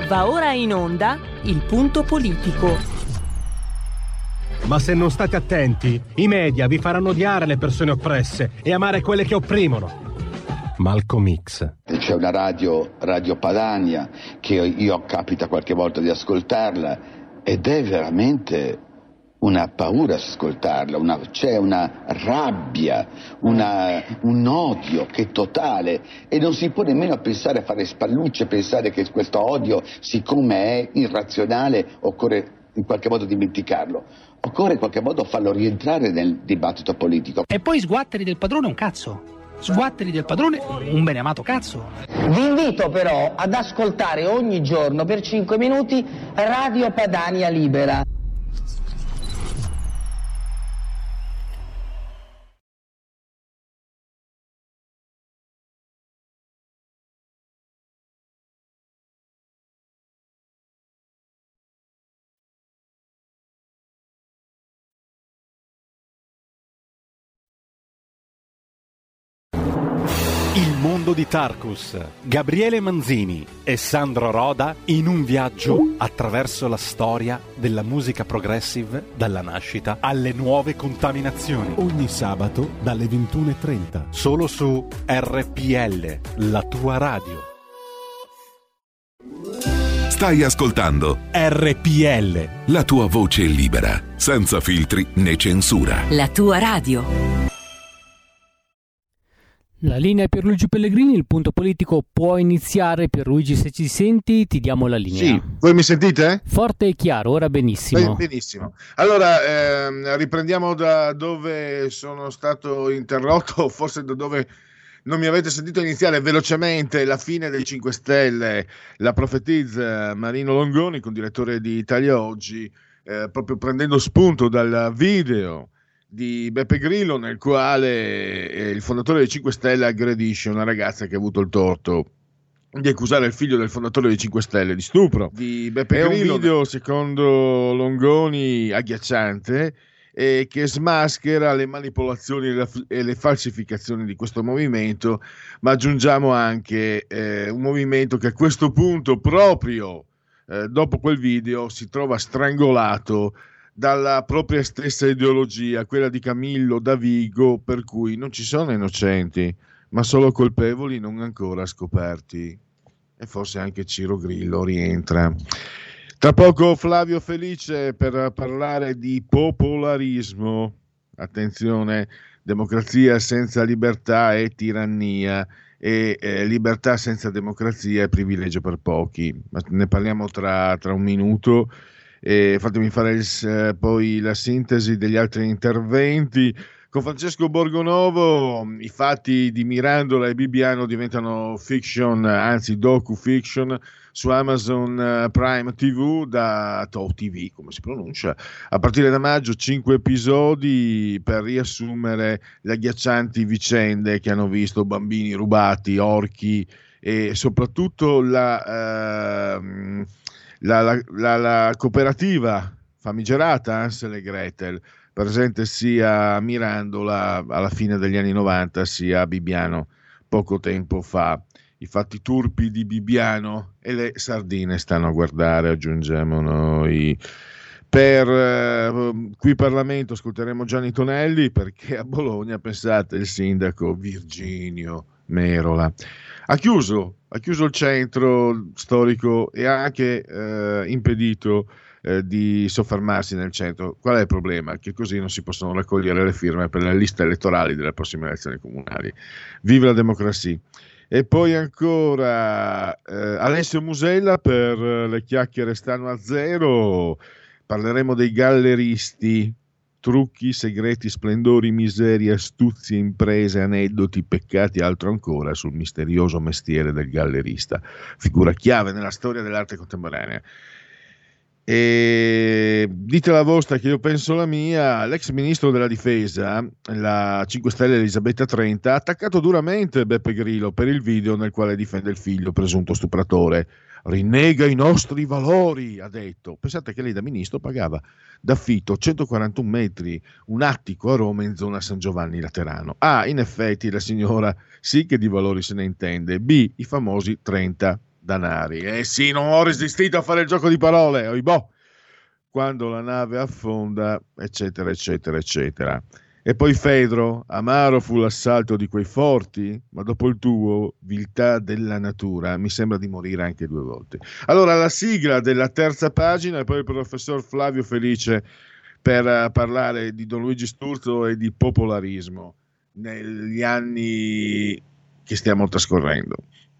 Va ora in onda il punto politico. Ma se non state attenti, i media vi faranno odiare le persone oppresse e amare quelle che opprimono. Malcolm X. C'è una Radio Padania, che io capita qualche volta di ascoltarla, ed è veramente una paura ascoltarla, c'è una rabbia, un odio che è totale, e non si può nemmeno pensare a fare spallucce, pensare che questo odio, siccome è irrazionale, occorre in qualche modo dimenticarlo. Occorre in qualche modo farlo rientrare nel dibattito politico. E poi sguatteri del padrone un cazzo. Sguatteri del padrone un beneamato cazzo. Vi invito però ad ascoltare ogni giorno per 5 minuti Radio Padania Libera. Il mondo di Tarkus, Gabriele Manzini e Sandro Roda in un viaggio attraverso la storia della musica progressive dalla nascita alle nuove contaminazioni. Ogni sabato dalle 21:30. Solo su RPL, la tua radio. Stai ascoltando RPL, la tua voce libera, senza filtri né censura. La tua radio. La linea è Pierluigi Pellegrini, il punto politico può iniziare. Pierluigi, se ci senti ti diamo la linea. Sì, voi mi sentite? Forte e chiaro, ora benissimo. Benissimo. Allora, riprendiamo da dove sono stato interrotto, forse da dove non mi avete sentito iniziare velocemente. La fine dei 5 Stelle la profetizza Marino Longoni, condirettore di Italia Oggi, proprio prendendo spunto dal video di Beppe Grillo, nel quale il fondatore dei 5 Stelle aggredisce una ragazza che ha avuto il torto di accusare il figlio del fondatore dei 5 Stelle di stupro. Di Beppe Grillo, un video secondo Longoni agghiacciante, che smaschera le manipolazioni e le falsificazioni di questo movimento, ma aggiungiamo anche un movimento che a questo punto, proprio dopo quel video, si trova strangolato dalla propria stessa ideologia, quella di Camillo Davigo, per cui non ci sono innocenti, ma solo colpevoli non ancora scoperti. E forse anche Ciro Grillo rientra. Tra poco Flavio Felice per parlare di popolarismo. Attenzione, democrazia senza libertà è tirannia, e libertà senza democrazia è privilegio per pochi. Ma ne parliamo tra un minuto. Fatemi fare poi la sintesi degli altri interventi. Con Francesco Borgonovo i fatti di Mirandola e Bibbiano diventano fiction, anzi docu-fiction, su Amazon Prime TV, da TOW TV, come si pronuncia, a partire da maggio. 5 episodi per riassumere le agghiaccianti vicende che hanno visto bambini rubati, orchi e soprattutto la cooperativa famigerata Hansel e Gretel, presente sia a Mirandola alla fine degli anni 90 sia a Bibbiano poco tempo fa. I fatti turpi di Bibbiano e le sardine stanno a guardare, aggiungiamo noi. Per qui Parlamento ascolteremo Gianni Tonelli, perché a Bologna, pensate, il sindaco Virginio Merola ha chiuso il centro storico e ha anche impedito di soffermarsi nel centro. Qual è il problema? Che così non si possono raccogliere le firme per le liste elettorali delle prossime elezioni comunali. Viva la democrazia! E poi ancora Alessio Musella per le chiacchiere stanno a zero. Parleremo dei galleristi, trucchi, segreti, splendori, miserie, astuzie, imprese, aneddoti, peccati e altro ancora sul misterioso mestiere del gallerista, figura chiave nella storia dell'arte contemporanea. E dite la vostra che io penso la mia. L'ex ministro della difesa, la 5 Stelle Elisabetta Trenta, ha attaccato duramente Beppe Grillo per il video nel quale difende il figlio presunto stupratore. Rinnega i nostri valori, ha detto. Pensate che lei da ministro pagava d'affitto 141 metri, un attico a Roma in zona San Giovanni Laterano. A, in effetti la signora sì che di valori se ne intende. B, i famosi 30 danari. Sì, non ho resistito a fare il gioco di parole, oibò, quando la nave affonda, eccetera, eccetera, eccetera. E poi Fedro, amaro fu l'assalto di quei forti, ma dopo il tuo, viltà della natura, mi sembra di morire anche 2 volte. Allora, la sigla della terza pagina e poi il professor Flavio Felice per parlare di Don Luigi Sturzo e di popolarismo negli anni che stiamo trascorrendo.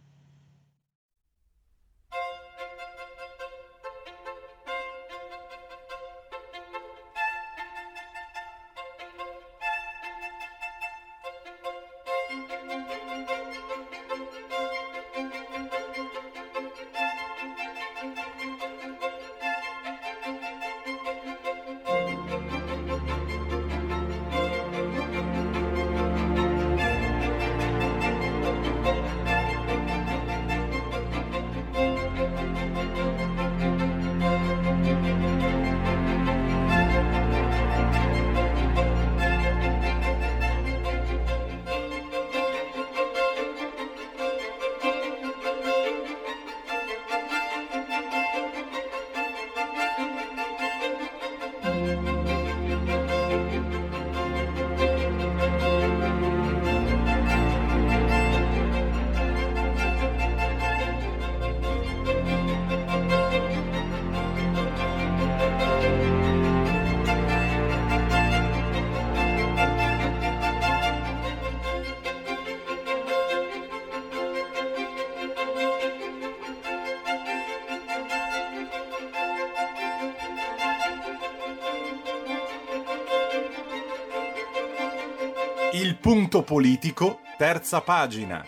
Il punto politico, terza pagina.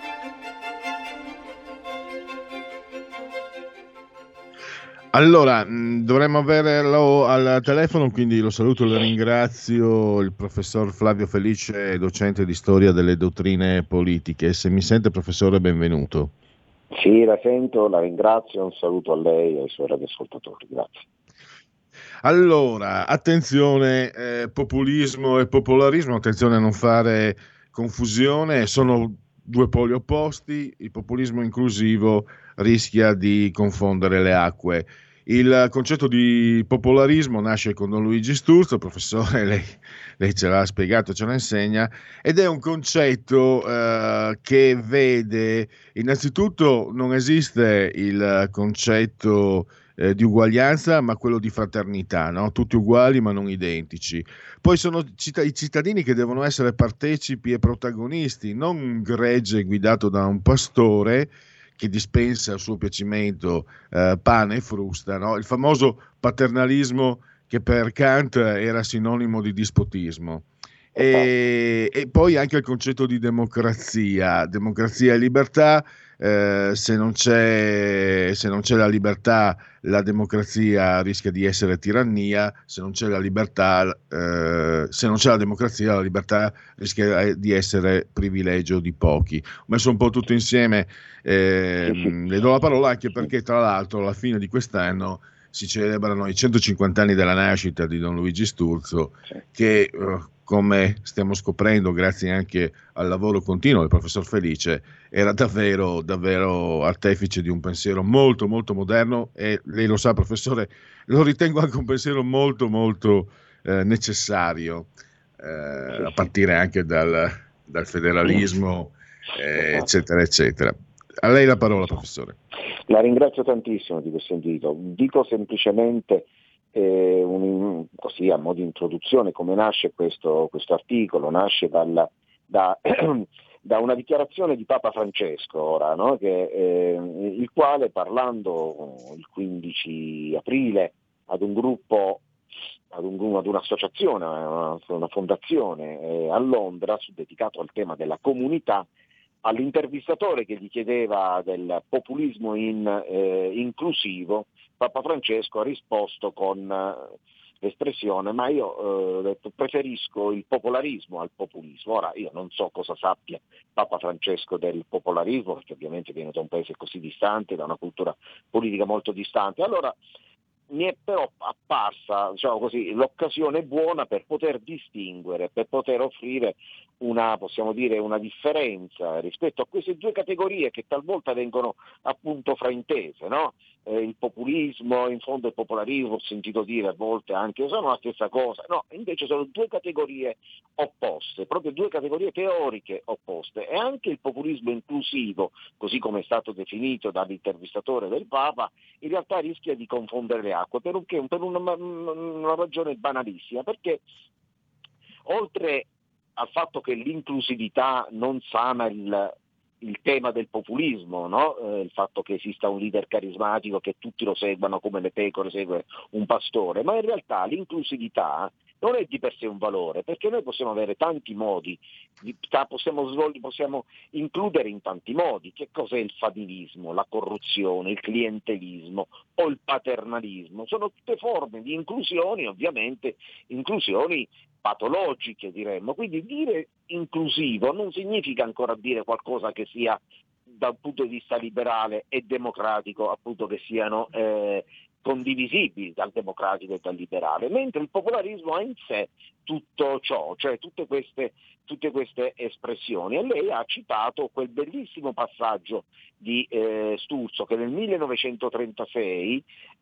Allora, dovremmo averlo al telefono, quindi lo saluto e lo ringrazio, il professor Flavio Felice, docente di storia delle dottrine politiche. Se mi sente, professore, benvenuto. Sì, la sento, la ringrazio, un saluto a lei e ai suoi radioascoltatori, grazie. Allora, attenzione, populismo e popolarismo, attenzione a non fare confusione, sono 2 poli opposti, il populismo inclusivo rischia di confondere le acque. Il concetto di popolarismo nasce con Don Luigi Sturzo, professore, lei ce l'ha spiegato, ce lo insegna, ed è un concetto che vede, innanzitutto non esiste il concetto di uguaglianza, ma quello di fraternità, no? Tutti uguali ma non identici. Poi sono i cittadini che devono essere partecipi e protagonisti, non un gregge guidato da un pastore che dispensa a suo piacimento pane e frusta, no? Il famoso paternalismo che per Kant era sinonimo di dispotismo. E poi anche il concetto di democrazia e libertà. Se non c'è la libertà, la democrazia rischia di essere tirannia. Se non c'è la libertà, se non c'è la democrazia, la libertà rischia di essere privilegio di pochi. Ho messo un po' tutto insieme, le do la parola anche perché tra l'altro alla fine di quest'anno si celebrano i 150 anni della nascita di Don Luigi Sturzo, che come stiamo scoprendo grazie anche al lavoro continuo del professor Felice, era davvero, davvero artefice di un pensiero molto, molto moderno e lei lo sa, professore, lo ritengo anche un pensiero molto, molto necessario, a partire anche dal federalismo, eccetera, eccetera. A lei la parola, professore. La ringrazio tantissimo di questo invito. Dico semplicemente così a modo di introduzione come nasce questo articolo. Nasce da una dichiarazione di Papa Francesco ora, no? Il quale, parlando il 15 aprile ad un gruppo, ad un'associazione, una fondazione a Londra dedicato al tema della comunità, all'intervistatore che gli chiedeva del populismo inclusivo, Papa Francesco ha risposto con l'espressione: ma io ho detto, preferisco il popolarismo al populismo. Ora io non so cosa sappia Papa Francesco del popolarismo, perché ovviamente viene da un paese così distante, da una cultura politica molto distante. Allora mi è però apparsa, diciamo così, l'occasione buona per poter distinguere, per poter offrire possiamo dire, una differenza rispetto a queste due categorie che talvolta vengono appunto fraintese, no? Il populismo, in fondo il popolarismo, ho sentito dire a volte anche, sono la stessa cosa, no, invece sono due categorie opposte, proprio due categorie teoriche opposte, e anche il populismo inclusivo, così come è stato definito dall'intervistatore del Papa, in realtà rischia di confondere le acque, per una ragione banalissima, perché oltre al fatto che l'inclusività non sana il tema del populismo, no? Il fatto che esista un leader carismatico che tutti lo seguano come le pecore segue un pastore, ma in realtà l'inclusività non è di per sé un valore, perché noi possiamo avere tanti modi, possiamo includere in tanti modi. Che cos'è il fadilismo, la corruzione, il clientelismo o il paternalismo? Sono tutte forme di inclusioni, ovviamente inclusioni patologiche, diremmo. Quindi dire inclusivo non significa ancora dire qualcosa che sia dal punto di vista liberale e democratico, appunto, che siano condivisibili dal democratico e dal liberale, mentre il popolarismo ha in sé tutto ciò, cioè tutte queste espressioni. E lei ha citato quel bellissimo passaggio di Sturzo che nel 1936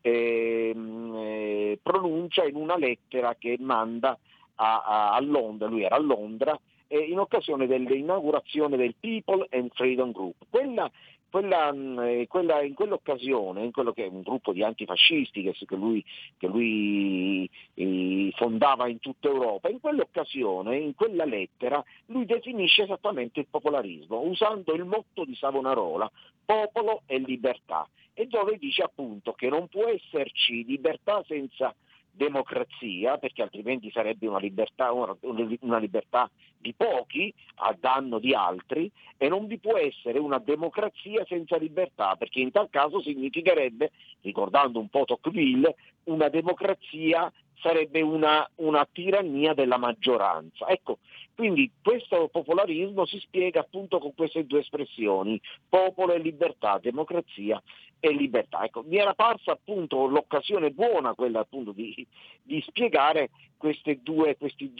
pronuncia in una lettera che manda a Londra, lui era a Londra, in occasione dell'inaugurazione del People and Freedom Group. In quell'occasione, in quello che è un gruppo di antifascisti che lui fondava in tutta Europa, in quell'occasione, in quella lettera, lui definisce esattamente il popolarismo, usando il motto di Savonarola, popolo e libertà, e dove dice appunto che non può esserci libertà senza democrazia, perché altrimenti sarebbe una libertà di pochi a danno di altri, e non vi può essere una democrazia senza libertà, perché in tal caso significherebbe, ricordando un po' Tocqueville, una democrazia sarebbe una tirannia della maggioranza. Ecco, quindi questo popolarismo si spiega appunto con queste due espressioni, popolo e libertà, democrazia e libertà. Ecco, mi era parsa appunto l'occasione buona quella appunto di spiegare questi due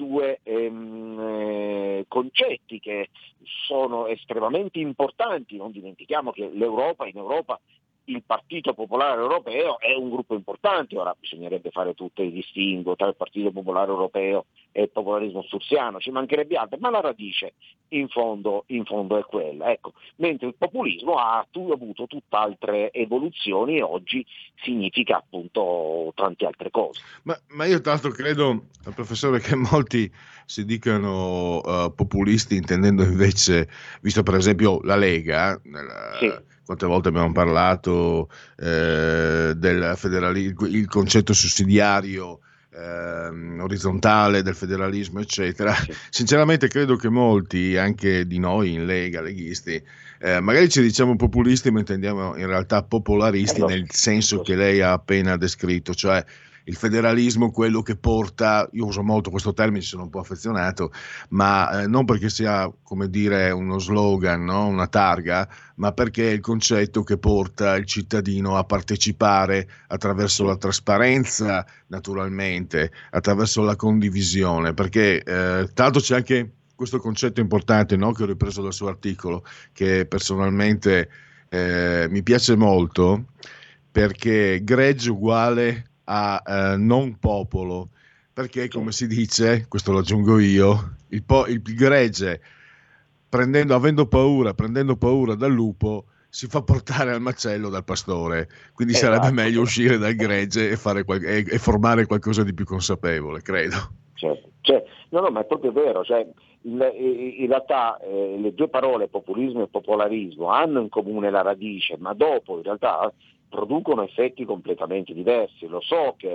concetti che sono estremamente importanti. Non dimentichiamo che in Europa il Partito Popolare Europeo è un gruppo importante. Ora bisognerebbe fare tutto il distinguo tra il Partito Popolare Europeo e il popolarismo sturziano, ci mancherebbe altro, ma la radice in fondo è quella. Ecco. Mentre il populismo ha avuto tutt'altre evoluzioni e oggi significa appunto tante altre cose. Ma io tra l'altro credo, professore, che molti si dicano populisti intendendo invece, visto per esempio la Lega, sì. Quante volte abbiamo parlato del federalismo, il concetto sussidiario orizzontale del federalismo, eccetera. Sì. Sinceramente credo che molti, anche di noi in Lega, leghisti, magari ci diciamo populisti, ma intendiamo in realtà popolaristi nel senso che lei ha appena descritto, cioè il federalismo, quello che porta, io uso molto questo termine, ci sono un po' affezionato, ma non perché sia, come dire, uno slogan, no? Una targa, ma perché è il concetto che porta il cittadino a partecipare attraverso la trasparenza, naturalmente, attraverso la condivisione, perché tanto c'è anche questo concetto importante, no? Che ho ripreso dal suo articolo, che personalmente mi piace molto, perché gregge uguale a non popolo, perché come si dice, questo lo aggiungo io, il gregge prendendo paura dal lupo si fa portare al macello dal pastore, quindi sarebbe meglio uscire dal gregge e formare qualcosa di più consapevole, credo. Certo. No, ma è proprio vero, cioè, in realtà le due parole populismo e popolarismo hanno in comune la radice, ma dopo in realtà producono effetti completamente diversi. Lo so che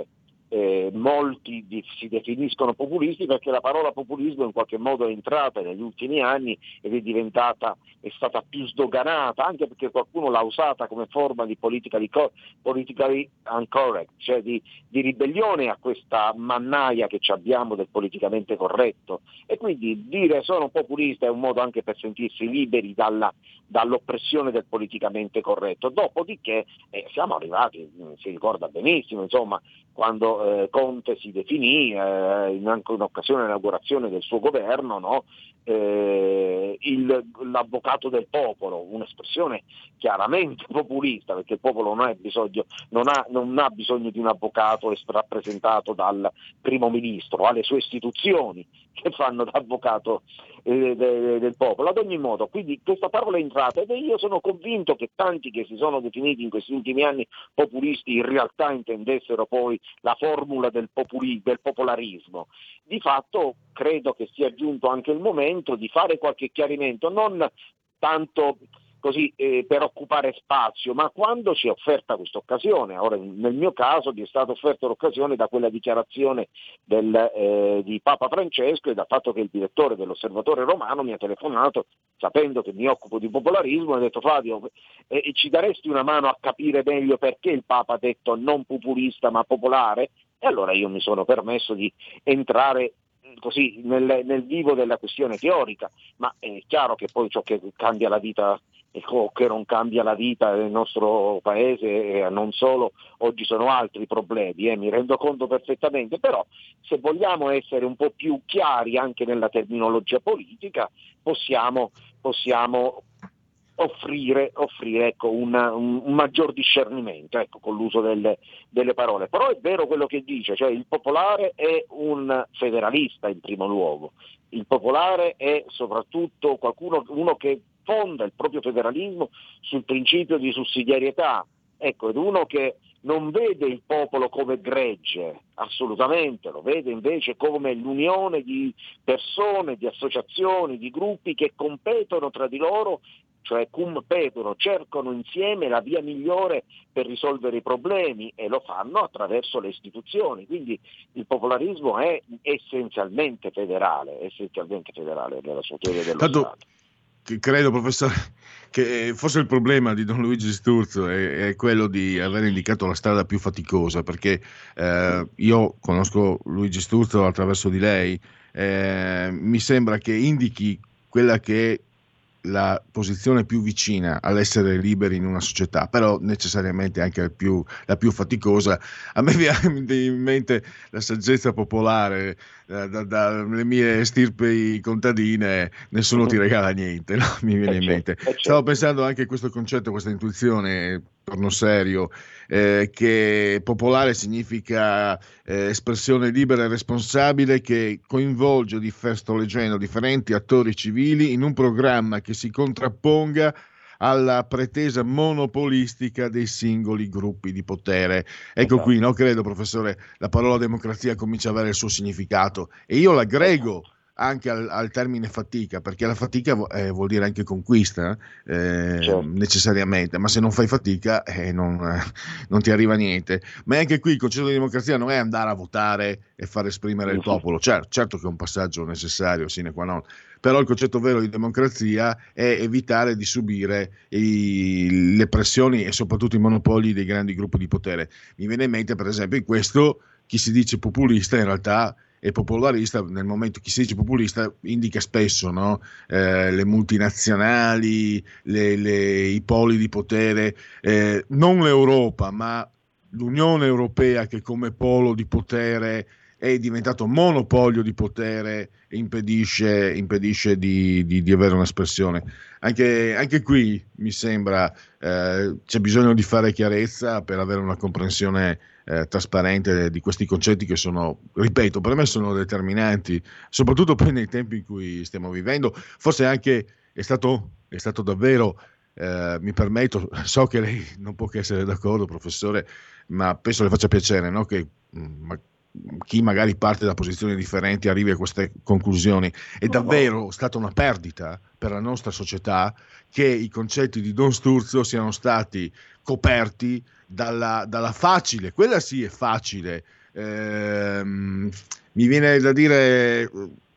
molti si definiscono populisti, perché la parola populismo in qualche modo è entrata negli ultimi anni ed è stata più sdoganata, anche perché qualcuno l'ha usata come forma di politically uncorrect, cioè di ribellione a questa mannaia che ci abbiamo del politicamente corretto, e quindi dire sono populista è un modo anche per sentirsi liberi dall'oppressione del politicamente corretto. Dopodiché siamo arrivati, si ricorda benissimo, insomma, quando Conte si definì anche in occasione dell'inaugurazione del suo governo, no? L'avvocato del popolo, un'espressione chiaramente populista, perché il popolo non ha bisogno di un avvocato rappresentato dal primo ministro, ha le sue istituzioni che fanno da avvocato del popolo. Ad ogni modo, quindi questa parola è entrata, ed io sono convinto che tanti che si sono definiti in questi ultimi anni populisti in realtà intendessero poi la formula del popolarismo. Di fatto credo che sia giunto anche il momento di fare qualche chiarimento, non tanto così per occupare spazio, ma quando ci è offerta questa occasione. Ora, nel mio caso mi è stata offerta l'occasione da quella dichiarazione di Papa Francesco e dal fatto che il direttore dell'Osservatore Romano mi ha telefonato sapendo che mi occupo di popolarismo e ha detto: Flavio, ci daresti una mano a capire meglio perché il Papa ha detto non populista ma popolare? E allora io mi sono permesso di entrare così nel vivo della questione teorica, ma è chiaro che poi ciò che cambia la vita e che non cambia la vita del nostro paese, e non solo, oggi sono altri problemi, mi rendo conto perfettamente, però se vogliamo essere un po' più chiari anche nella terminologia politica possiamo offrire ecco, un maggior discernimento, ecco, con l'uso delle parole. Però è vero quello che dice, cioè il popolare è un federalista in primo luogo, il popolare è soprattutto uno che fonda il proprio federalismo sul principio di sussidiarietà, ecco, ed uno che non vede il popolo come gregge, assolutamente, lo vede invece come l'unione di persone, di associazioni, di gruppi che competono tra di loro, cioè competono, cercano insieme la via migliore per risolvere i problemi, e lo fanno attraverso le istituzioni. Quindi il popolarismo è essenzialmente federale nella sua teoria dello Stato. Credo, professore, che forse il problema di Don Luigi Sturzo è quello di aver indicato la strada più faticosa, perché io conosco Luigi Sturzo attraverso di lei, mi sembra che indichi quella che è la posizione più vicina all'essere liberi in una società, però necessariamente anche la più faticosa. A me viene in mente la saggezza popolare, dalle mie stirpi contadine nessuno ti regala niente, no? Mi viene in mente. Stavo pensando anche a questo concetto, questa intuizione, torno serio, che popolare significa espressione libera e responsabile che coinvolge, sto leggendo, differenti attori civili in un programma che si contrapponga alla pretesa monopolistica dei singoli gruppi di potere. Ecco qui, no? Credo, professore, la parola democrazia comincia ad avere il suo significato, e io l'aggrego anche al termine fatica, perché la fatica vuol dire anche conquista, necessariamente, ma se non fai fatica non ti arriva niente. Ma anche qui il concetto di democrazia non è andare a votare e far esprimere il popolo, certo che è un passaggio necessario sine qua non, però il concetto vero di democrazia è evitare di subire le pressioni e soprattutto i monopoli dei grandi gruppi di potere. Mi viene in mente, per esempio, in questo chi si dice populista in realtà è popolarista, nel momento chi si dice populista indica spesso, no? Le multinazionali, i poli di potere, non l'Europa ma l'Unione Europea, che come polo di potere è diventato monopolio di potere e impedisce di avere un'espressione. Anche qui mi sembra c'è bisogno di fare chiarezza per avere una comprensione trasparente di questi concetti che sono, ripeto, per me sono determinanti, soprattutto poi nei tempi in cui stiamo vivendo. Forse anche è stato davvero, mi permetto, so che lei non può che essere d'accordo, professore, ma penso le faccia piacere, no? Che chi magari parte da posizioni differenti arrivi a queste conclusioni. È davvero stata una perdita per la nostra società che i concetti di Don Sturzo siano stati coperti dalla facile, quella sì è facile, mi viene da dire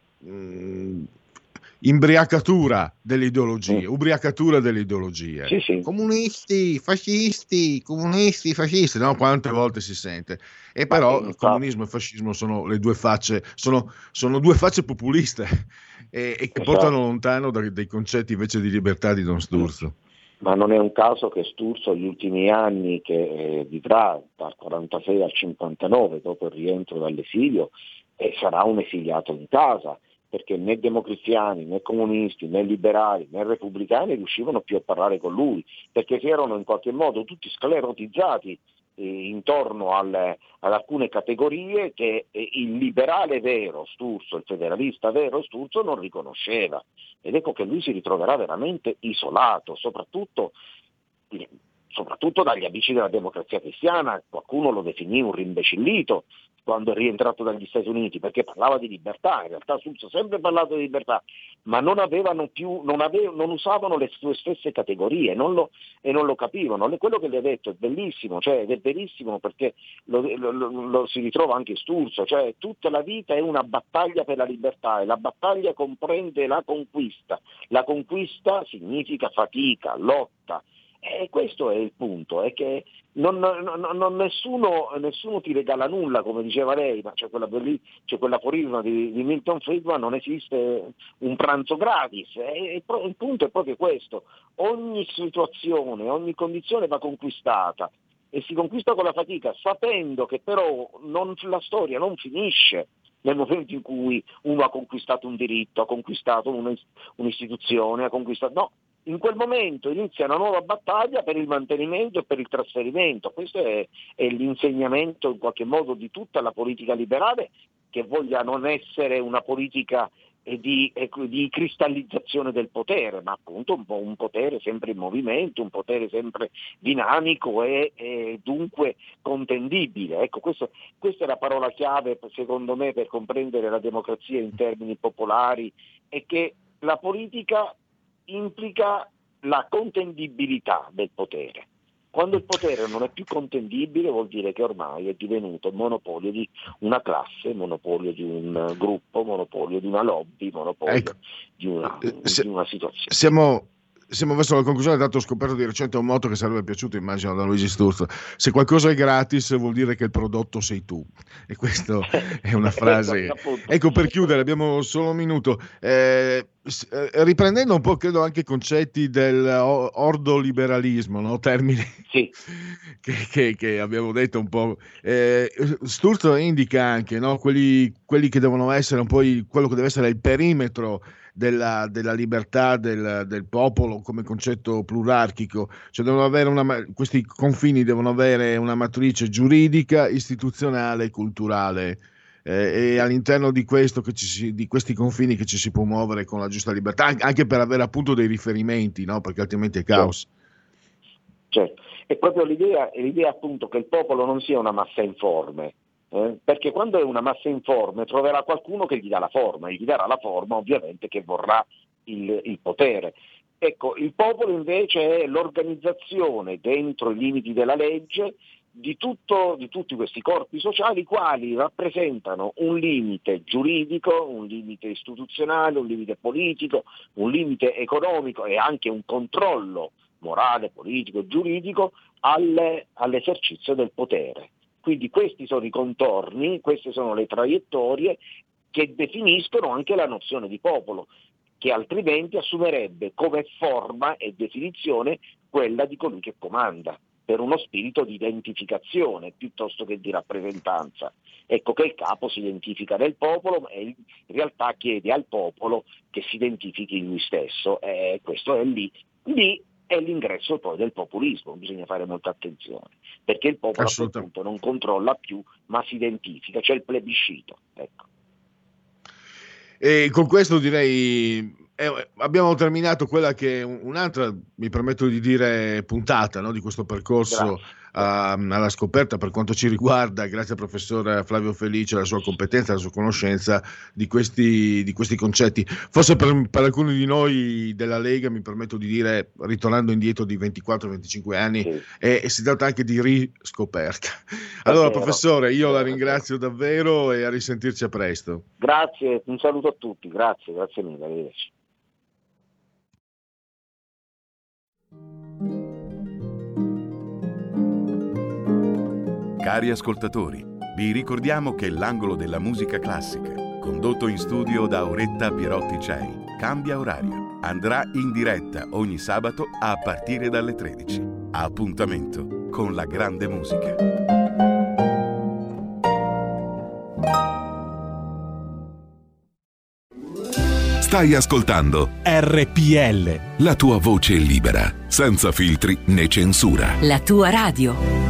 ubriacatura delle ideologie. Sì. Comunisti, fascisti, no? Quante volte si sente. E però il comunismo e il fascismo sono le due facce, sono due facce populiste e che portano lontano dai concetti invece di libertà di Don Sturzo. Ma non è un caso che Sturzo gli ultimi anni che vivrà dal 46 al 59 dopo il rientro dall'esilio sarà un esiliato in casa, perché né democristiani, né comunisti, né liberali, né repubblicani riuscivano più a parlare con lui, perché si erano in qualche modo tutti sclerotizzati intorno ad alcune categorie che il liberale vero Sturzo, il federalista vero Sturzo non riconosceva. Ed ecco che lui si ritroverà veramente isolato, soprattutto dagli amici della Democrazia Cristiana. Qualcuno lo definì un rimbecillito quando è rientrato dagli Stati Uniti, perché parlava di libertà. In realtà Sturzo ha sempre parlato di libertà, ma non usavano le sue stesse categorie, non lo capivano. Quello che le ha detto è bellissimo, ed è verissimo, perché lo si ritrova anche Sturzo, tutta la vita è una battaglia per la libertà, e la battaglia comprende la conquista. La conquista significa fatica, lotta. E questo è il punto, è che nessuno ti regala nulla, come diceva lei, ma c'è quell'aforisma di Milton Friedman: non esiste un pranzo gratis. Il punto è proprio questo: ogni situazione, ogni condizione va conquistata, e si conquista con la fatica, sapendo che però la storia non finisce nel momento in cui uno ha conquistato un diritto, ha conquistato un'istituzione, no. In quel momento inizia una nuova battaglia per il mantenimento e per il trasferimento. Questo è l'insegnamento in qualche modo di tutta la politica liberale, che voglia non essere una politica di cristallizzazione del potere, ma appunto un potere sempre in movimento, un potere sempre dinamico e dunque contendibile. Ecco, questa è la parola chiave, secondo me, per comprendere la democrazia in termini popolari, è che la politica implica la contendibilità del potere. Quando il potere non è più contendibile, vuol dire che ormai è divenuto monopolio di una classe, monopolio di un gruppo, monopolio di una lobby, monopolio di una situazione. Siamo verso la conclusione, dato ho scoperto di recente un motto che sarebbe piaciuto, immagino, da Luigi Sturzo: se qualcosa è gratis vuol dire che il prodotto sei tu. E questa è una frase. Ecco, per chiudere, abbiamo solo un minuto. Riprendendo un po', credo, anche i concetti del ordoliberalismo, no? Termini che abbiamo detto un po'. Sturzo indica anche, no? quelli che devono essere un po' quello che deve essere il perimetro della libertà del popolo come concetto plurarchico, devono avere questi confini devono avere una matrice giuridica, istituzionale e culturale, e all'interno di di questi confini che ci si può muovere con la giusta libertà, anche per avere appunto dei riferimenti, no? Perché altrimenti è caos. Certo. È proprio l'idea appunto che il popolo non sia una massa informe. Perché quando è una massa informe troverà qualcuno che gli dà la forma, e gli darà la forma ovviamente che vorrà il potere. Ecco, il popolo invece è l'organizzazione dentro i limiti della legge di tutti questi corpi sociali, i quali rappresentano un limite giuridico, un limite istituzionale, un limite politico, un limite economico e anche un controllo morale, politico e giuridico all'esercizio del potere. Quindi questi sono i contorni, queste sono le traiettorie che definiscono anche la nozione di popolo, che altrimenti assumerebbe come forma e definizione quella di colui che comanda, per uno spirito di identificazione piuttosto che di rappresentanza. Ecco che il capo si identifica del popolo e in realtà chiede al popolo che si identifichi lui stesso, e questo è lì è l'ingresso poi del populismo. Bisogna fare molta attenzione, perché il popolo a quel punto non controlla più, ma si identifica, c'è il plebiscito. Ecco. E con questo direi abbiamo terminato quella che è un'altra, mi permetto di dire, puntata, no, di questo percorso alla scoperta, per quanto ci riguarda, grazie al professor Flavio Felice, alla sua competenza, alla sua conoscenza di questi concetti. Forse per alcuni di noi della Lega, mi permetto di dire, ritornando indietro di 24-25 anni, si tratta anche di riscoperta. Allora, professore, io la ringrazio davvero e a risentirci a presto. Grazie, un saluto a tutti, grazie mille, arrivederci. Cari ascoltatori, vi ricordiamo che l'angolo della musica classica, condotto in studio da Auretta Pierotti Cei, cambia orario. Andrà in diretta ogni sabato a partire dalle 13. Appuntamento con la grande musica. Stai ascoltando RPL, la tua voce libera, senza filtri né censura. La tua radio.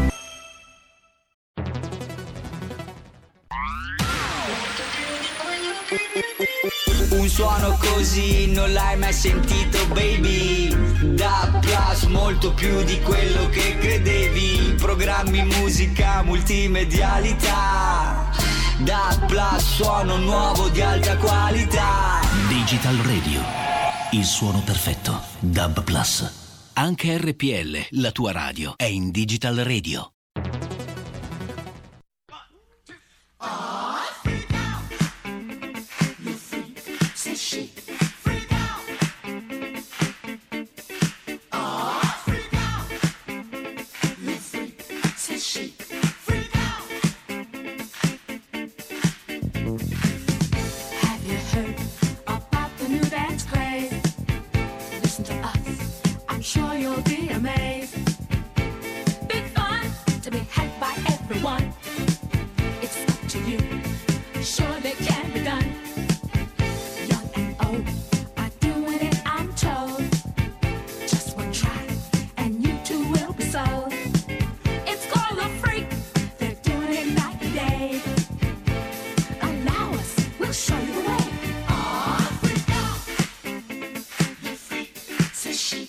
Un suono così non l'hai mai sentito, baby. Da Plus, molto più di quello che credevi. Programmi, musica, multimedialità. Da Plus, suono nuovo di alta qualità. Digital Radio, il suono perfetto. DAB Plus. Anche RPL, la tua radio, è in Digital Radio. Sure you'll be amazed. Big fun to be had by everyone. It's up to you. Sure they can be done. Young and old are doing it, I'm told. Just one try and you too will be sold. It's called a freak. They're doing it night and day. Allow us, we'll show you the way. Oh, freak out. You freak, says she.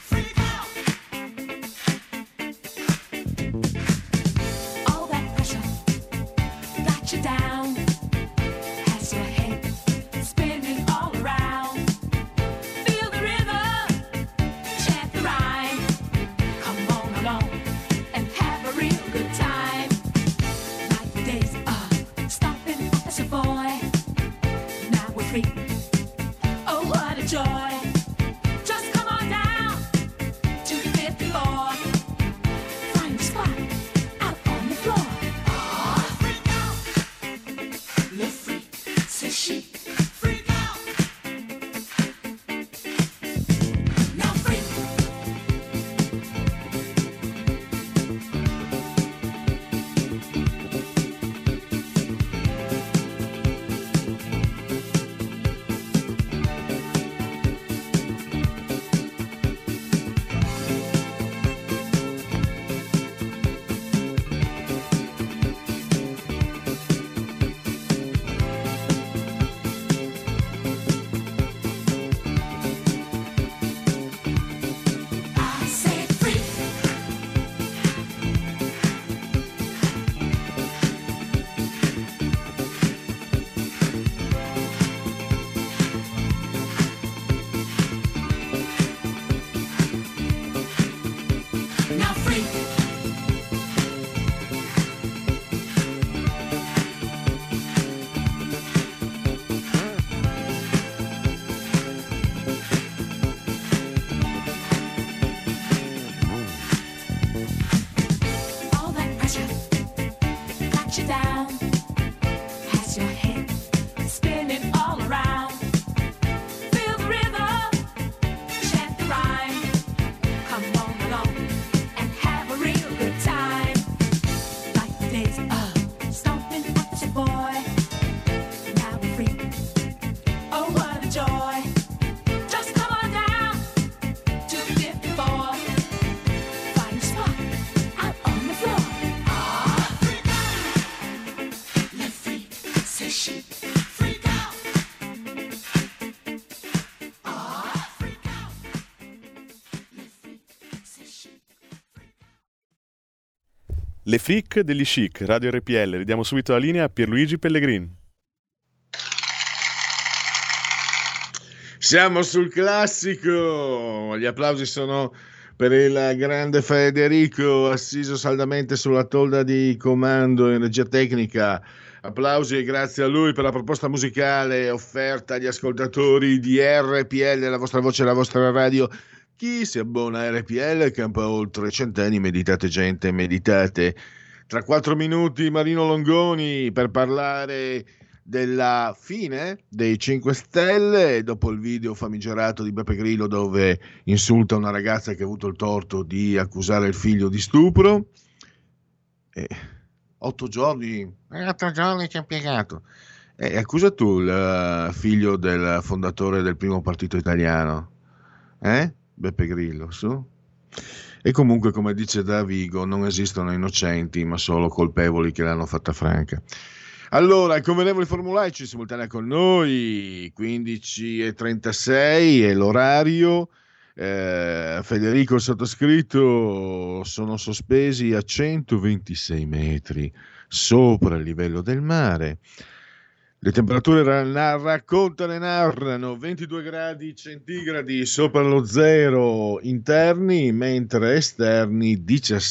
Down, has your head spinning all around. Feel the rhythm, chant the rhyme. Come on along and have a real good time. Like the days of stomping as a boy. Now we're free. Oh, what a joy. Just come on down to the 5th floor. Find a spot out on the floor. She freak out. Now freak. Le freak degli chic, Radio RPL. Ridiamo subito la linea a Pierluigi Pellegrin. Siamo sul classico, gli applausi sono per il grande Federico, assiso saldamente sulla tolda di comando in regia tecnica. Applausi e grazie a lui per la proposta musicale offerta agli ascoltatori di RPL, la vostra voce, la vostra radio. Chi si abbona a RPL campa oltre cent'anni. Meditate gente, meditate. Tra 4 minuti Marino Longoni per parlare della fine dei 5 Stelle dopo il video famigerato di Beppe Grillo dove insulta una ragazza che ha avuto il torto di accusare il figlio di stupro. 8 giorni ci ha impiegato. Accusa tu il figlio del fondatore del primo partito italiano, Beppe Grillo, su? E comunque, come dice Davigo, non esistono innocenti ma solo colpevoli che l'hanno fatta franca. Allora, i convenevoli formulaici simultanea con noi, 15:36 è l'orario. Federico, il sottoscritto, sono sospesi a 126 metri sopra il livello del mare. Le temperature narrano 22 gradi centigradi sopra lo zero interni, mentre esterni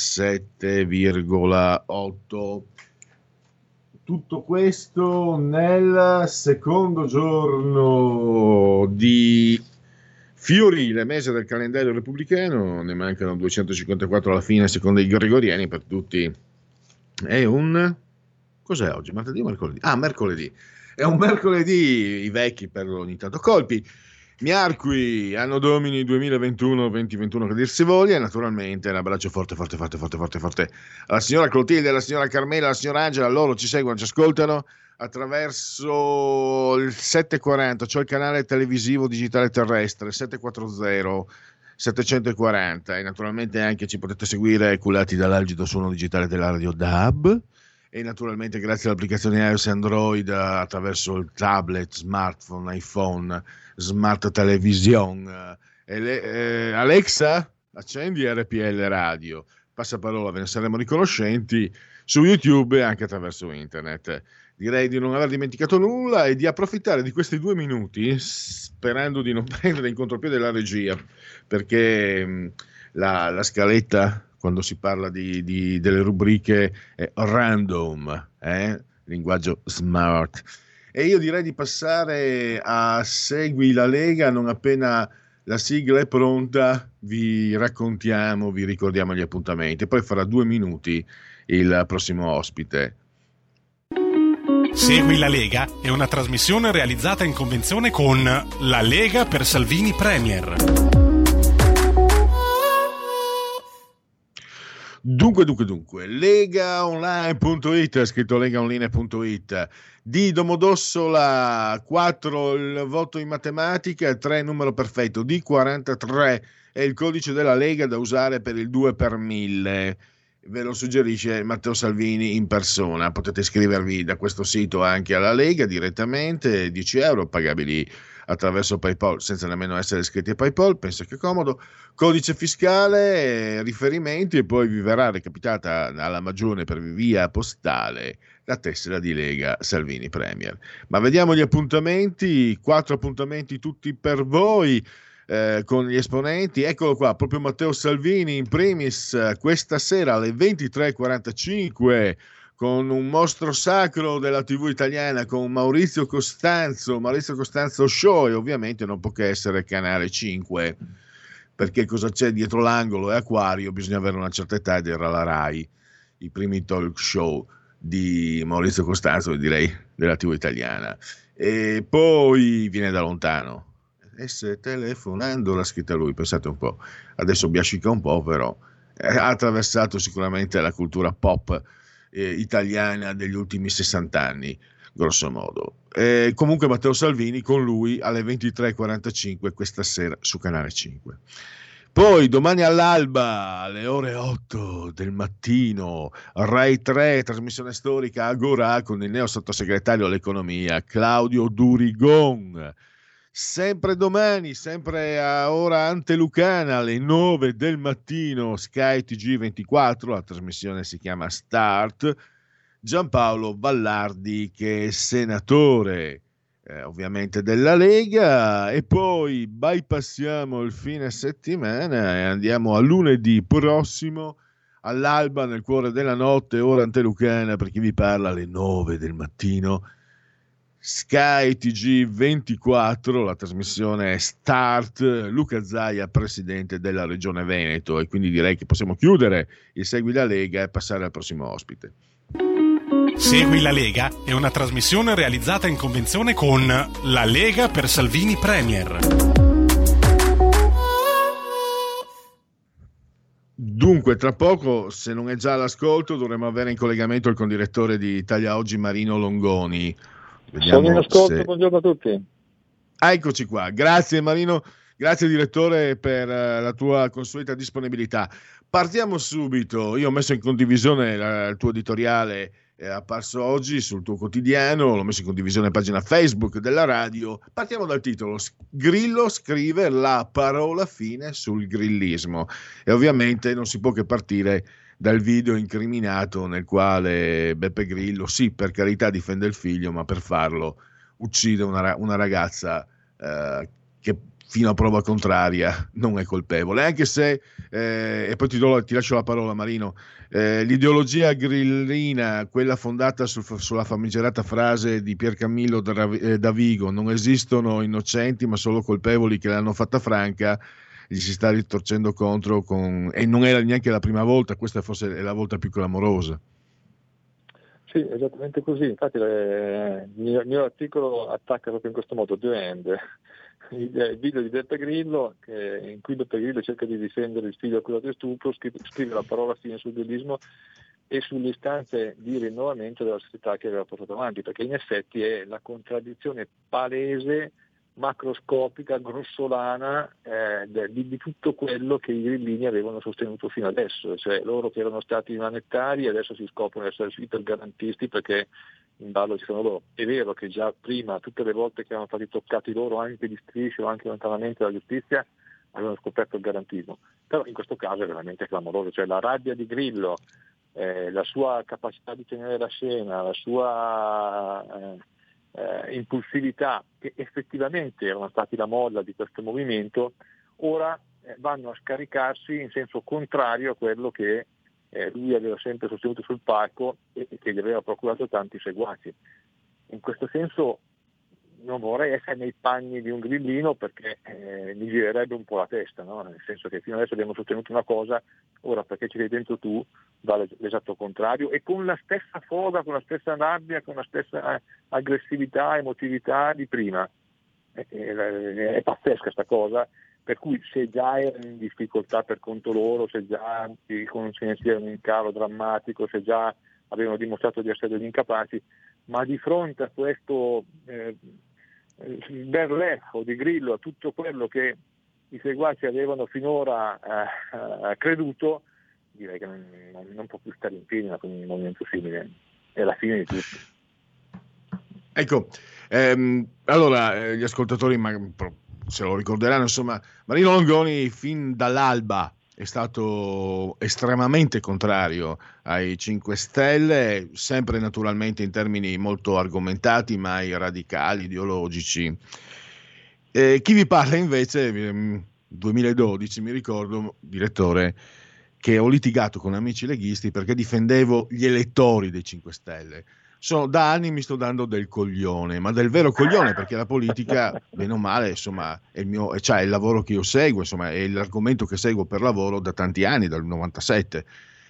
17,8. Tutto questo nel secondo giorno di Fiorile, mese del calendario repubblicano, ne mancano 254 alla fine secondo i gregoriani, per tutti è un... cos'è oggi? Martedì o mercoledì? Mercoledì. È un mercoledì, i vecchi perdono ogni tanto colpi. Miarqui, anno domini 2021 che dir si voglia, e naturalmente un abbraccio forte alla signora Clotilde, alla signora Carmela, alla signora Angela. Loro ci seguono, ci ascoltano attraverso il 740, cioè il canale televisivo digitale terrestre 740 740, e naturalmente anche ci potete seguire cullati dall'algido suono digitale della radio DAB, e naturalmente grazie all'applicazione iOS e Android attraverso il tablet, smartphone, iPhone, smart television. Alexa, accendi RPL Radio. Passaparola, ve ne saremo riconoscenti, su YouTube e anche attraverso internet. Direi di non aver dimenticato nulla e di approfittare di questi 2 minuti, sperando di non prendere in contropiede la regia, perché la scaletta, quando si parla delle rubriche random, linguaggio smart. E io direi di passare a Segui la Lega. Non appena la sigla è pronta vi raccontiamo, vi ricordiamo gli appuntamenti, poi farà 2 minuti il prossimo ospite. Segui la Lega è una trasmissione realizzata in convenzione con La Lega per Salvini Premier. Dunque, legaonline.it, scritto legaonline.it. D Domodossola, 4 il voto in matematica, 3 numero perfetto, D43 è il codice della Lega da usare per il 2 per 1000. Ve lo suggerisce Matteo Salvini in persona. Potete iscrivervi da questo sito anche alla Lega direttamente, 10 euro pagabili attraverso PayPal senza nemmeno essere iscritti a PayPal, penso che è comodo. Codice fiscale, riferimenti, e poi vi verrà recapitata alla Magione per via postale la tessera di Lega Salvini Premier. Ma vediamo gli appuntamenti, 4 appuntamenti tutti per voi, con gli esponenti. Eccolo qua, proprio Matteo Salvini in primis, questa sera alle 23:45 con un mostro sacro della TV italiana, con Maurizio Costanzo Show, e ovviamente non può che essere Canale 5, perché cosa c'è dietro l'angolo è Acquario, bisogna avere una certa età ed era la Rai, i primi talk show di Maurizio Costanzo, direi della TV italiana. E poi viene da lontano, e telefonando, l'ha scritta lui, pensate un po', adesso biascica un po', però ha attraversato sicuramente la cultura pop italiana degli ultimi 60 anni, grosso modo. Comunque Matteo Salvini con lui alle 23:45 questa sera su Canale 5. Poi domani all'alba alle ore 8 del mattino Rai 3, trasmissione storica Agorà con il neo sottosegretario all'economia Claudio Durigon. Sempre domani, sempre a ora antelucana, alle 9 del mattino, Sky TG24, la trasmissione si chiama Start, Giampaolo Vallardi, che è senatore ovviamente della Lega, e poi bypassiamo il fine settimana e andiamo a lunedì prossimo, all'alba, nel cuore della notte, ora antelucana, per chi vi parla, alle 9 del mattino, Sky TG24, la trasmissione Start, Luca Zaia, presidente della Regione Veneto, e quindi direi che possiamo chiudere il Segui la Lega e passare al prossimo ospite. Segui la Lega è una trasmissione realizzata in convenzione con La Lega per Salvini Premier. Dunque, tra poco, se non è già all'ascolto, dovremo avere in collegamento il condirettore di Italia Oggi, Marino Longoni. Vediamo. Sono in ascolto, buongiorno a tutti. Eccoci qua, grazie Marino, grazie direttore per la tua consueta disponibilità. Partiamo subito, io ho messo in condivisione il tuo editoriale apparso oggi sul tuo quotidiano, l'ho messo in condivisione a pagina Facebook della radio. Partiamo dal titolo: Grillo scrive la parola fine sul grillismo, e ovviamente non si può che partire dal video incriminato nel quale Beppe Grillo, sì, per carità difende il figlio, ma per farlo uccide una ragazza che fino a prova contraria non è colpevole, anche se e poi ti lascio la parola Marino, l'ideologia grillina, quella fondata sulla famigerata frase di Pier Camillo Davigo, non esistono innocenti ma solo colpevoli che l'hanno fatta franca, gli si sta ritorcendo contro e non era neanche la prima volta, questa forse è la volta più clamorosa. Sì, esattamente così, infatti il mio articolo attacca proprio in questo modo, The End, il video di Beppe Grillo, in cui Beppe Grillo cerca di difendere il figlio accusato di stupro, scrive la parola fine sul grillismo e sulle istanze di rinnovamento della società che aveva portato avanti, perché in effetti è la contraddizione palese, macroscopica, grossolana di tutto quello che i grillini avevano sostenuto fino adesso, cioè loro che erano stati manettari adesso si scoprono essere ipergarantisti perché in ballo ci sono loro. È vero che già prima, tutte le volte che erano stati toccati loro anche di striscio o anche lontanamente dalla giustizia, avevano scoperto il garantismo, però in questo caso è veramente clamoroso, cioè la rabbia di Grillo, la sua capacità di tenere la scena, la sua impulsività, che effettivamente erano stati la molla di questo movimento, ora vanno a scaricarsi in senso contrario a quello che lui aveva sempre sostenuto sul palco e che gli aveva procurato tanti seguaci. In questo senso non vorrei essere nei panni di un grillino, perché mi girerebbe un po' la testa, no? Nel senso che fino adesso abbiamo sostenuto una cosa, ora perché ci sei dentro tu va l'esatto contrario, e con la stessa foga, con la stessa rabbia, con la stessa aggressività, emotività di prima. È pazzesca sta cosa, per cui se già erano in difficoltà per conto loro, se già i consensi erano in calo drammatico, se già avevano dimostrato di essere degli incapaci, ma di fronte a questo berleffo di Grillo, a tutto quello che i seguaci avevano finora creduto, direi che non può più stare in piedi con un movimento simile, è la fine di tutto. Ecco, allora gli ascoltatori se lo ricorderanno, insomma, Marino Longoni fin dall'alba è stato estremamente contrario ai 5 Stelle, sempre naturalmente in termini molto argomentati, mai radicali, ideologici. Chi vi parla invece, 2012, mi ricordo, direttore, che ho litigato con amici leghisti perché difendevo gli elettori dei 5 Stelle. Da anni mi sto dando del coglione, ma del vero coglione, perché la politica, bene o male, insomma, è il lavoro che io seguo, insomma, è l'argomento che seguo per lavoro da tanti anni, dal 97.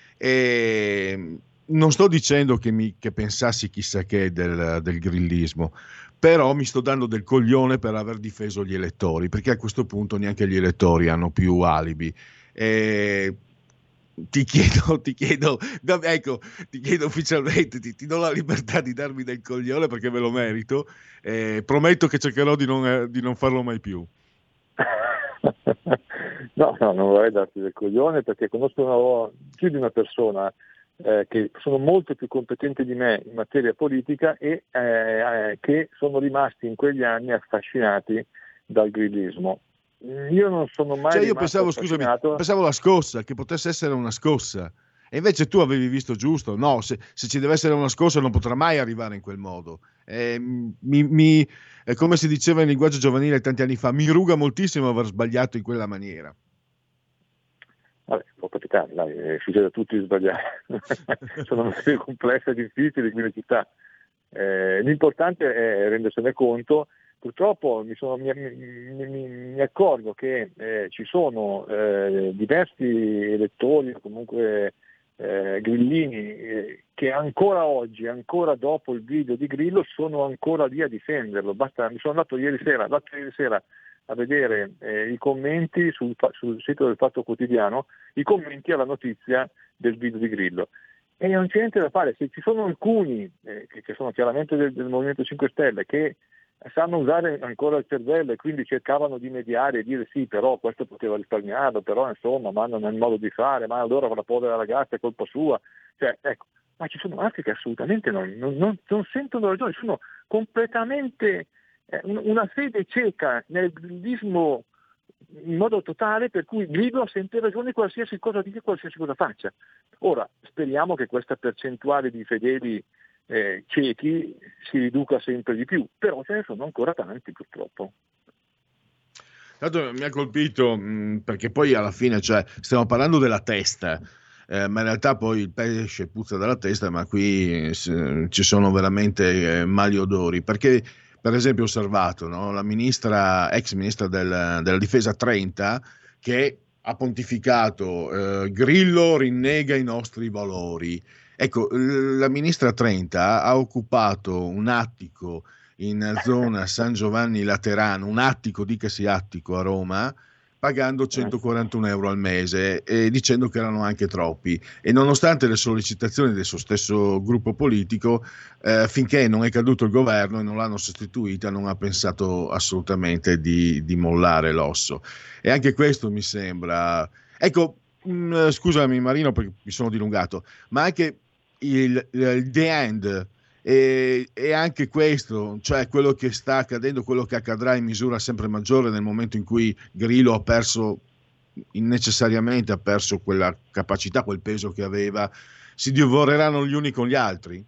E non sto dicendo che pensassi chissà che del grillismo, però mi sto dando del coglione per aver difeso gli elettori, perché a questo punto neanche gli elettori hanno più alibi. Ti chiedo ufficialmente, ti do la libertà di darmi del coglione perché me lo merito, prometto che cercherò di non farlo mai più. No, non vorrei darti del coglione, perché conosco più di una persona che sono molto più competenti di me in materia politica e che sono rimasti in quegli anni affascinati dal grillismo. Io non sono mai io rimasto pensavo la scossa, che potesse essere una scossa, e invece tu avevi visto giusto. No, se ci deve essere una scossa non potrà mai arrivare in quel modo. Come si diceva in linguaggio giovanile tanti anni fa, mi ruga moltissimo aver sbagliato in quella maniera. Vabbè, può capitare, dai, succede a tutti di sbagliare. Sono materie complesse e difficili, quindi ci sta. L'importante è rendersene conto. Purtroppo mi accorgo che ci sono diversi elettori, o comunque grillini, che ancora oggi, ancora dopo il video di Grillo, sono ancora lì a difenderlo. Mi sono andato ieri sera a vedere i commenti sul sito del Fatto Quotidiano, i commenti alla notizia del video di Grillo. E non c'è niente da fare. Se ci sono alcuni che sono chiaramente del Movimento 5 Stelle che sanno usare ancora il cervello e quindi cercavano di mediare e dire sì, però questo poteva risparmiarlo, però insomma, ma non è il modo di fare, ma allora quella povera ragazza è colpa sua. Cioè, ecco, ma ci sono altri che assolutamente non sentono ragione, sono completamente una fede cieca nel grillismo in modo totale, per cui Grillo ha sempre ragione qualsiasi cosa dica, qualsiasi cosa faccia. Ora, speriamo che questa percentuale di fedeli ciechi si riduca sempre di più, però ce ne sono ancora tanti purtroppo. Tanto mi ha colpito perché poi alla fine, cioè, stiamo parlando della testa, ma in realtà poi il pesce puzza dalla testa, ma qui ci sono veramente mali odori, perché per esempio ho osservato, no, la ex ministra della difesa Trenta, che ha pontificato Grillo rinnega i nostri valori. Ecco, la ministra Trenta ha occupato un attico in zona San Giovanni Laterano, un attico, dicasi attico, a Roma, pagando 141 euro al mese e dicendo che erano anche troppi. E nonostante le sollecitazioni del suo stesso gruppo politico, finché non è caduto il governo e non l'hanno sostituita, non ha pensato assolutamente di mollare l'osso. E anche questo mi sembra... Ecco, scusami Marino perché mi sono dilungato, ma anche il the end e anche questo, cioè quello che sta accadendo, quello che accadrà in misura sempre maggiore nel momento in cui Grillo ha perso quella capacità, quel peso che aveva, si divoreranno gli uni con gli altri.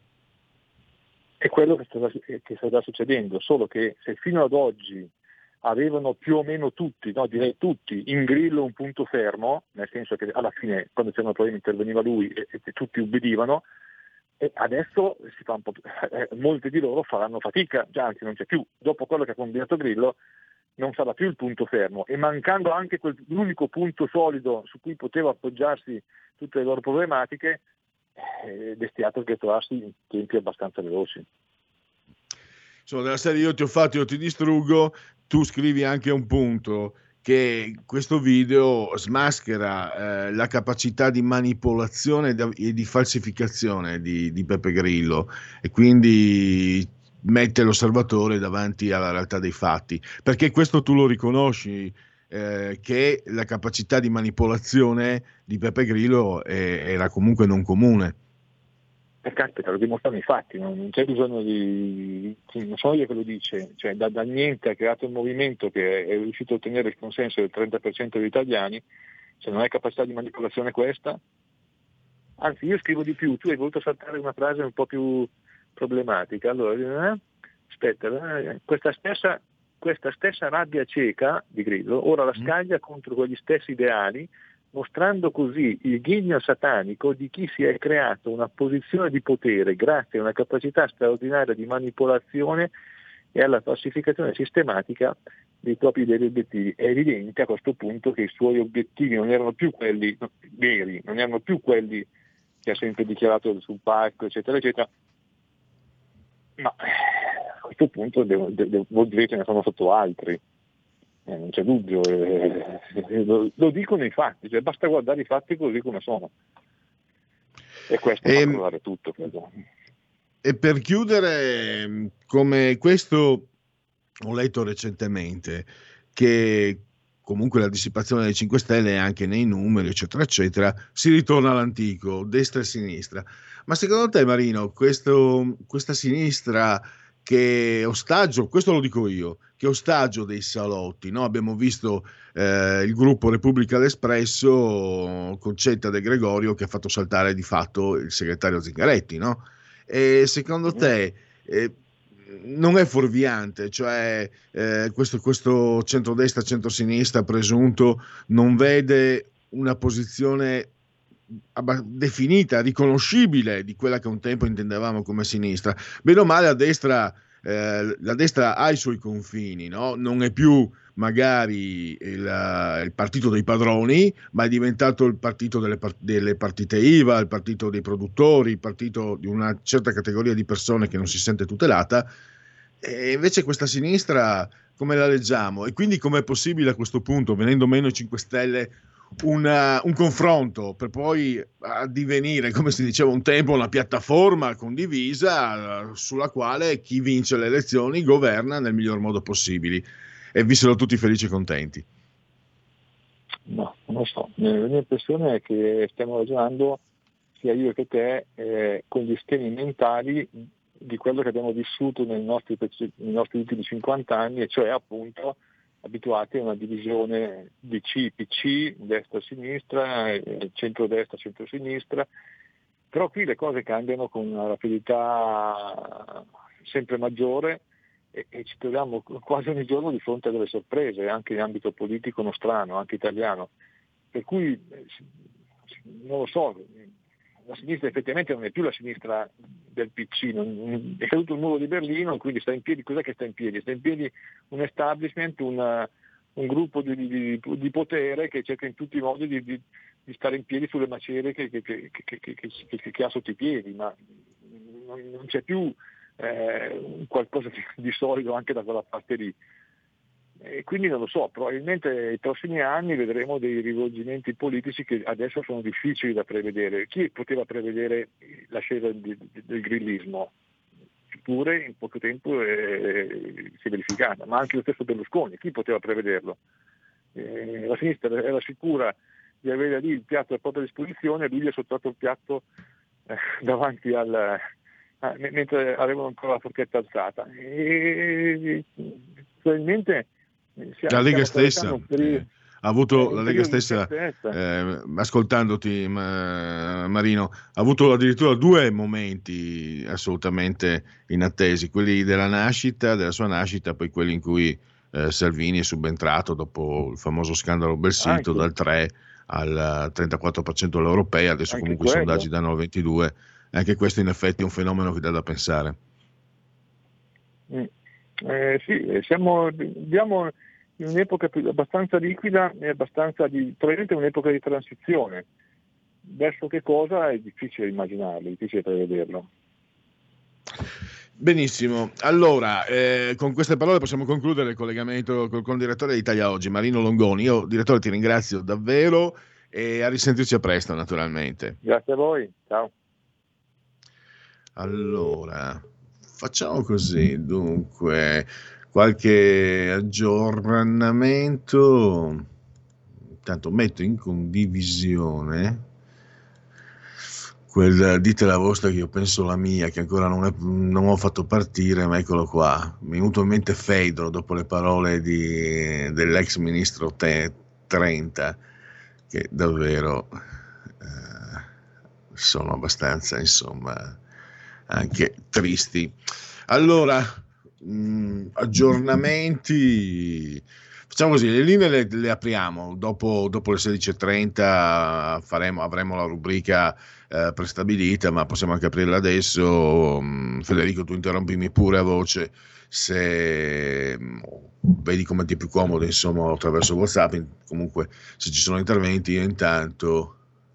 È quello che sta succedendo, solo che se fino ad oggi avevano più o meno tutti, no, direi tutti, in Grillo un punto fermo, nel senso che alla fine quando c'erano problemi interveniva lui e tutti ubbidivano, e adesso si fa un po' molti di loro faranno fatica, già anzi non c'è più, dopo quello che ha combinato Grillo non sarà più il punto fermo, e mancando anche l'unico punto solido su cui poteva appoggiarsi tutte le loro problematiche, è destinato a trovarsi in tempi abbastanza veloci. Insomma, della serie io ti ho fatto, io ti distruggo. Tu scrivi anche un punto, che questo video smaschera la capacità di manipolazione e di falsificazione di Beppe Grillo, e quindi mette l'osservatore davanti alla realtà dei fatti, perché questo tu lo riconosci, che la capacità di manipolazione di Beppe Grillo era comunque non comune. Caspita, lo dimostrano i fatti, non c'è bisogno non so io che lo dice, cioè da niente ha creato un movimento che è riuscito a ottenere il consenso del 30% degli italiani. Se non hai capacità di manipolazione questa, anzi io scrivo di più, tu hai voluto saltare una frase un po' più problematica, allora questa stessa rabbia cieca di Grillo ora la scaglia contro quegli stessi ideali, mostrando così il ghigno satanico di chi si è creato una posizione di potere grazie a una capacità straordinaria di manipolazione e alla falsificazione sistematica dei propri veri obiettivi. È evidente a questo punto che i suoi obiettivi non erano più quelli veri, non erano più quelli che ha sempre dichiarato sul palco, eccetera, eccetera, ma a questo punto devo dire che ne sono sotto altri. Non c'è dubbio, lo dicono i fatti, cioè basta guardare i fatti così come sono, e questo fa provare tutto, credo. E per chiudere, come questo ho letto recentemente, che comunque la dissipazione dei 5 Stelle anche nei numeri eccetera eccetera, si ritorna all'antico, destra e sinistra, ma secondo te Marino questa sinistra che ostaggio, questo lo dico io, che è ostaggio dei salotti, no? Abbiamo visto il gruppo Repubblica l'Espresso, Concetta De Gregorio, che ha fatto saltare di fatto il segretario Zingaretti, no? E secondo te non è fuorviante, cioè questo centrodestra, centrosinistra presunto non vede una posizione definita, riconoscibile di quella che un tempo intendevamo come sinistra? Bene o male la destra ha i suoi confini, no? Non è più magari il partito dei padroni, ma è diventato il partito delle partite IVA, il partito dei produttori, il partito di una certa categoria di persone che non si sente tutelata. E invece questa sinistra come la leggiamo? E quindi com'è possibile a questo punto, venendo meno i 5 Stelle, un confronto per poi addivenire, come si diceva un tempo, una piattaforma condivisa sulla quale chi vince le elezioni governa nel miglior modo possibile e vissero tutti felici e contenti? No, non lo so. La mia impressione è che stiamo ragionando, sia io che te, con gli schemi mentali di quello che abbiamo vissuto nei nostri ultimi 50 anni, e cioè appunto abituati a una divisione di PC, destra-sinistra, centro-destra, centro-sinistra, però qui le cose cambiano con una rapidità sempre maggiore e ci troviamo quasi ogni giorno di fronte a delle sorprese, anche in ambito politico nostrano, anche italiano, per cui non lo so, la sinistra effettivamente non è più la sinistra del PC, è caduto il muro di Berlino, quindi sta in piedi. Cos'è che sta in piedi? Sta in piedi un establishment, un gruppo di potere che cerca in tutti i modi di stare in piedi sulle macerie che ha sotto i piedi, ma non c'è più qualcosa di solido anche da quella parte lì. E quindi non lo so, probabilmente nei prossimi anni vedremo dei rivolgimenti politici che adesso sono difficili da prevedere. Chi poteva prevedere l'ascesa del grillismo? Eppure in poco tempo si è verificata, ma anche lo stesso Berlusconi, chi poteva prevederlo? La sinistra era sicura di avere lì il piatto a propria disposizione, lui gli ha sottratto il piatto davanti mentre avevano ancora la forchetta alzata. E probabilmente la Lega stessa ha avuto ascoltandoti Marino, ha avuto addirittura 2 momenti assolutamente inattesi, quelli della sua nascita, poi quelli in cui Salvini è subentrato dopo il famoso scandalo Belsito, dal 3 al 34% delle europee, adesso anche comunque i sondaggi danno il 22%, anche questo in effetti è un fenomeno che dà da pensare. Sì, viviamo in un'epoca abbastanza liquida e probabilmente un'epoca di transizione. Verso che cosa è difficile immaginarlo, è difficile prevederlo. Benissimo, allora con queste parole possiamo concludere il collegamento con il direttore di Italia Oggi, Marino Longoni. Io, direttore, ti ringrazio davvero e a risentirci a presto, naturalmente. Grazie a voi, ciao. Allora, facciamo così, dunque, qualche aggiornamento. Intanto metto in condivisione dite la vostra, che io penso la mia, che ancora non ho fatto partire, ma eccolo qua. Mi è venuto in mente Fedro dopo le parole dell'ex ministro Trenta, che davvero sono abbastanza, insomma, anche tristi. Allora, aggiornamenti, facciamo così, le linee le apriamo dopo le 16:30, avremo la rubrica prestabilita, ma possiamo anche aprirla adesso. Federico, tu interrompimi pure a voce se vedi come ti è più comodo, insomma, attraverso WhatsApp. Comunque, se ci sono interventi, io intanto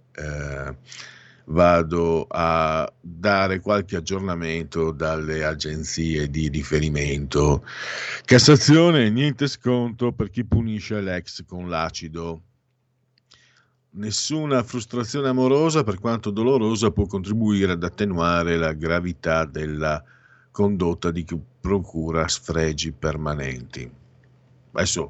vado a dare qualche aggiornamento dalle agenzie di riferimento. Cassazione, niente sconto per chi punisce l'ex con l'acido. Nessuna frustrazione amorosa, per quanto dolorosa, può contribuire ad attenuare la gravità della condotta di chi procura sfregi permanenti. Adesso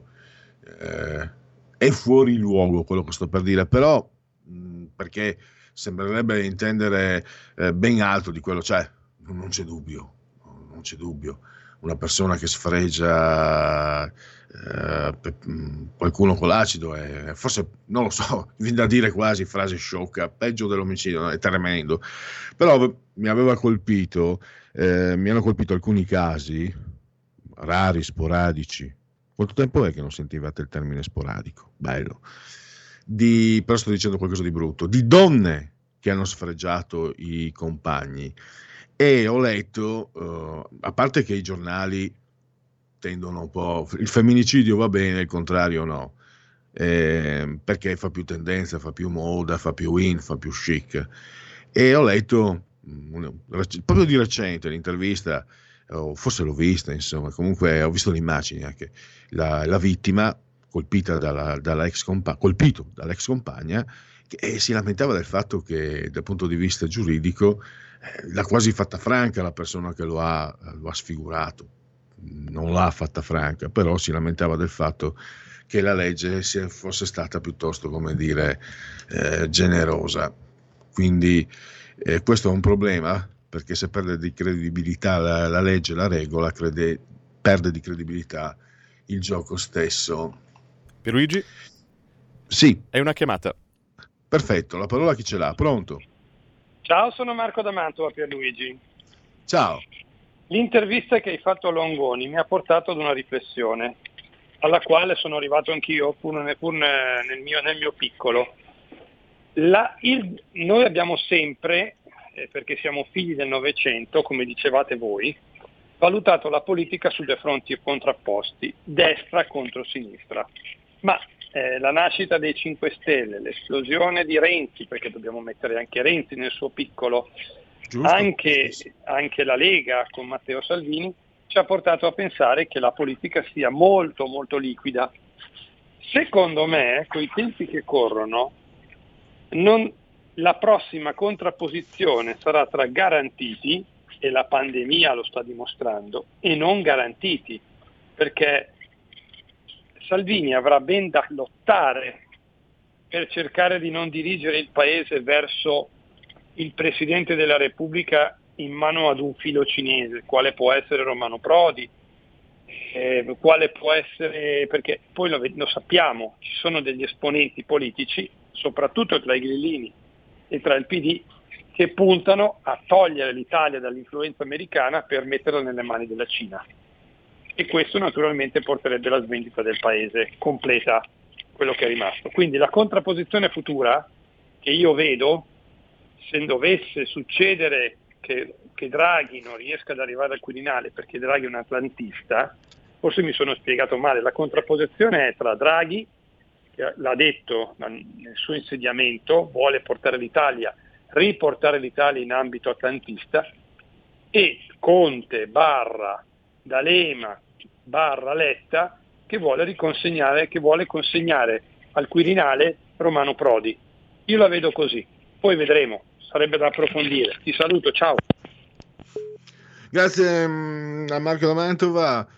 è fuori luogo quello che sto per dire, però perché sembrerebbe intendere ben altro di quello, cioè non c'è dubbio, una persona che sfregia qualcuno con l'acido è forse, non lo so, viene da dire quasi frase sciocca, peggio dell'omicidio, no? È tremendo. Però mi hanno colpito alcuni casi rari, sporadici. Quanto tempo è che non sentivate il termine sporadico? Bello. Però sto dicendo qualcosa di brutto, di donne che hanno sfregiato i compagni. E ho letto, a parte che i giornali tendono un po', il femminicidio va bene, il contrario no, perché fa più tendenza, fa più moda, fa più in, fa più chic. E ho letto proprio di recente l'intervista, o forse l'ho vista, insomma, comunque ho visto le immagini anche, la vittima colpito dall'ex compagna, che si lamentava del fatto che dal punto di vista giuridico l'ha quasi fatta franca la persona che lo ha sfigurato. Non l'ha fatta franca, però si lamentava del fatto che la legge fosse stata piuttosto, come dire, generosa. Quindi questo è un problema, perché se perde di credibilità la legge, la regola, perde di credibilità il gioco stesso. Pierluigi? Sì. È una chiamata. Perfetto, la parola chi ce l'ha? Pronto? Ciao, sono Marco da Mantova, Pierluigi. Ciao. L'intervista che hai fatto a Longoni mi ha portato ad una riflessione, alla quale sono arrivato anch'io, pur nel mio piccolo. Noi abbiamo sempre, perché siamo figli del Novecento, come dicevate voi, valutato la politica su due fronti contrapposti, destra contro sinistra. Ma la nascita dei 5 Stelle, l'esplosione di Renzi, perché dobbiamo mettere anche Renzi nel suo piccolo, anche la Lega con Matteo Salvini, ci ha portato a pensare che la politica sia molto molto liquida. Secondo me, coi tempi che corrono, la prossima contrapposizione sarà tra garantiti, e la pandemia lo sta dimostrando, e non garantiti, perché Salvini avrà ben da lottare per cercare di non dirigere il paese verso il Presidente della Repubblica in mano ad un filo cinese, quale può essere Romano Prodi, quale può essere, perché poi lo sappiamo, ci sono degli esponenti politici, soprattutto tra i grillini e tra il PD, che puntano a togliere l'Italia dall'influenza americana per metterla nelle mani della Cina. E questo naturalmente porterebbe alla svendita del paese completa, quello che è rimasto. Quindi la contrapposizione futura che io vedo, se dovesse succedere che Draghi non riesca ad arrivare al Quirinale perché Draghi è un atlantista, forse mi sono spiegato male, la contrapposizione è tra Draghi, che l'ha detto nel suo insediamento, vuole riportare l'Italia in ambito atlantista, e Conte / D'Alema / Letta che vuole consegnare al Quirinale Romano Prodi. Io la vedo così, poi vedremo, sarebbe da approfondire. Ti saluto, ciao. Grazie a Marco da Mantova.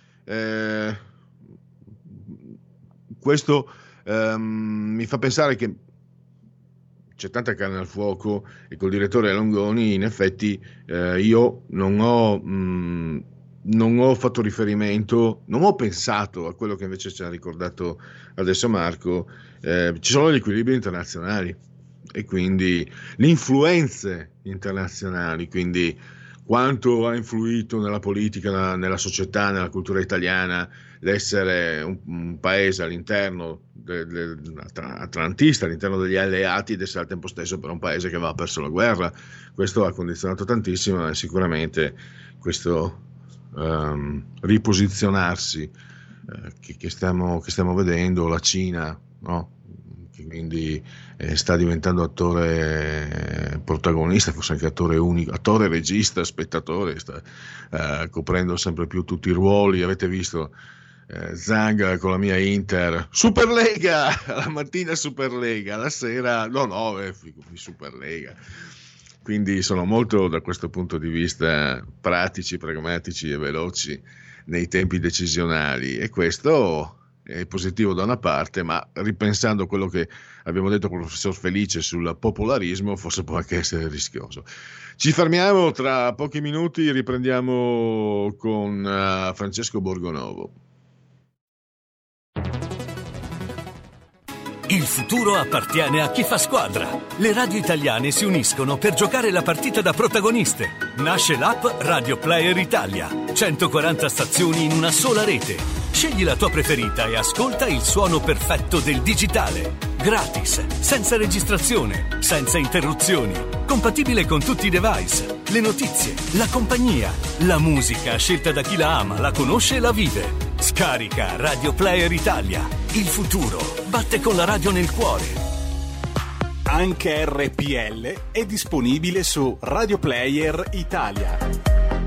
Questo mi fa pensare che c'è tanta carne al fuoco, e col direttore Longoni in effetti io non ho fatto riferimento, non ho pensato a quello che invece ci ha ricordato adesso Marco. Ci sono gli equilibri internazionali e quindi le influenze internazionali, quindi quanto ha influito nella politica, nella società, nella cultura italiana l'essere un paese all'interno atlantista, all'interno degli alleati, ed essere al tempo stesso per un paese che aveva perso la guerra. Questo ha condizionato tantissimo, e sicuramente questo riposizionarsi che stiamo vedendo, la Cina, no? Che quindi sta diventando attore protagonista, forse anche attore unico, attore, regista, spettatore, sta coprendo sempre più tutti i ruoli. Avete visto Zhang con la mia Inter, Superlega, la mattina Superlega, la sera Superlega. Quindi sono molto, da questo punto di vista, pratici, pragmatici e veloci nei tempi decisionali, e questo è positivo da una parte, ma ripensando a quello che abbiamo detto con il professor Felice sul popolarismo, forse può anche essere rischioso. Ci fermiamo, tra pochi minuti riprendiamo con Francesco Borgonovo. Il futuro appartiene a chi fa squadra. Le radio italiane si uniscono per giocare la partita da protagoniste. Nasce l'app Radio Player Italia. 140 stazioni in una sola rete. Scegli la tua preferita e ascolta il suono perfetto del digitale. Gratis, senza registrazione, senza interruzioni. Compatibile con tutti i device. Le notizie, la compagnia, la musica scelta da chi la ama, la conosce e la vive. Scarica Radio Player Italia. Il futuro batte con la radio nel cuore. Anche RPL è disponibile su Radio Player Italia.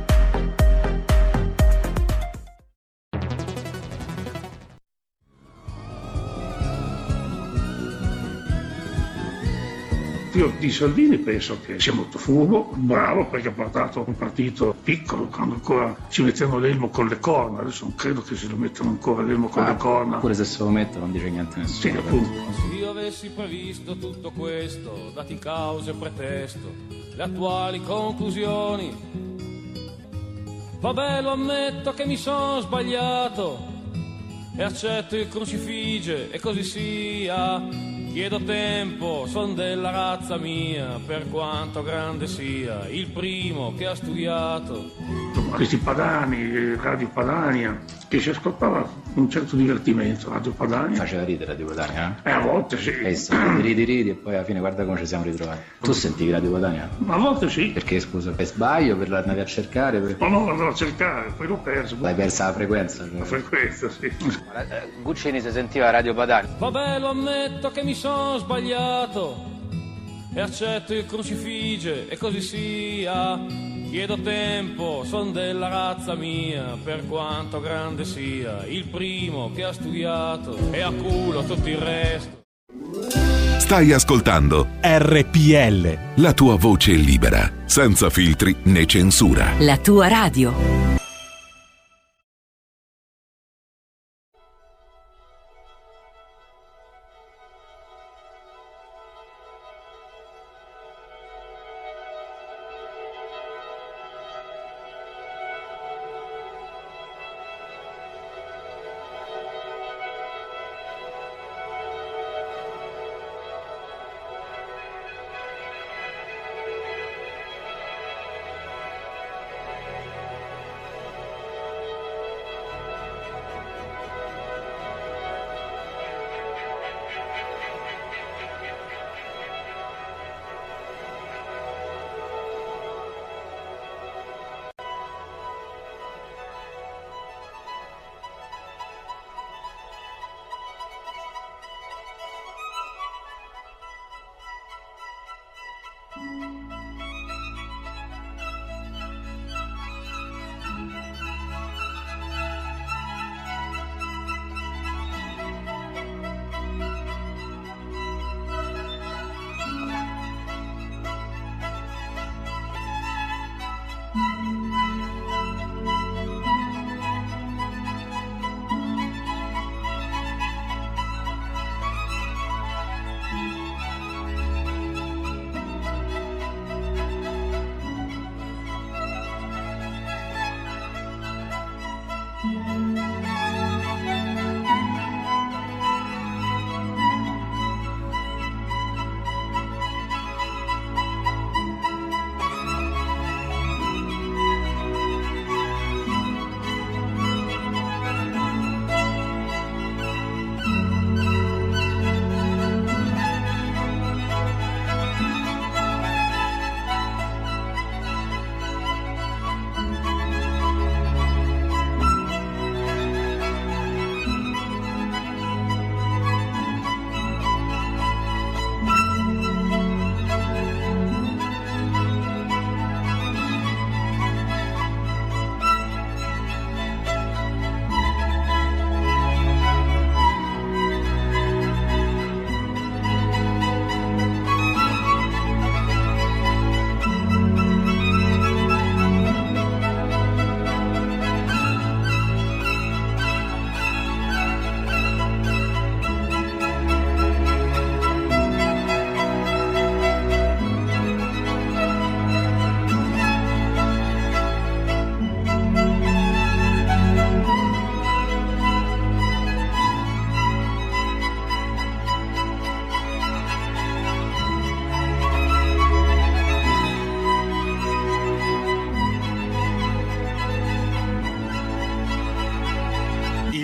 Io di Salvini penso che sia molto furbo, bravo, perché ha portato un partito piccolo, quando ancora ci mettevano l'elmo con le corna. Adesso non credo che se lo mettano ancora l'elmo con le corna. Pure se se lo mettono non dice niente nessuno. Sì, appunto. Se io avessi previsto tutto questo, dati cause e pretesto, le attuali conclusioni, vabbè, lo ammetto che mi sono sbagliato e accetto il crucifige e così sia. Chiedo tempo, son della razza mia, per quanto grande sia, il primo che ha studiato. Questi Padani, Radio Padania, che si ascoltava un certo divertimento, Radio Padania. Faceva ridere Radio Padania, eh? A volte sì. Ridi e poi alla fine guarda come ci siamo ritrovati. Tu sentivi Radio Padania? A volte sì. Perché scusa, per sbaglio, per l'andavi a cercare? Per... No, andavo a cercare, poi l'ho perso. L'hai persa la frequenza? La frequenza, sì. Guccini si sentiva Radio Padania. Vabbè, lo ammetto che mi sono sbagliato e accetto il crucifige e così sia. Chiedo tempo, son della razza mia, per quanto grande sia, il primo che ha studiato e a culo tutto il resto. Stai ascoltando RPL, la tua voce libera, senza filtri né censura. La tua radio.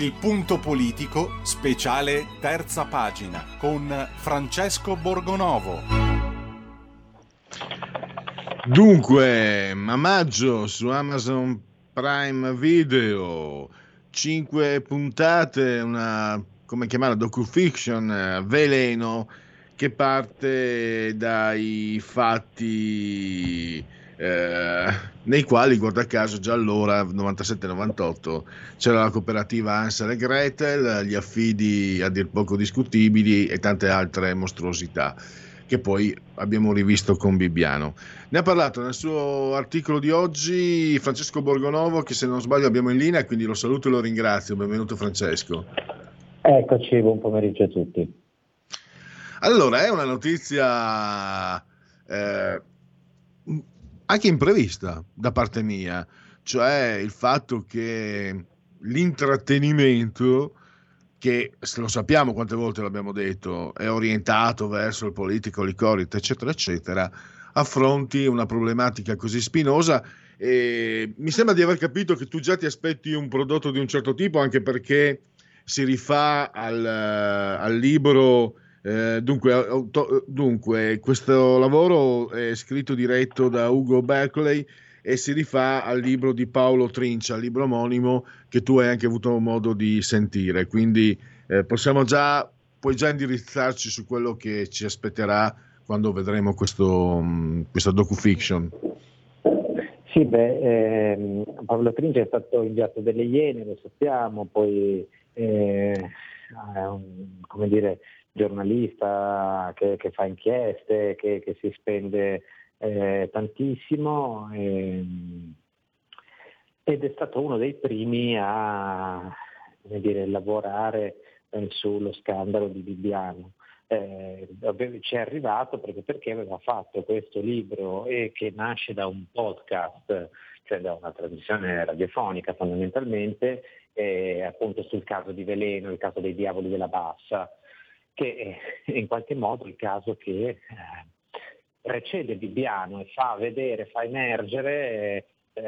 Il punto politico, speciale terza pagina, con Francesco Borgonovo. Dunque, a maggio su Amazon Prime Video, 5 puntate, una, come chiamarla, docufiction, Veleno, che parte dai fatti nei quali, guarda caso, già allora, 97-98, c'era la cooperativa Hansel e Gretel, gli affidi a dir poco discutibili e tante altre mostruosità che poi abbiamo rivisto con Bibbiano. Ne ha parlato nel suo articolo di oggi Francesco Borgonovo, che se non sbaglio abbiamo in linea, quindi lo saluto e lo ringrazio. Benvenuto Francesco. Eccoci, buon pomeriggio a tutti. Allora, è una notizia anche imprevista da parte mia, cioè il fatto che l'intrattenimento, che lo sappiamo quante volte l'abbiamo detto, è orientato verso il politically correct, eccetera, eccetera, affronti una problematica così spinosa. E mi sembra di aver capito che tu già ti aspetti un prodotto di un certo tipo, anche perché si rifà al libro. Dunque, questo lavoro è scritto diretto da Ugo Berkeley e si rifà al libro di Paolo Trincia, il libro omonimo che tu hai anche avuto modo di sentire, quindi puoi già indirizzarci su quello che ci aspetterà quando vedremo questa docufiction. Sì, Paolo Trincia è stato inviato delle Iene, lo sappiamo, poi è un giornalista che fa inchieste, che si spende tantissimo ed è stato uno dei primi a lavorare sullo scandalo di Bibbiano. Ci è arrivato perché aveva fatto questo libro che nasce da un podcast, cioè da una trasmissione radiofonica fondamentalmente, appunto sul caso di Veleno, il caso dei diavoli della Bassa, che è in qualche modo il caso che precede Bibbiano e fa emergere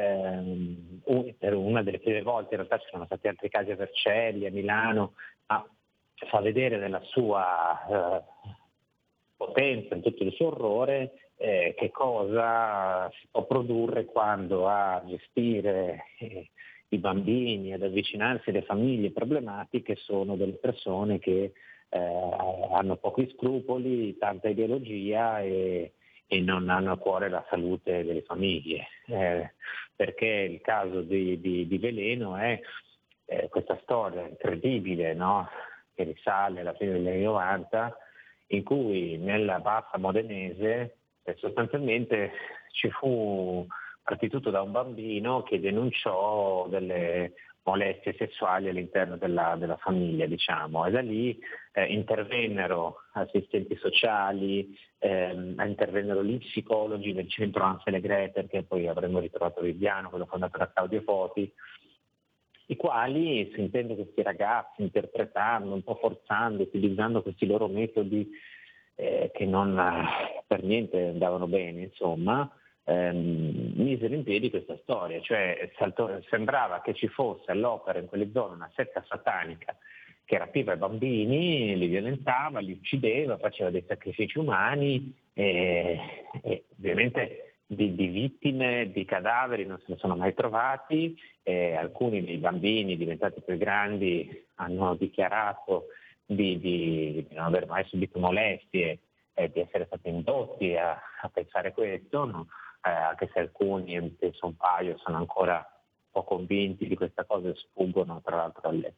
per una delle prime volte, in realtà ci sono stati altri casi a Vercelli, a Milano, ma fa vedere nella sua potenza, in tutto il suo orrore, che cosa si può produrre quando a gestire i bambini, ad avvicinarsi alle famiglie problematiche sono delle persone che hanno pochi scrupoli, tanta ideologia e non hanno a cuore la salute delle famiglie, perché il caso di Veleno è questa storia incredibile, no? Che risale alla fine degli anni 90, in cui nella bassa modenese sostanzialmente ci fu partito tutto da un bambino che denunciò delle molestie sessuali all'interno della famiglia, diciamo, e da lì intervennero assistenti sociali, intervennero gli psicologi del centro Hansel e Gretel, che poi avremmo ritrovato a Bibbiano, quello fondato da Claudio Foti, i quali, sentendo questi ragazzi, interpretando, un po' forzando, utilizzando questi loro metodi che non per niente andavano bene, insomma, misero in piedi questa storia, cioè sembrava che ci fosse all'opera in quelle zone una setta satanica che rapiva i bambini, li violentava, li uccideva, faceva dei sacrifici umani e ovviamente di vittime, di cadaveri non se ne sono mai trovati, alcuni dei bambini diventati più grandi hanno dichiarato di non aver mai subito molestie e di essere stati indotti a pensare questo, no? Anche se alcuni, penso un paio, sono ancora un po' convinti di questa cosa e sfuggono tra l'altro alle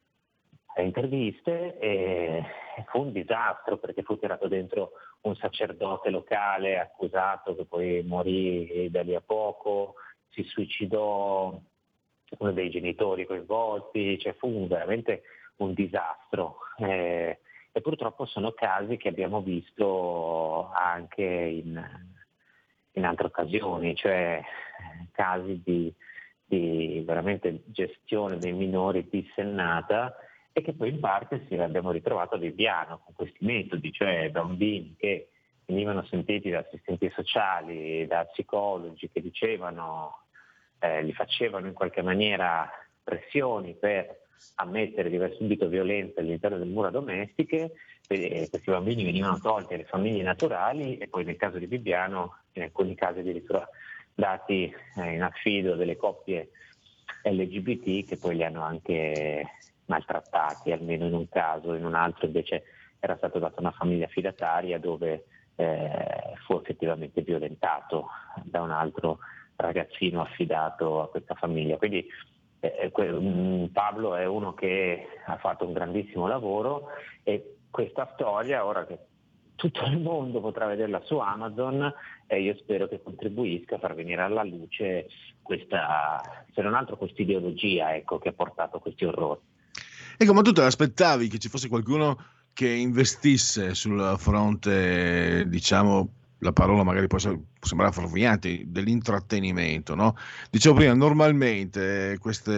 interviste, e fu un disastro perché fu tirato dentro un sacerdote locale accusato che poi morì da lì a poco, si suicidò uno dei genitori coinvolti, cioè fu veramente un disastro e purtroppo sono casi che abbiamo visto anche in altre occasioni, cioè casi di veramente gestione dei minori dissennata e che poi in parte abbiamo ritrovato a Bibbiano con questi metodi, cioè bambini che venivano sentiti da assistenti sociali, da psicologi che dicevano, li facevano in qualche maniera pressioni per ammettere di aver subito violenza all'interno delle mura domestiche. Questi bambini venivano tolti alle famiglie naturali e poi nel caso di Bibbiano, in alcuni casi addirittura dati in affido delle coppie LGBT che poi li hanno anche maltrattati, almeno in un caso. In un altro invece era stata data una famiglia affidataria dove fu effettivamente violentato da un altro ragazzino affidato a questa famiglia. Quindi Pablo è uno che ha fatto un grandissimo lavoro, e questa storia, ora che tutto il mondo potrà vederla su Amazon, io spero che contribuisca a far venire alla luce questa, se non altro, questa ideologia, ecco, che ha portato a questi orrori. Ecco, ma tu te l'aspettavi che ci fosse qualcuno che investisse sul fronte, diciamo, la parola magari può sembrare fuorviante, dell'intrattenimento, no? Dicevo prima, normalmente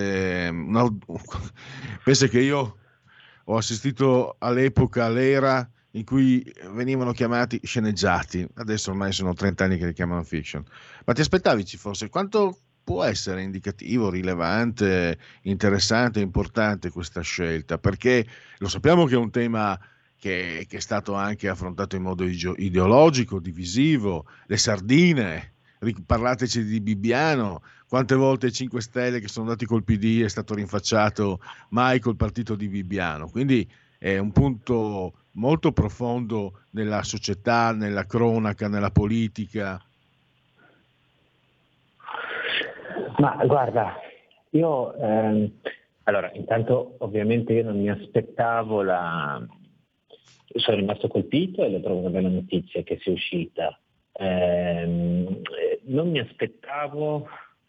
penso che io ho assistito all'epoca, all'era in cui venivano chiamati sceneggiati, adesso ormai sono 30 anni che li chiamano fiction, ma ti aspettavi ci fosse, quanto può essere indicativo, rilevante, interessante, importante questa scelta? Perché lo sappiamo che è un tema che è stato anche affrontato in modo ideologico, divisivo, le sardine, parlateci di Bibbiano, quante volte i 5 Stelle che sono andati col PD è stato rinfacciato mai col partito di Bibbiano, quindi è un punto molto profondo nella società, nella cronaca, nella politica. Ma guarda, io allora, intanto ovviamente io non mi aspettavo sono rimasto colpito e lo trovo una bella notizia che sia uscita. Non mi aspettavo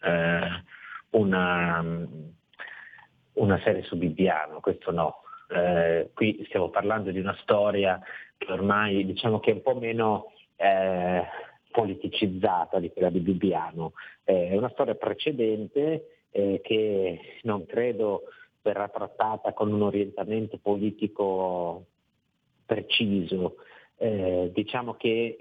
una serie su Bibbiano, questo no. Qui stiamo parlando di una storia che ormai, diciamo, che è un po' meno politicizzata di quella di Bibbiano. È una storia precedente che non credo verrà trattata con un orientamento politico preciso. Diciamo che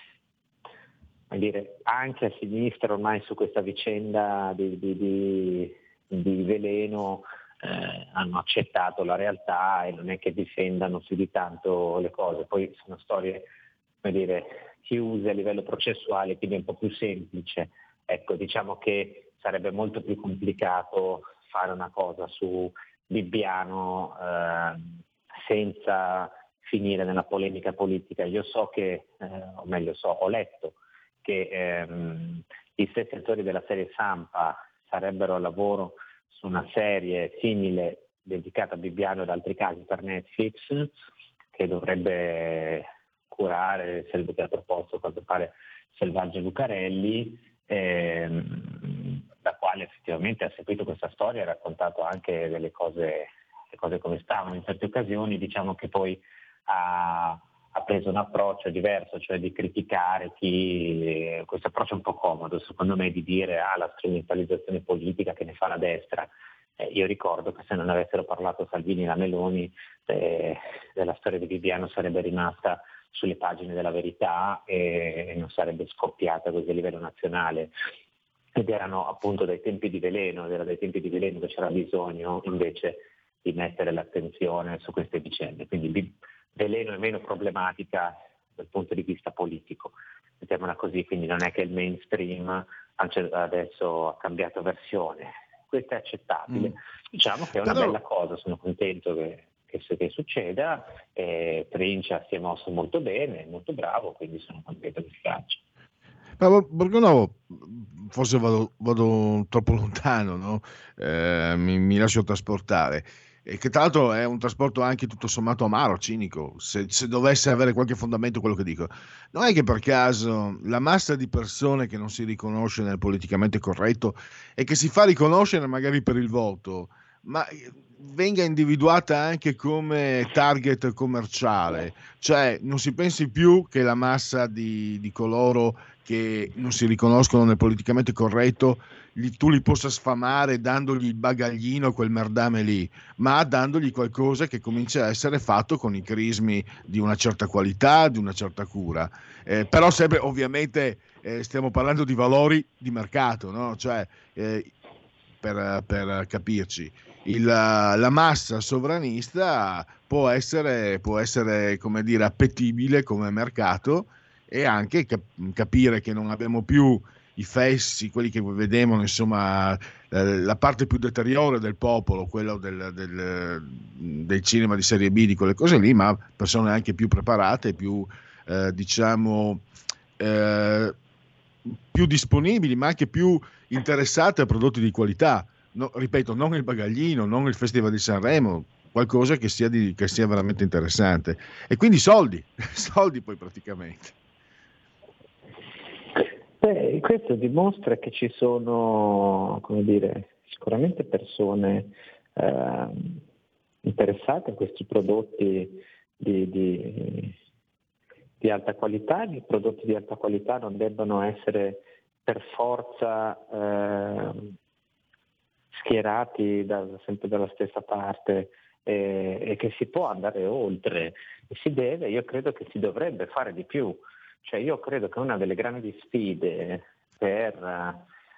anche a sinistra ormai su questa vicenda di Veleno hanno accettato la realtà e non è che difendano più di tanto le cose. Poi sono storie, chiuse a livello processuale, quindi è un po' più semplice. Ecco, diciamo che sarebbe molto più complicato fare una cosa su Bibbiano senza finire nella polemica politica. Io so che, ho letto che gli stessi attori della serie Sampa sarebbero al lavoro su una serie simile dedicata a Bibbiano ed altri casi per Netflix, che dovrebbe curare, sarebbe proposto a quanto pare Selvaggio Lucarelli, la quale effettivamente ha seguito questa storia e ha raccontato anche le cose come stavano in certe occasioni. Diciamo che poi ha preso un approccio diverso, cioè di criticare questo approccio un po' comodo, secondo me, di dire la strumentalizzazione politica che ne fa la destra. Io ricordo che se non avessero parlato Salvini e la Meloni, della storia di Bibbiano sarebbe rimasta sulle pagine della Verità e non sarebbe scoppiata così a livello nazionale. Ed erano appunto dai tempi di Veleno, che c'era bisogno invece di mettere l'attenzione su queste vicende. Quindi Veleno è meno problematica dal punto di vista politico, mettiamola così, quindi non è che il mainstream adesso ha cambiato versione. Questo è accettabile. Diciamo che è una bella cosa, sono contento che succeda. Trincia si è mosso molto bene, molto bravo, quindi sono contento che si faccia. Ma Borgonovo, forse vado troppo lontano, no? Mi lascio trasportare. E che tra l'altro è un trasporto anche tutto sommato amaro, cinico, se dovesse avere qualche fondamento quello che dico. Non è che per caso la massa di persone che non si riconosce nel politicamente corretto e che si fa riconoscere magari per il voto, ma venga individuata anche come target commerciale, cioè non si pensi più che la massa di coloro che non si riconoscono nel politicamente corretto tu li possa sfamare dandogli il bagaglino, quel merdame lì, ma dandogli qualcosa che comincia a essere fatto con i crismi di una certa qualità, di una certa cura, però sempre ovviamente stiamo parlando di valori di mercato, no? Cioè per capirci. la massa sovranista può essere, come dire, appetibile come mercato, e anche capire che non abbiamo più i fessi, quelli che vedevano, insomma, la parte più deteriore del popolo, quello del cinema di serie B, di quelle cose lì, ma persone anche più preparate, più più disponibili, ma anche più interessate a prodotti di qualità. No, ripeto, non il bagaglino, non il Festival di Sanremo, qualcosa che sia veramente interessante. E quindi soldi poi praticamente. Questo dimostra che ci sono, come dire, sicuramente persone interessate a questi prodotti di alta qualità. I prodotti di alta qualità non debbano essere per forza schierati sempre dalla stessa parte, e che si può andare oltre, e io credo che si dovrebbe fare di più. Cioè, io credo che una delle grandi sfide per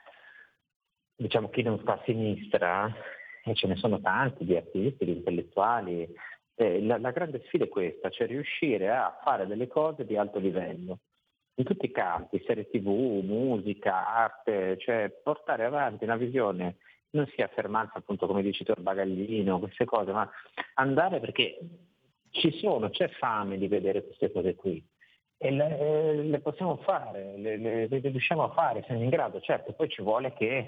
chi non sta a sinistra, e ce ne sono tanti di artisti, di intellettuali, la grande sfida è questa, cioè riuscire a fare delle cose di alto livello in tutti i campi, serie TV, musica, arte, cioè portare avanti una visione, non sia fermarsi appunto, come dici tu, al bagaglino, queste cose, ma andare, perché c'è fame di vedere queste cose qui. E le possiamo fare, le riusciamo a fare, siamo in grado. Certo, poi ci vuole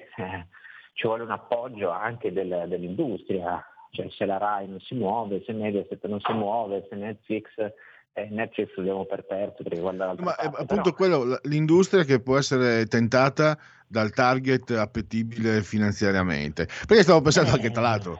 un appoggio anche dell'industria, cioè se la Rai non si muove, se Mediaset non si muove, se Netflix lo diamo per perso, perché guarda l'altra parte. Appunto quello, l'industria che può essere tentata dal target appetibile finanziariamente, perché stavo pensando anche tra l'altro,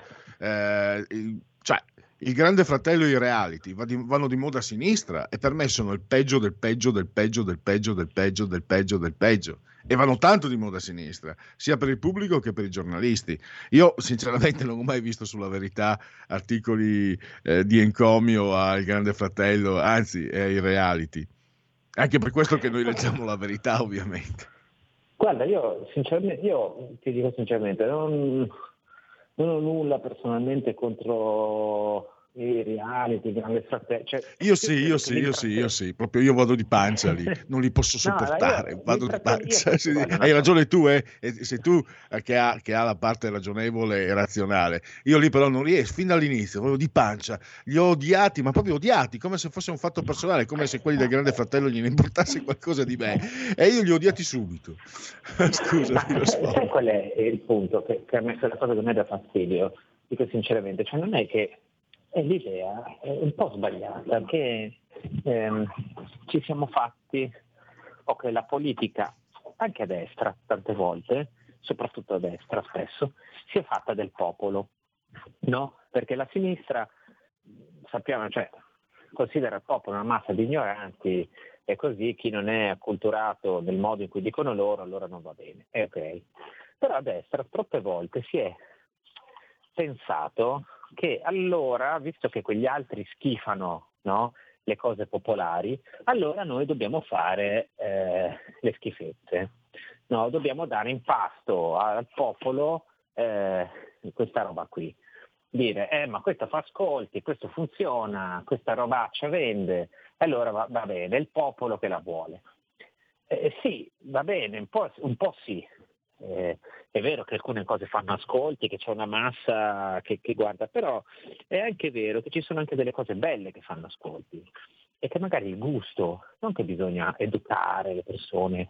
cioè il Grande Fratello e i reality vanno di moda a sinistra, e per me sono il peggio del peggio del peggio del peggio del peggio del peggio del peggio, e vanno tanto di moda a sinistra, sia per il pubblico che per i giornalisti. Io sinceramente non ho mai visto sulla Verità articoli di encomio al Grande Fratello, anzi ai reality, anche per questo che noi leggiamo la Verità, ovviamente. Guarda, io ti dico sinceramente, non ho nulla personalmente contro i reality, Grande Fratello. Cioè, io sì, proprio io vado di pancia lì, non li posso sopportare, vado di pancia. Sì, hai ragione tu, sei tu che ha la parte ragionevole e razionale. Io lì però non riesco, fin dall'inizio, proprio di pancia, li ho odiati, ma proprio odiati, come se fosse un fatto personale, come se quelli del Grande Fratello gliene importasse qualcosa di me, e io li ho odiati subito. Scusa, sai qual è il punto che a me quella cosa che mi dà fastidio, dico sinceramente, cioè non è che l'idea è un po' sbagliata, che ci siamo fatti, la politica, anche a destra tante volte, soprattutto a destra spesso, si è fatta del popolo, no? Perché la sinistra, sappiamo, cioè considera il popolo una massa di ignoranti, e così chi non è acculturato nel modo in cui dicono loro, allora non va bene, ok. Però a destra troppe volte si è pensato che allora, visto che quegli altri schifano, no, le cose popolari, allora noi dobbiamo fare le schifezze, no? Dobbiamo dare in pasto al popolo questa roba qui, dire ma questo fa ascolti, questo funziona, questa robaccia vende, allora va bene, è il popolo che la vuole. Sì, va bene, un po' sì. È vero che alcune cose fanno ascolti, che c'è una massa che guarda, però è anche vero che ci sono anche delle cose belle che fanno ascolti, e che magari il gusto, non che bisogna educare le persone,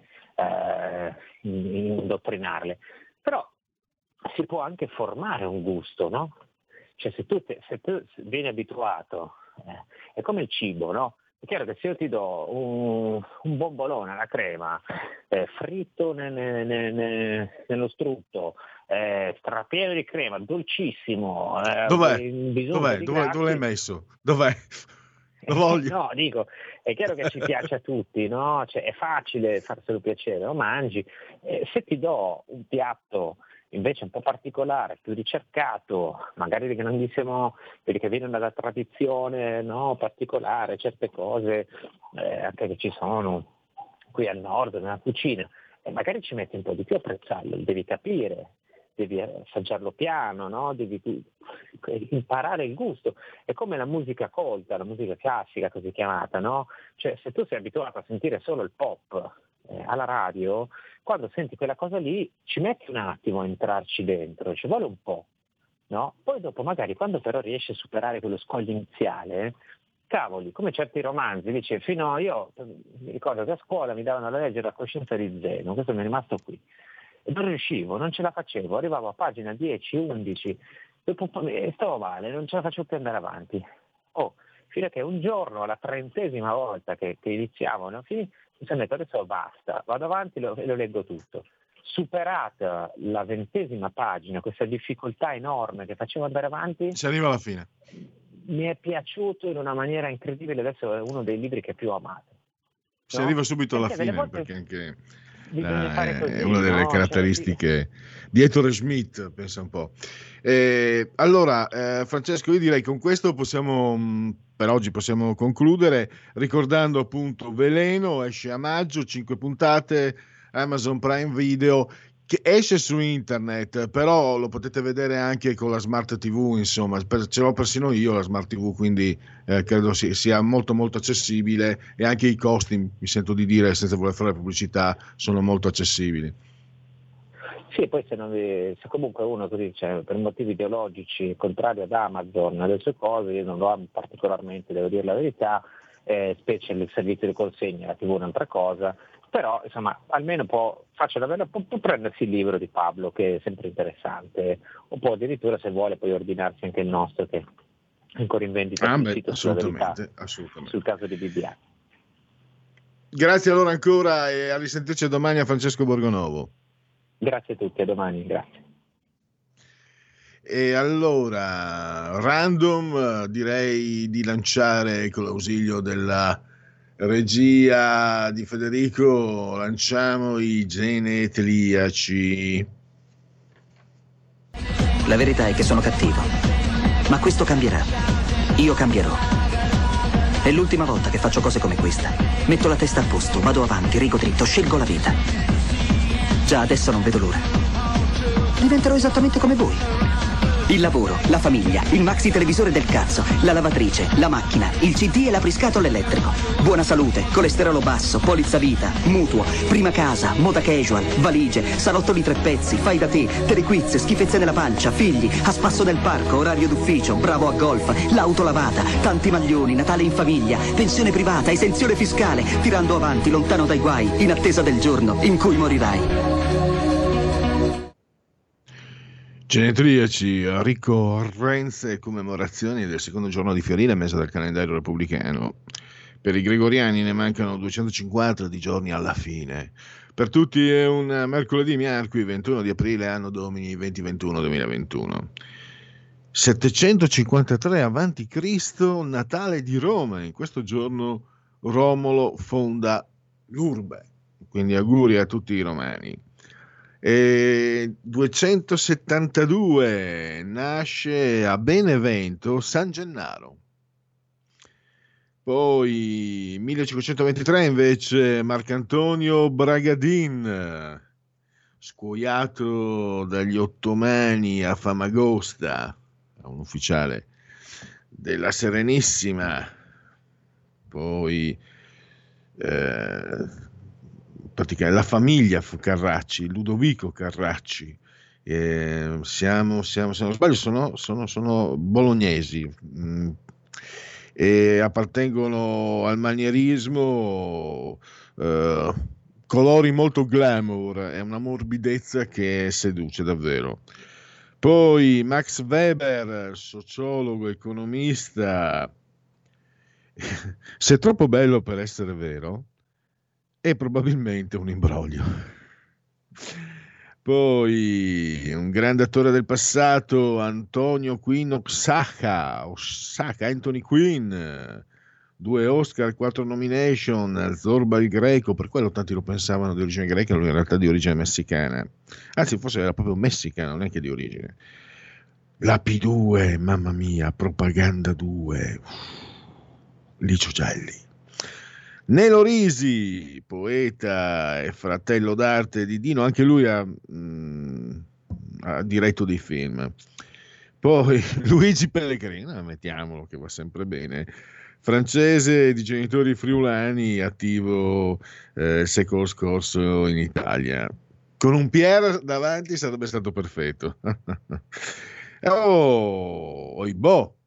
indottrinarle, però si può anche formare un gusto, no? Cioè se tu vieni abituato, è come il cibo, no? È chiaro che se io ti do un bombolone alla crema, fritto nello strutto, strapieno di crema, dolcissimo. Dove l'hai messo? Dov'è? Lo voglio. No, dico, è chiaro che ci piace a tutti, no? Cioè, è facile farselo piacere, lo mangi. Se ti do un piatto invece un po' particolare, più ricercato, magari di grandissimo, quelli che viene dalla tradizione, no, particolare, certe cose anche che ci sono qui al nord nella cucina, e magari ci metti un po' di più a apprezzarlo, devi capire devi assaggiarlo piano, no? Devi imparare il gusto. È come la musica colta, la musica classica così chiamata, no? Cioè, se tu sei abituato a sentire solo il pop alla radio, quando senti quella cosa lì ci metti un attimo a entrarci dentro, ci vuole un po', no? Poi dopo magari quando però riesci a superare quello scoglio iniziale, cavoli, come certi romanzi, dice io mi ricordo che a scuola mi davano da leggere La coscienza di Zeno, questo mi è rimasto qui, e non riuscivo, non ce la facevo, arrivavo a pagina 10, 11, dopo un po' stavo male, non ce la facevo più andare avanti. Fino a che un giorno, alla 30ª volta che iniziamo, no? Mi sono detto adesso basta, vado avanti e lo leggo tutto. Superata la 20ª pagina, questa difficoltà enorme che facevo andare avanti, si arriva alla fine. Mi è piaciuto in una maniera incredibile, adesso è uno dei libri che più ho amato. Si arriva subito alla fine, perché anche è una delle caratteristiche di Ettore Schmidt, pensa un po'. Allora, Francesco, io direi che con questo per oggi possiamo concludere, ricordando appunto Veleno, esce a maggio, 5 puntate, Amazon Prime Video, che esce su internet, però lo potete vedere anche con la Smart TV, insomma, ce l'ho persino io la Smart TV, quindi credo sia molto molto accessibile, e anche i costi, mi sento di dire, senza voler fare pubblicità, sono molto accessibili. Sì, poi se comunque uno così, cioè, per motivi ideologici, contrario ad Amazon, alle sue cose, io non lo amo particolarmente, devo dire la verità, specie il servizio di consegna, la TV è un'altra cosa, però insomma almeno può prendersi il libro di Pablo, che è sempre interessante, o può addirittura, se vuole, poi ordinarsi anche il nostro, che è ancora in vendita sul sito, assolutamente. Sul caso di BBA. Grazie allora ancora, e a risentirci domani a Francesco Borgonovo. Grazie a tutti, a domani, grazie. E allora, random, direi di lanciare, con l'ausilio della regia di Federico, lanciamo i genetriaci. La verità è che sono cattivo, ma questo cambierà. Io cambierò. È l'ultima volta che faccio cose come questa. Metto la testa a posto, vado avanti, rigo dritto, scelgo la vita. Già adesso non vedo l'ora. Diventerò esattamente come voi. Il lavoro, la famiglia, il maxi televisore del cazzo, la lavatrice, la macchina, il CD e l'apriscatole elettrico. Buona salute, colesterolo basso, polizza vita, mutuo, prima casa, moda casual, valigie, salotto di 3 pezzi, fai da te, telequiz, schifezze nella pancia, figli, a spasso nel parco, orario d'ufficio, bravo a golf, l'auto lavata, tanti maglioni, Natale in famiglia, pensione privata, esenzione fiscale, tirando avanti, lontano dai guai, in attesa del giorno in cui morirai. Genetriaci, ricorrenze e commemorazioni del secondo giorno di Fiorile, mese del calendario repubblicano. Per i gregoriani ne mancano 250 di giorni alla fine. Per tutti è un mercoledì miarqui, 21 di aprile, anno domini 2021-2021. 753 avanti Cristo, Natale di Roma. In questo giorno Romolo fonda l'urbe, quindi auguri a tutti i romani. 272 nasce a Benevento San Gennaro. Poi 1523 invece Marcantonio Bragadin, scuoiato dagli ottomani a Famagosta, un ufficiale della Serenissima. Poi praticamente la famiglia Carracci, Ludovico Carracci, se non sbaglio sono bolognesi, e appartengono al manierismo, colori molto glamour, è una morbidezza che seduce davvero. Poi Max Weber, sociologo, economista, se è troppo bello per essere vero, è probabilmente un imbroglio. Poi un grande attore del passato, Antonio Quinn Osaka, Anthony Quinn, 2 Oscar, 4 nomination, Zorba il greco, per quello tanti lo pensavano di origine greca, lui in realtà di origine messicana, anzi forse era proprio messicana, non è che di origine. La P2, mamma mia, Propaganda 2, Licio Gelli. Nelo Risi, poeta e fratello d'arte di Dino, anche lui ha ha diretto dei film. Poi Luigi Pellegrino, mettiamolo che va sempre bene, francese di genitori friulani, attivo il secolo scorso in Italia. Con un Pierre davanti sarebbe stato perfetto. Oibò,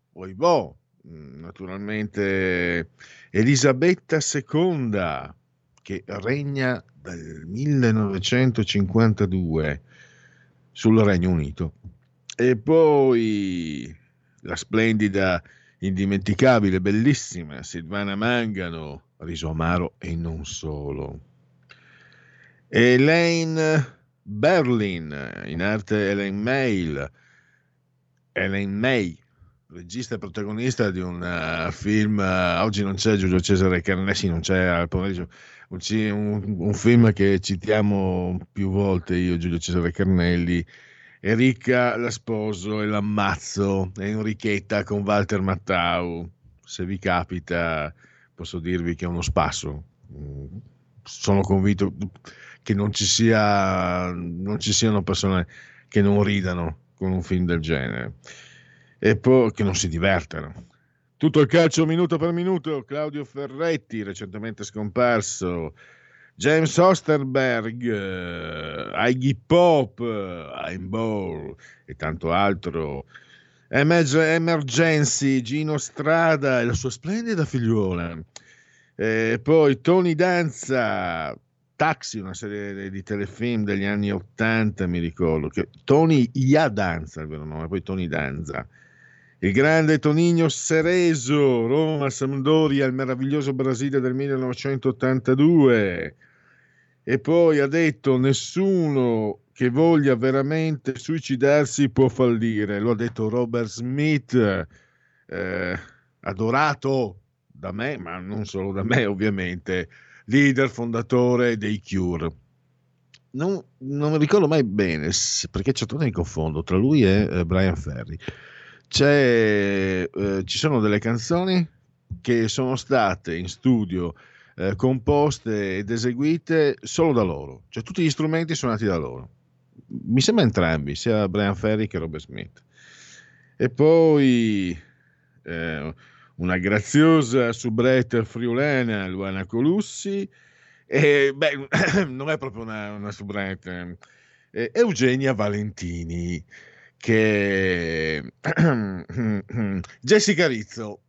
naturalmente Elisabetta II, che regna dal 1952 sul Regno Unito. E poi la splendida, indimenticabile, bellissima Silvana Mangano, riso amaro e non solo. Elaine Berlin, in arte Ellen May, regista e protagonista di un film, oggi non c'è Giulio Cesare Carnesi, non c'è al pomeriggio, un film che citiamo più volte io e Giulio Cesare Carnelli, Enrica la sposo e l'ammazzo, Enrichetta con Walter Matthau. Se vi capita posso dirvi che è uno spasso. Sono convinto che non ci siano persone che non ridano con un film del genere e poi che non si divertano. Tutto il calcio minuto per minuto. Claudio Ferretti, recentemente scomparso, James Osterberg, Iggy Pop, Ball e tanto altro. Emergency, Gino Strada e la sua splendida figliuola. Poi Tony Danza, Taxi, una serie di telefilm degli anni 80, mi ricordo, che Tony Danza, il vero nome, poi Tony Danza. Il grande Toninho Cerezo, Roma, Sampdoria, il meraviglioso Brasile del 1982. E poi ha detto: nessuno che voglia veramente suicidarsi può fallire. Lo ha detto Robert Smith, adorato da me, ma non solo da me ovviamente, leader fondatore dei Cure. Non mi ricordo mai bene, perché certe volte mi confondo tra lui e Brian Ferry. Ci sono delle canzoni che sono state in studio composte ed eseguite solo da loro, cioè tutti gli strumenti suonati da loro, mi sembra entrambi, sia Brian Ferry che Robert Smith. E poi una graziosa soubrette friulana, Luana Colussi, e non è proprio una soubrette, Eugenia Valentini, che Jessica Rizzo,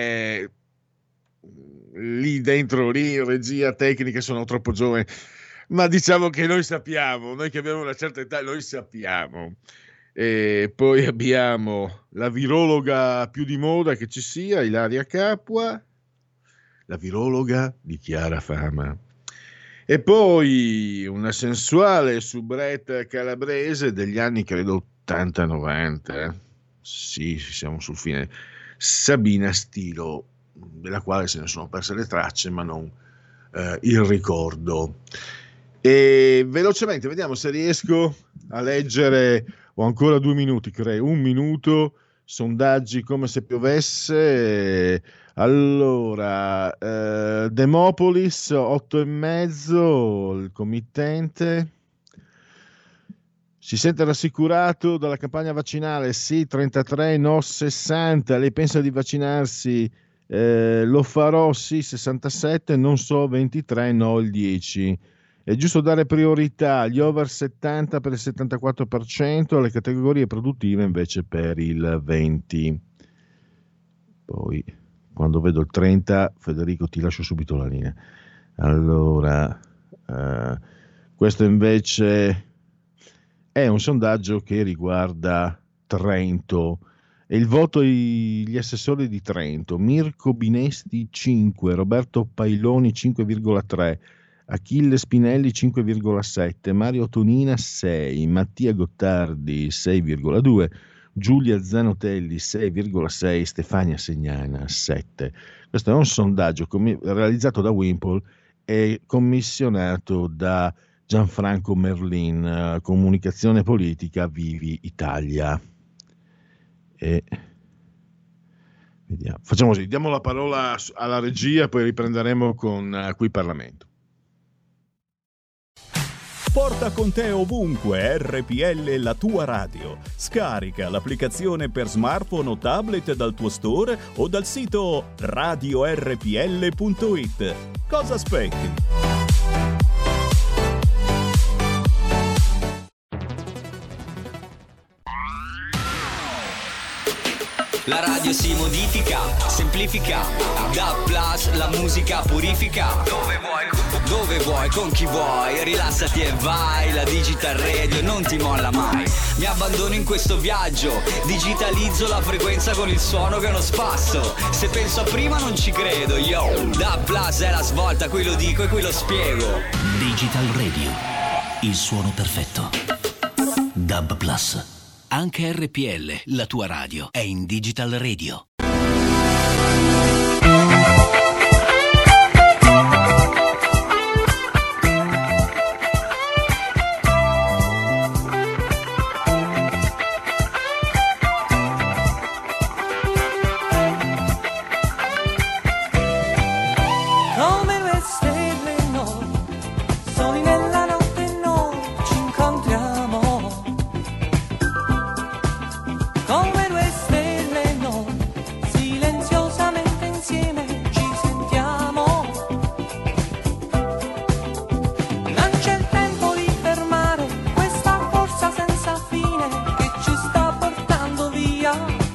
lì dentro, lì regia, tecnica, sono troppo giovane, ma diciamo che noi sappiamo, noi che abbiamo una certa età, noi sappiamo. E poi abbiamo la virologa più di moda che ci sia, Ilaria Capua, la virologa di chiara fama. E poi una sensuale soubrette calabrese degli anni, credo, 80-90, sì, siamo sul fine, Sabina Stilo, della quale se ne sono perse le tracce ma non il ricordo. E velocemente vediamo se riesco a leggere, ho ancora 2 minuti, credo, 1 minuto, sondaggi come se piovesse. Allora, Demopolis 8,5, il committente. Si sente rassicurato dalla campagna vaccinale? Sì, 33, no 60. Lei pensa di vaccinarsi? Lo farò, sì, 67, non so 23, no il 10. È giusto dare priorità agli over 70 per il 74%, alle categorie produttive invece per il 20%. Poi, quando vedo il 30, Federico, ti lascio subito la linea. Allora, questo invece è un sondaggio che riguarda Trento e il voto agli assessori di Trento: Mirko Binesti 5, Roberto Pailoni 5,3, Achille Spinelli 5,7, Mario Tonina 6, Mattia Gottardi 6,2, Giulia Zanotelli 6,6, Stefania Segnana 7. Questo è un sondaggio realizzato da Wimpole e commissionato da Gianfranco Merlin, comunicazione politica, Vivi Italia. E vediamo. Facciamo così, diamo la parola alla regia, poi riprenderemo con Qui Parlamento. Porta con te ovunque RPL, la tua radio. Scarica l'applicazione per smartphone o tablet dal tuo store o dal sito radiorpl.it. Cosa aspetti? La radio si modifica, semplifica, da Plus la musica purifica. Dove vuoi, con chi vuoi, rilassati e vai. La Digital Radio non ti molla mai. Mi abbandono in questo viaggio, digitalizzo la frequenza con il suono che è uno spasso. Se penso a prima non ci credo, yo. Da Plus è la svolta, qui lo dico e qui lo spiego. Digital Radio, il suono perfetto. DAB Plus. Anche RPL, la tua radio, è in Digital Radio. Come le stelle noi, soli nella notte noi ci incontriamo. Come due stelle noi, silenziosamente insieme ci sentiamo. Non c'è il tempo di fermare questa corsa senza fine che ci sta portando via.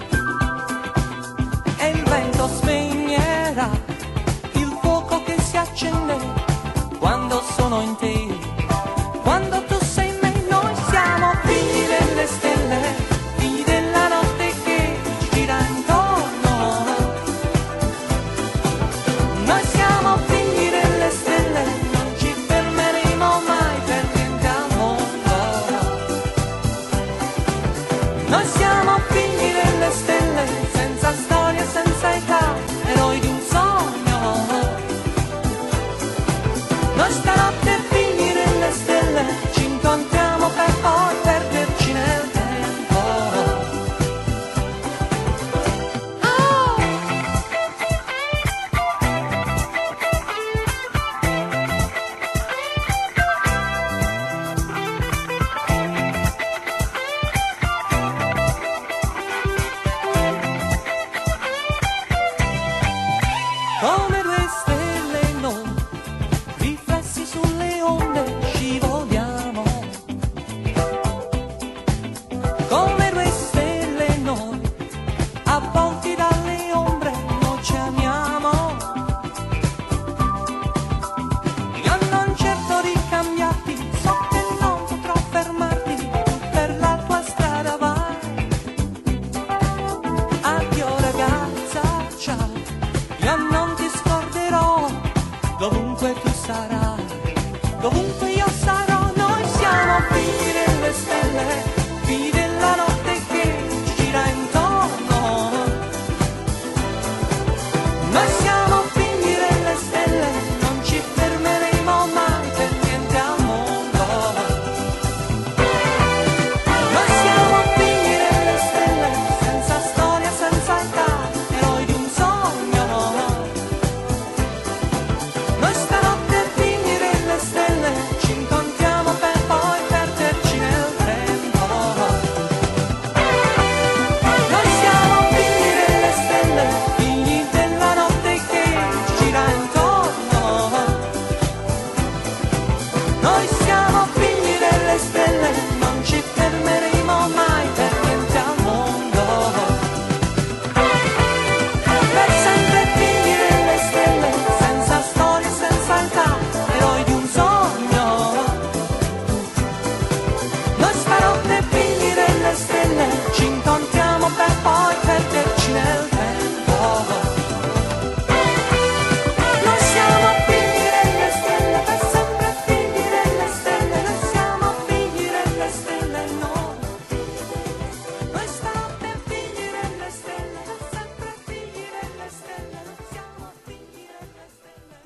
E il vento spegnerà il fuoco che si accende quando sono in te. Quando tu sei in me, noi siamo figli delle stelle, figli della notte che gira intorno. Noi siamo figli delle stelle, non ci fermeremo mai per niente al mondo. Noi siamo figli delle stelle, senza storia, senza età, eroi di un sogno. Noi stanotte figli delle stelle, ci incontriamo per poi perderci nel tempo. Oh! Come due stelle noi, riflessi sulle onde scivoliamo. Come due stelle noi, avvolti dalle ombre noi ci amiamo. Io non cerco di cambiarti, so che non potrò fermarti, tu per la tua strada vai. Addio ragazza, ciao, io non ti scorderò, dovunque tu sarai, dovunque io sarò. Noi siamo figli delle stelle, figli della notte che ci gira intorno. Noi siamo figli delle stelle, non ci fermeremo mai per niente al mondo. Noi siamo figli delle stelle, senza storia, senza età, eroi di un sogno. Noi stanotte figli delle stelle, ci incontriamo per poi perderci nel tempo. Noi siamo figli delle stelle, figli della notte che gira intorno. Noi siamo figli delle stelle, non ci fermeremo mai per niente al mondo. Per sempre figli delle stelle, senza storia, senza età, eroi di un sogno. Noi stanotte figli delle stelle, ci incontriamo per poi perderci nel tempo. Noi siamo figli delle stelle, per sempre figli delle stelle. Noi siamo figli delle stelle, noi. Noi stanotte figli delle stelle, per sempre figli delle stelle. Noi siamo figli delle stelle,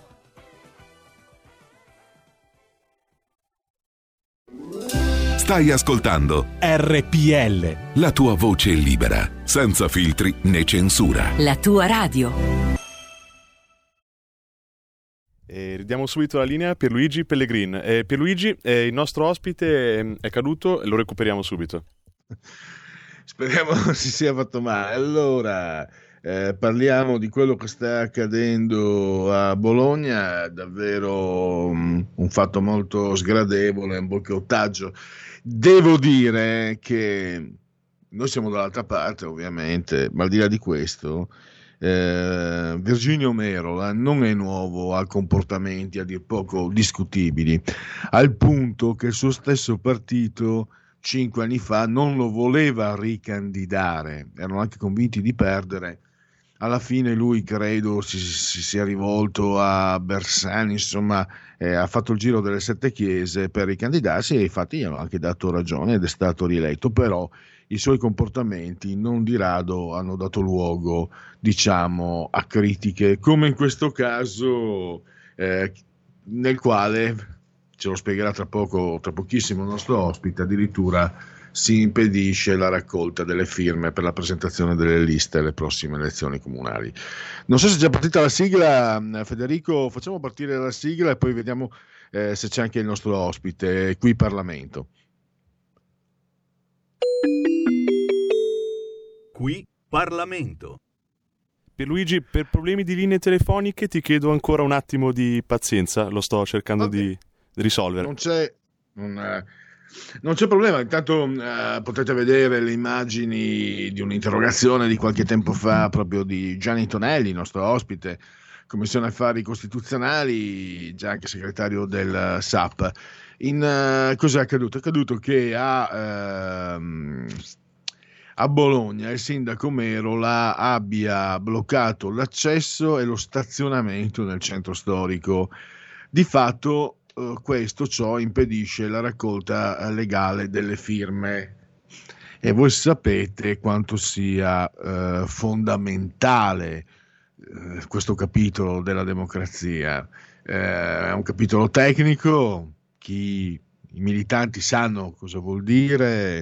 noi. Stai ascoltando RPL, la tua voce libera, senza filtri né censura. La tua radio. Ridiamo subito la linea a Pierluigi Pellegrin. Pierluigi, il nostro ospite è caduto e lo recuperiamo subito. Speriamo non si sia fatto male. Allora, parliamo di quello che sta accadendo a Bologna, davvero un fatto molto sgradevole, un boicottaggio. Devo dire che noi siamo dall'altra parte, ovviamente, ma al di là di questo, Virginio Merola non è nuovo a comportamenti a dir poco discutibili, al punto che il suo stesso partito 5 anni fa non lo voleva ricandidare, erano anche convinti di perdere. Alla fine lui credo si sia rivolto a Bersani, insomma ha fatto il giro delle 7 chiese per ricandidarsi e infatti gli hanno anche dato ragione ed è stato rieletto, però i suoi comportamenti non di rado hanno dato luogo, diciamo, a critiche, come in questo caso nel quale, ce lo spiegherà tra pochissimo il nostro ospite, addirittura si impedisce la raccolta delle firme per la presentazione delle liste alle prossime elezioni comunali. Non so se è già partita la sigla, Federico, facciamo partire la sigla e poi vediamo se c'è anche il nostro ospite qui in Parlamento. Qui Parlamento. Pierluigi, per problemi di linee telefoniche ti chiedo ancora un attimo di pazienza, lo sto cercando di risolvere. Non c'è problema, intanto potete vedere le immagini di un'interrogazione di qualche tempo fa proprio di Gianni Tonelli, nostro ospite, Commissione Affari Costituzionali, già anche segretario del SAP. Cos'è accaduto? È accaduto che a Bologna il sindaco Merola abbia bloccato l'accesso e lo stazionamento nel centro storico. Di fatto ciò impedisce la raccolta legale delle firme e voi sapete quanto sia fondamentale questo capitolo della democrazia. È un capitolo tecnico, i militanti sanno cosa vuol dire,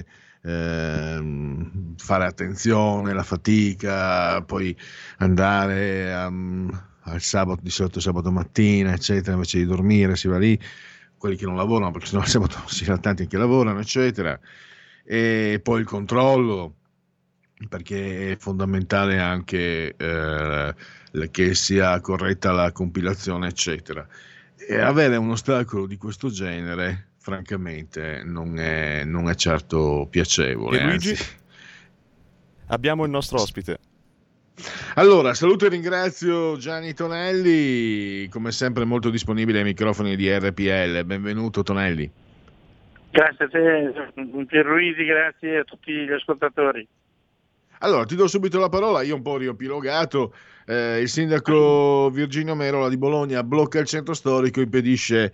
fare attenzione, la fatica, poi andare al sabato, di solito sabato mattina, eccetera, invece di dormire si va lì, quelli che non lavorano, perché sennò il sabato si sono tanti che lavorano, eccetera, e poi il controllo, perché è fondamentale anche che sia corretta la compilazione, eccetera. E avere un ostacolo di questo genere francamente non è certo piacevole. Luigi, anzi. Abbiamo il nostro ospite. Allora, saluto e ringrazio Gianni Tonelli, come sempre molto disponibile ai microfoni di RPL. Benvenuto Tonelli. Grazie a te Pierluigi, grazie a tutti gli ascoltatori. Allora, ti do subito la parola, io un po' riepilogato. Il sindaco Virginio Merola di Bologna blocca il centro storico, impedisce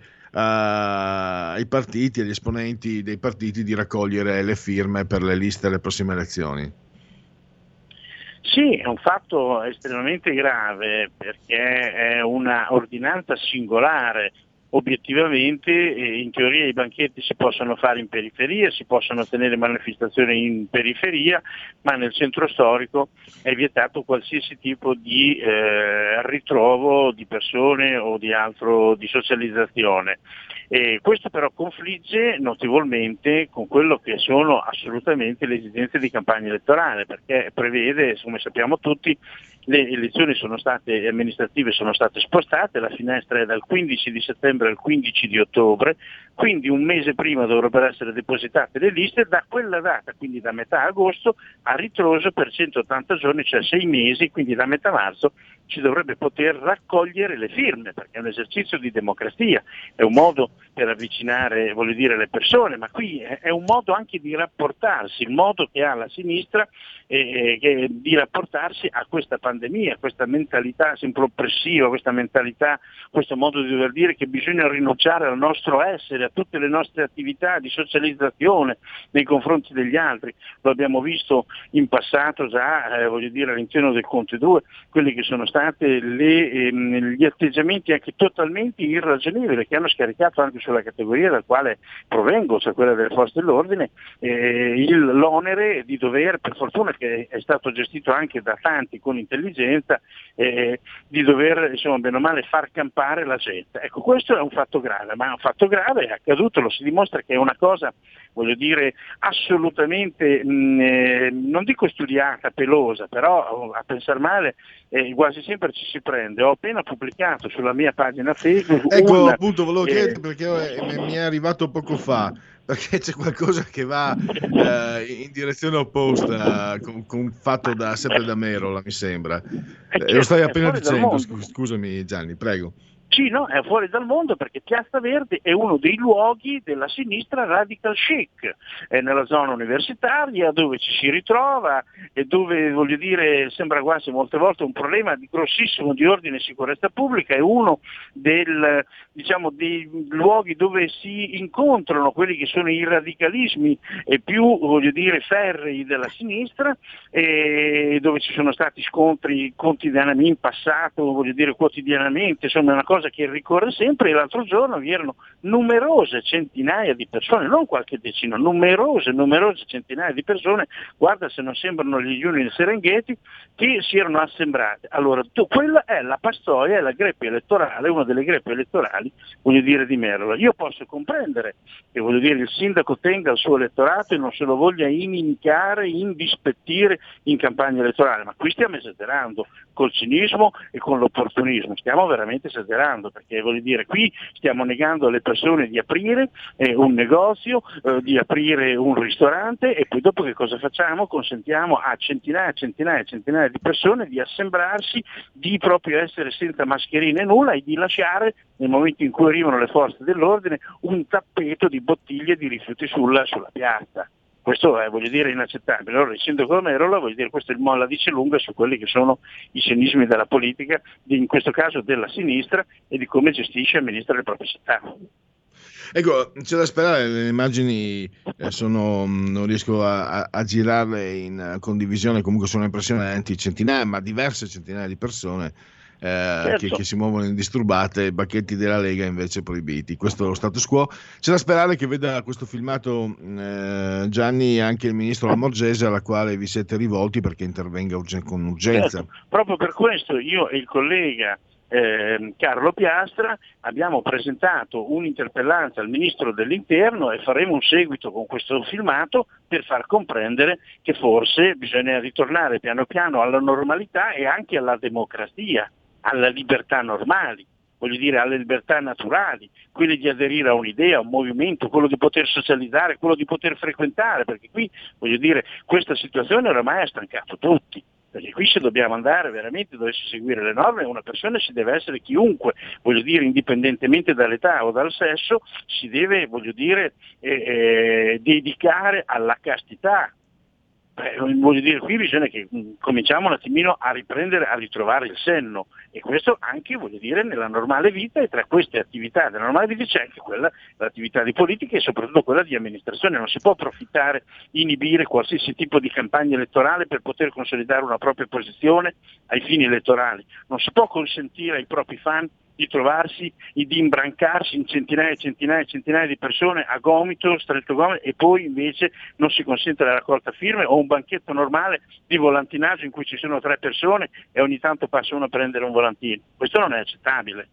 ai partiti, agli esponenti dei partiti di raccogliere le firme per le liste alle prossime elezioni. Sì, è un fatto estremamente grave perché è una ordinanza singolare. Obiettivamente in teoria i banchetti si possono fare in periferia, si possono tenere manifestazioni in periferia, ma nel centro storico è vietato qualsiasi tipo di ritrovo di persone o di socializzazione. Questo però confligge notevolmente con quello che sono assolutamente le esigenze di campagna elettorale, perché prevede, come sappiamo tutti, le elezioni amministrative sono state spostate, la finestra è dal 15 di settembre al 15 di ottobre, quindi un mese prima dovrebbero essere depositate le liste, da quella data, quindi da metà agosto, a ritroso per 180 giorni, cioè 6 mesi, quindi da metà marzo si dovrebbe poter raccogliere le firme, perché è un esercizio di democrazia, è un modo per avvicinare, le persone, ma qui è un modo anche di rapportarsi, il modo che ha la sinistra di rapportarsi a questa pandemia, questa mentalità sempre oppressiva, questa mentalità, questo modo di dover dire che bisogna rinunciare al nostro essere, a tutte le nostre attività di socializzazione nei confronti degli altri. Lo abbiamo visto in passato già, all'interno del Conte 2, quelli che sono stati gli atteggiamenti anche totalmente irragionevoli che hanno scaricato anche sulla categoria dal quale provengo, cioè quella delle forze dell'ordine, l'onere di dover, per fortuna che è stato gestito anche da tanti con intelligenza, intelligenza di dover, insomma, bene o male far campare la gente. Ecco, questo è un fatto grave, ma è un fatto grave, è accaduto, lo si dimostra che è una cosa, voglio dire, assolutamente, non dico studiata, pelosa, però a pensare male quasi sempre ci si prende. Ho appena pubblicato sulla mia pagina Facebook ecco, appunto, volevo chiedere perché mi è arrivato poco fa, perché c'è qualcosa che va in direzione opposta con fatto sempre da Merola, mi sembra. Lo stai appena dicendo, scusami Gianni, prego. Sì, no, è fuori dal mondo, perché Piazza Verdi è uno dei luoghi della sinistra radical chic, è nella zona universitaria dove ci si ritrova e dove, voglio dire, sembra quasi molte volte un problema grossissimo di ordine e sicurezza pubblica, è uno dei luoghi dove si incontrano quelli che sono i radicalismi più, voglio dire, ferrei della sinistra, e dove ci sono stati scontri quotidianamente in passato, voglio dire quotidianamente, insomma è una cosa che ricorre sempre. E l'altro giorno vi erano numerose centinaia di persone, non qualche decina, numerose centinaia di persone, guarda se non sembrano gli uni del Serengeti, che si erano assembrate. Allora, quella è la pastoia, è la greppia elettorale, una delle greppie elettorali, voglio dire, di Merola. Io posso comprendere che, voglio dire, il sindaco tenga il suo elettorato e non se lo voglia inimicare, indispettire in campagna elettorale, ma qui stiamo esagerando col cinismo e con l'opportunismo, stiamo veramente esagerando, perché, voglio dire, qui stiamo negando alle persone di aprire un negozio, di aprire un ristorante, e poi dopo che cosa facciamo? Consentiamo a centinaia di persone di assembrarsi, di proprio essere senza mascherine e nulla, e di lasciare, nel momento in cui arrivano le forze dell'ordine, un tappeto di bottiglie di rifiuti sulla piazza. Questo è, voglio dire, inaccettabile. Allora il sindaco Merola, voglio dire, questo la dice lunga su quelli che sono i cinismi della politica, in questo caso della sinistra, e di come gestisce e amministra le proprie città. Ecco, c'è da sperare, le immagini non riesco a girarle in condivisione, comunque sono impressionanti, diverse centinaia di persone Certo. che si muovono indisturbate, bacchetti della Lega invece proibiti. Questo è lo status quo. C'è da sperare che veda questo filmato, Gianni, anche il ministro Lamorgese, alla quale vi siete rivolti perché intervenga con urgenza. Certo. Proprio per questo io e il collega Carlo Piastra abbiamo presentato un'interpellanza al Ministro dell'Interno e faremo un seguito con questo filmato per far comprendere che forse bisogna ritornare piano piano alla normalità e anche alla democrazia, alla libertà normali, voglio dire alle libertà naturali, quelle di aderire a un'idea, a un movimento, quello di poter socializzare, quello di poter frequentare, perché qui, voglio dire, questa situazione oramai ha stancato tutti. Perché qui se dobbiamo andare veramente, dovesse seguire le norme, una persona ci deve essere chiunque, voglio dire, indipendentemente dall'età o dal sesso, si deve, voglio dire, dedicare alla castità. Voglio dire, qui bisogna che cominciamo un attimino a riprendere, a ritrovare il senno, e questo anche, voglio dire, nella normale vita, e tra queste attività della normale vita c'è anche l'attività di politica e soprattutto quella di amministrazione. Non si può approfittare, inibire qualsiasi tipo di campagna elettorale per poter consolidare una propria posizione ai fini elettorali, non si può consentire ai propri fan di trovarsi e di imbrancarsi in centinaia di persone a gomito, stretto gomito, e poi invece non si consente la raccolta firme o un banchetto normale di volantinaggio in cui ci sono 3 persone e ogni tanto passa uno a prendere un volantino. Questo non è accettabile.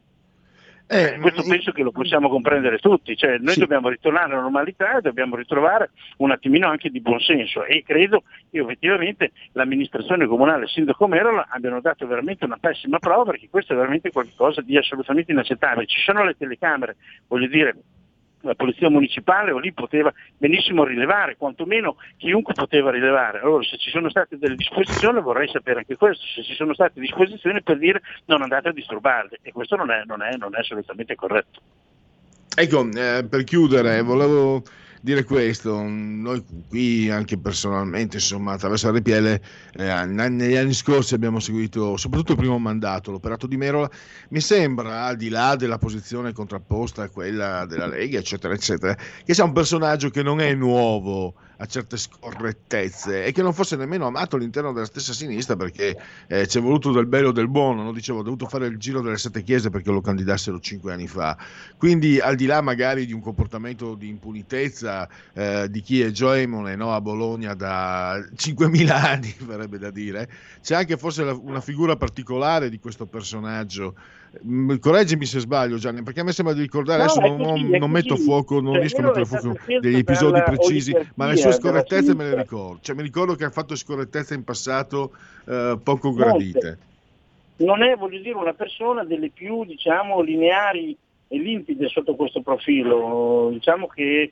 Questo penso che lo possiamo comprendere tutti, cioè noi dobbiamo ritornare alla normalità e dobbiamo ritrovare un attimino anche di buonsenso, e credo che effettivamente l'amministrazione comunale e il sindaco Merola abbiano dato veramente una pessima prova, perché questo è veramente qualcosa di assolutamente inaccettabile. Ci sono le telecamere, voglio dire, la polizia municipale o lì poteva benissimo rilevare, quantomeno chiunque poteva rilevare. Allora, se ci sono state delle disposizioni, vorrei sapere anche questo, se ci sono state disposizioni per dire non andate a disturbarle, e questo non è assolutamente corretto. Ecco, per chiudere, volevo dire questo: noi qui anche personalmente, insomma, attraverso RPL, negli anni scorsi abbiamo seguito soprattutto il primo mandato, l'operato di Merola. Mi sembra, al di là della posizione contrapposta a quella della Lega, eccetera eccetera, che sia un personaggio che non è nuovo a certe scorrettezze e che non fosse nemmeno amato all'interno della stessa sinistra, perché c'è voluto del bello e del buono, no? Dicevo, ho dovuto fare il giro delle 7 chiese perché lo candidassero 5 anni fa. Quindi al di là magari di un comportamento di impunitezza di chi è egemone, no, a Bologna da 5.000 anni, verrebbe da dire, c'è anche forse una figura particolare di questo personaggio. Correggimi se sbaglio, Gianni, perché a me sembra di ricordare, adesso non metto fuoco, non riesco a mettere fuoco degli episodi precisi, ma le sue scorrettezze me le ricordo. Cioè, mi ricordo che ha fatto scorrettezze in passato poco gradite. Non è, voglio dire, una persona delle più, diciamo, lineari e limpide sotto questo profilo. Diciamo che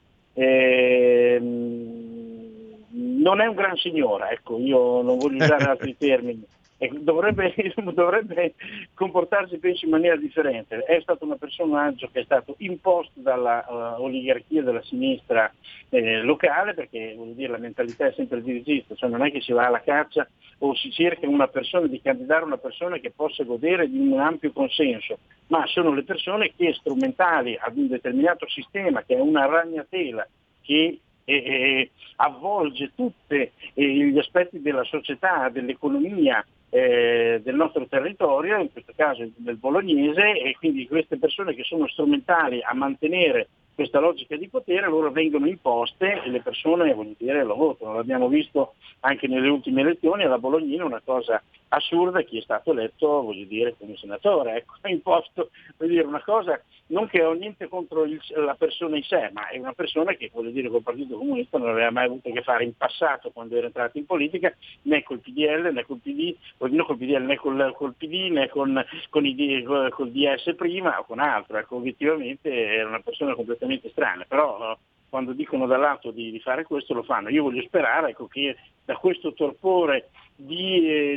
non è un gran signore, ecco, io non voglio usare altri termini. Dovrebbe comportarsi, penso, in maniera differente. È stato un personaggio che è stato imposto dalla oligarchia della sinistra locale, perché voglio dire, la mentalità è sempre dirigista, cioè non è che si va alla caccia o si cerca una persona, di candidare una persona che possa godere di un ampio consenso, ma sono le persone che, strumentali ad un determinato sistema, che è una ragnatela che avvolge tutti gli aspetti della società, dell'economia, del nostro territorio, in questo caso del bolognese, e quindi queste persone che sono strumentali a mantenere questa logica di potere, loro vengono imposte e le persone, voglio dire, lo votano. L'abbiamo visto anche nelle ultime elezioni alla Bolognina, una cosa assurda, chi è stato eletto, voglio dire, come senatore, ecco, ha imposto, voglio dire, una cosa non che ho niente contro la persona in sé, ma è una persona che, voglio dire, col Partito Comunista non aveva mai avuto a che fare in passato quando era entrato in politica, né col PDL, né col PD, né col PDL, né col PD, né col DS prima o con altro. Ecco, obiettivamente era una persona completamente strana, però quando dicono dall'alto di fare questo lo fanno. Io voglio sperare, ecco, che da questo torpore di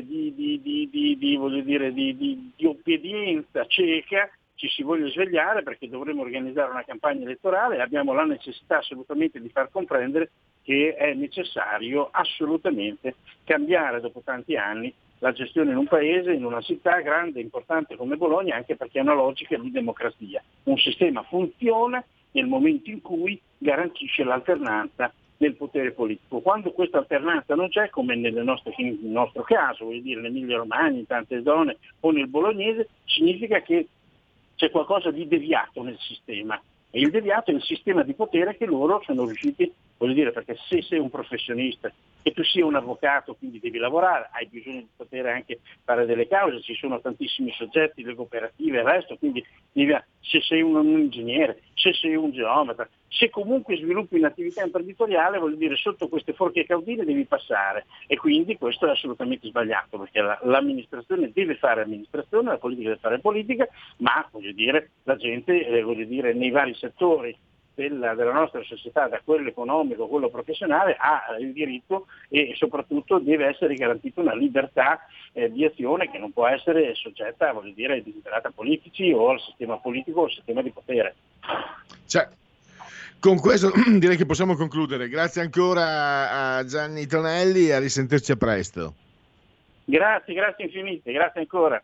obbedienza cieca ci si voglia svegliare, perché dovremo organizzare una campagna elettorale e abbiamo la necessità assolutamente di far comprendere che è necessario assolutamente cambiare dopo tanti anni la gestione in un paese, in una città grande e importante come Bologna, anche perché è una logica di democrazia. Un sistema funziona nel momento in cui garantisce l'alternanza del potere politico. Quando questa alternanza non c'è, come nel nostro caso, voglio dire nell'Emilia Romagna, in tante zone o nel bolognese, significa che c'è qualcosa di deviato nel sistema, e il deviato è il sistema di potere che loro sono riusciti, voglio dire, perché se sei un professionista, che tu sia un avvocato, quindi devi lavorare, hai bisogno di poter anche fare delle cause, ci sono tantissimi soggetti, le cooperative e il resto, quindi se sei un ingegnere, se sei un geometra, se comunque sviluppi un'attività imprenditoriale, voglio dire, sotto queste forche caudine devi passare, e quindi questo è assolutamente sbagliato, perché l'amministrazione deve fare amministrazione, la politica deve fare politica, ma voglio dire, la gente, voglio dire, nei vari settori della nostra società, da quello economico a quello professionale, ha il diritto e soprattutto deve essere garantita una libertà di azione che non può essere soggetta, voglio dire, ai desiderata politici o al sistema politico o al sistema di potere. Cioè, con questo direi che possiamo concludere. Grazie ancora a Gianni Tonelli e a risentirci a presto. Grazie infinite, grazie ancora.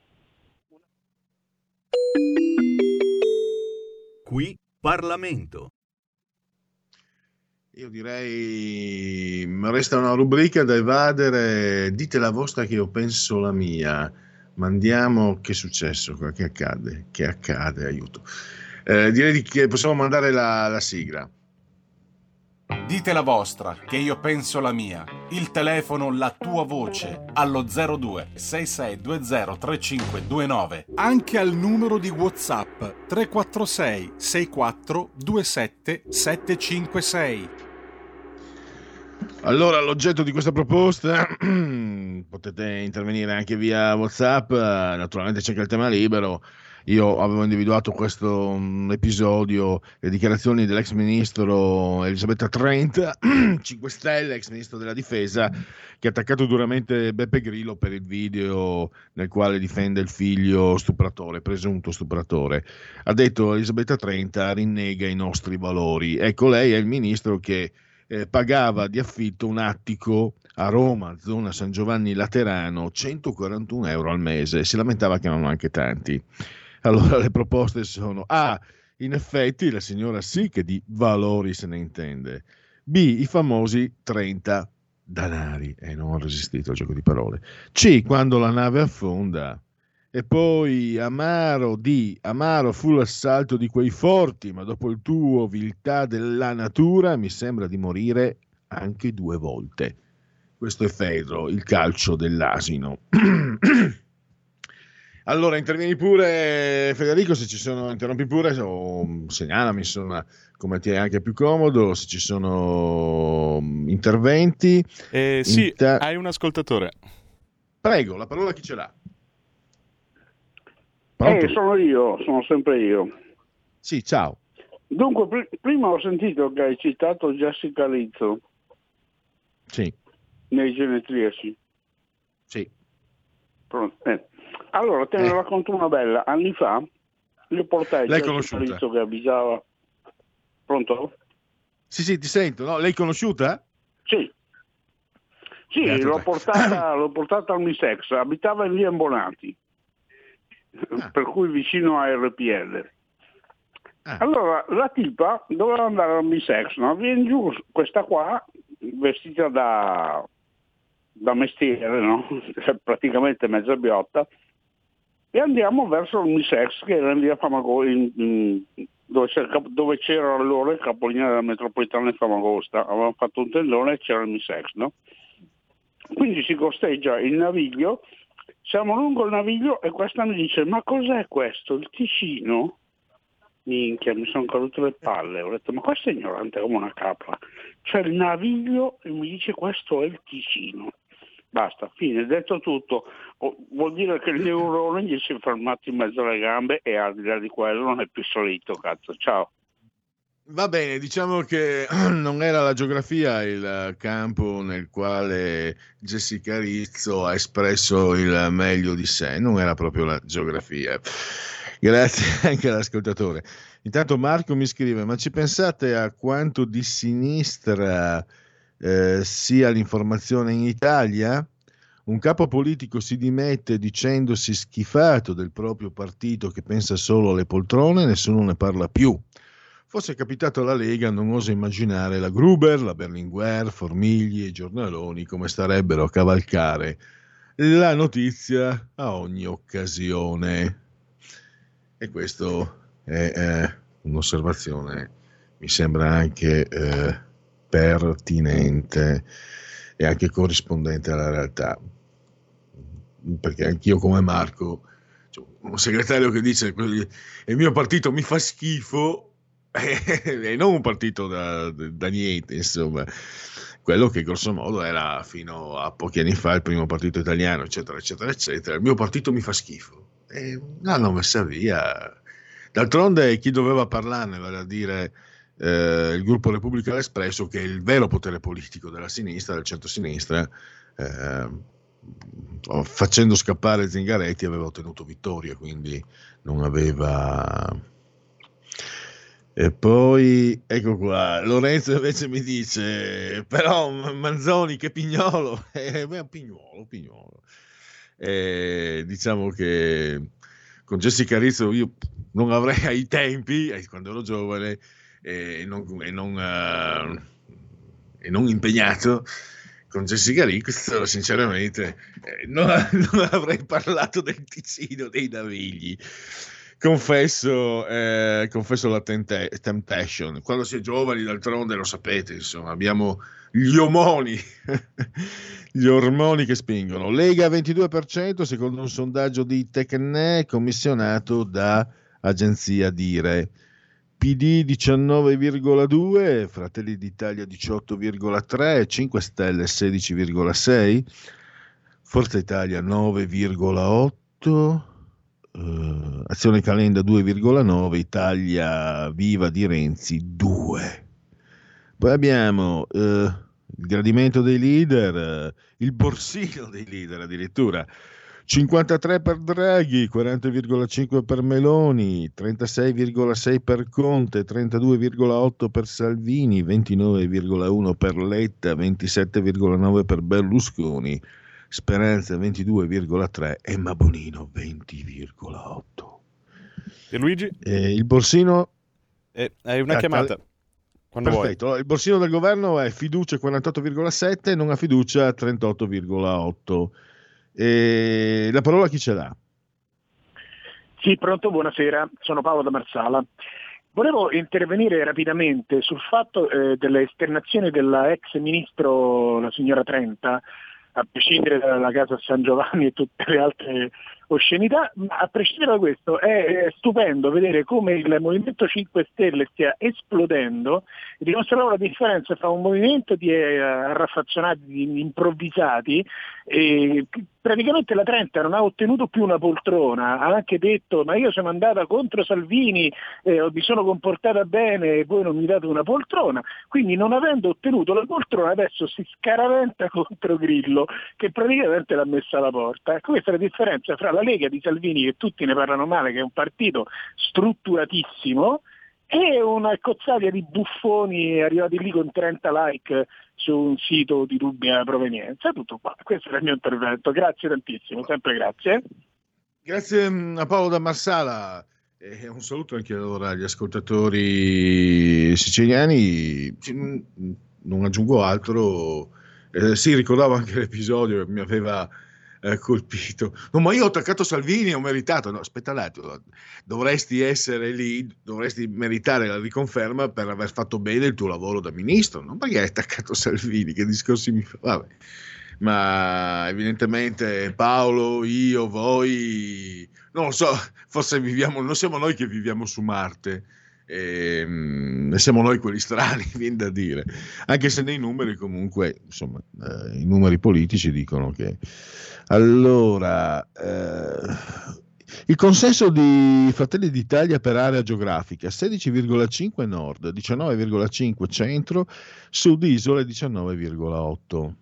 Qui Parlamento. Io direi resta una rubrica da evadere. Dite la vostra che io penso la mia. Ma andiamo, che è successo? Che accade? Che accade? Aiuto. Direi che possiamo mandare la sigla. Dite la vostra, che io penso la mia. Il telefono, la tua voce, allo 02 6620 3529. Anche al numero di WhatsApp 346 64 27 756. Allora, l'oggetto di questa proposta, potete intervenire anche via WhatsApp, naturalmente c'è che il tema libero. Io avevo individuato questo episodio, le dichiarazioni dell'ex ministro Elisabetta Trent, 5 Stelle, ex ministro della difesa, che ha attaccato duramente Beppe Grillo per il video nel quale difende il figlio stupratore, presunto stupratore. Ha detto: Elisabetta Trent rinnega i nostri valori. Ecco, lei è il ministro che pagava di affitto un attico a Roma, zona San Giovanni Laterano, 141 euro al mese. Si lamentava che erano anche tanti. Allora le proposte sono: A, in effetti la signora sì che di valori se ne intende. B, i famosi 30 danari. Non ho resistito al gioco di parole. C, quando la nave affonda. E poi amaro fu l'assalto di quei forti, ma dopo il tuo viltà della natura mi sembra di morire anche 2 volte. Questo è Fedro, il calcio dell'asino. Allora, intervieni pure, Federico, se ci sono, interrompi pure o segnalami, insomma, come ti è anche più comodo, se ci sono interventi. Sì, hai un ascoltatore. Prego, la parola chi ce l'ha? Sono sempre io. Sì, ciao. Dunque, prima ho sentito che hai citato Jessica Rizzo. Sì. Nei genetriaci. Sì. Allora, te ne racconto una bella. Anni fa io portai Jessica Rizzo che abitava... Pronto? Sì, ti sento. No? L'hai conosciuta? Sì, l'ho portata al Misex. Abitava in via Imbonati. Per cui vicino a RPL. Allora la tipa doveva andare al Misex, no? Viene giù questa qua vestita da mestiere, no? Praticamente mezza biotta, e andiamo verso il Misex, che era in via Famagosta, dove c'era allora il capolinea della metropolitana di Famagosta. Avevamo fatto un tendone e c'era il Misex, no? Quindi si costeggia il naviglio. Siamo lungo il naviglio e questa mi dice: ma cos'è questo? Il Ticino? Minchia, mi sono cadute le palle. Ho detto: ma questo è ignorante come una capra. C'è il naviglio e mi dice: questo è il Ticino. Basta, fine, detto tutto. Vuol dire che il neurone gli si è fermato in mezzo alle gambe e al di là di quello non è più solito, cazzo. Ciao. Va bene, diciamo che non era la geografia il campo nel quale Jessica Rizzo ha espresso il meglio di sé, non era proprio la geografia. Grazie anche all'ascoltatore. Intanto Marco mi scrive: ma ci pensate a quanto di sinistra sia l'informazione in Italia? Un capo politico si dimette dicendosi schifato del proprio partito che pensa solo alle poltrone, nessuno ne parla più. Fosse capitato alla Lega, non oso immaginare la Gruber, la Berlinguer, Formigli e i giornaloni come starebbero a cavalcare la notizia a ogni occasione. E questo è un'osservazione, mi sembra anche pertinente e anche corrispondente alla realtà, perché anch'io come Marco, cioè, un segretario che dice il mio partito mi fa schifo, e non un partito da niente, insomma, quello che grosso modo era fino a pochi anni fa il primo partito italiano, eccetera eccetera eccetera. Il mio partito mi fa schifo e l'hanno messa via. D'altronde chi doveva parlarne, vale a dire il gruppo Repubblica l'Espresso, che è il vero potere politico della sinistra, del centro-sinistra, facendo scappare Zingaretti aveva ottenuto vittoria, quindi non aveva. E poi ecco qua, Lorenzo invece mi dice: però Manzoni che Pignolo, Pignolo. Diciamo che con Jessica Rizzo io non avrei ai tempi, quando ero giovane e non impegnato, con Jessica Rizzo sinceramente non avrei parlato del Ticino, dei navigli. Confesso la temptation. Quando si è giovani, d'altronde lo sapete, insomma, abbiamo gli ormoni che spingono. Lega 22%, secondo un sondaggio di Tecne commissionato da agenzia Dire. PD 19,2%, Fratelli d'Italia 18,3%, 5 Stelle 16,6%, Forza Italia 9,8%, Azione Calenda 2,9%, Italia Viva di Renzi 2%. Poi abbiamo il gradimento dei leader, il borsino dei leader addirittura, 53 per Draghi, 40,5 per Meloni, 36,6 per Conte, 32,8 per Salvini, 29,1 per Letta, 27,9 per Berlusconi, Speranza 22,3 e Mabonino 20,8. E Luigi? Il borsino hai una chiamata. Perfetto, il borsino del governo è fiducia 48,7, non ha fiducia 38,8. E la parola a chi ce l'ha? Sì, pronto, buonasera, sono Paolo da Marsala. Volevo intervenire rapidamente sul fatto delle esternazioni della ex ministro, la signora Trenta, a prescindere dalla casa San Giovanni e tutte le altre oscenità, ma a prescindere da questo è stupendo vedere come il Movimento 5 Stelle stia esplodendo e dimostrare la differenza tra un movimento di arraffazzonati, di improvvisati, e praticamente la Trenta non ha ottenuto più una poltrona, ha anche detto ma io sono andata contro Salvini, mi sono comportata bene e voi non mi date una poltrona, quindi non avendo ottenuto la poltrona adesso si scaraventa contro Grillo che praticamente l'ha messa alla porta. Ecco, questa è la differenza fra la Lega di Salvini, che tutti ne parlano male, che è un partito strutturatissimo, e una cozzaglia di buffoni arrivati lì con 30 like su un sito di dubbia provenienza. Tutto qua, questo è il mio intervento, grazie tantissimo, sempre grazie. Grazie a Paolo da Marsala e un saluto anche allora agli ascoltatori siciliani. Non aggiungo altro, sì, ricordavo anche l'episodio che mi aveva colpito. No, ma io ho attaccato Salvini, ho meritato. No, aspetta un attimo, dovresti essere lì, dovresti meritare la riconferma per aver fatto bene il tuo lavoro da ministro, non perché hai attaccato Salvini, che discorsi mi fa? Vabbè. Ma evidentemente Paolo, io, voi, non lo so, forse non siamo noi che viviamo su Marte, siamo noi quelli strani, viene da dire, anche se nei numeri comunque, insomma, i numeri politici dicono che allora il consenso di Fratelli d'Italia per area geografica 16,5 nord, 19,5 centro, sud isole 19,8.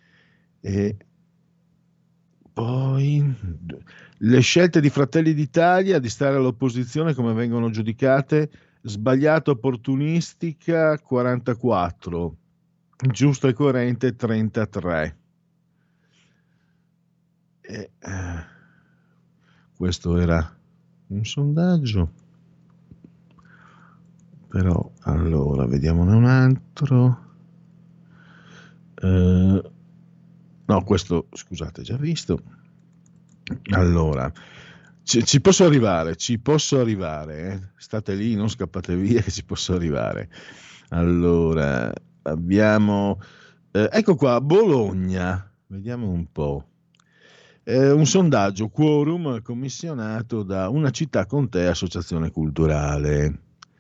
E poi le scelte di Fratelli d'Italia di stare all'opposizione come vengono giudicate: sbagliato, opportunistica 44, giusto e coerente 33. Questo era un sondaggio, però allora vediamone un altro. No, questo scusate, già visto. Allora ci posso arrivare, state lì, non scappate via che ci posso arrivare. Allora abbiamo ecco qua Bologna, vediamo un po'. Un sondaggio quorum commissionato da Una città con te associazione culturale.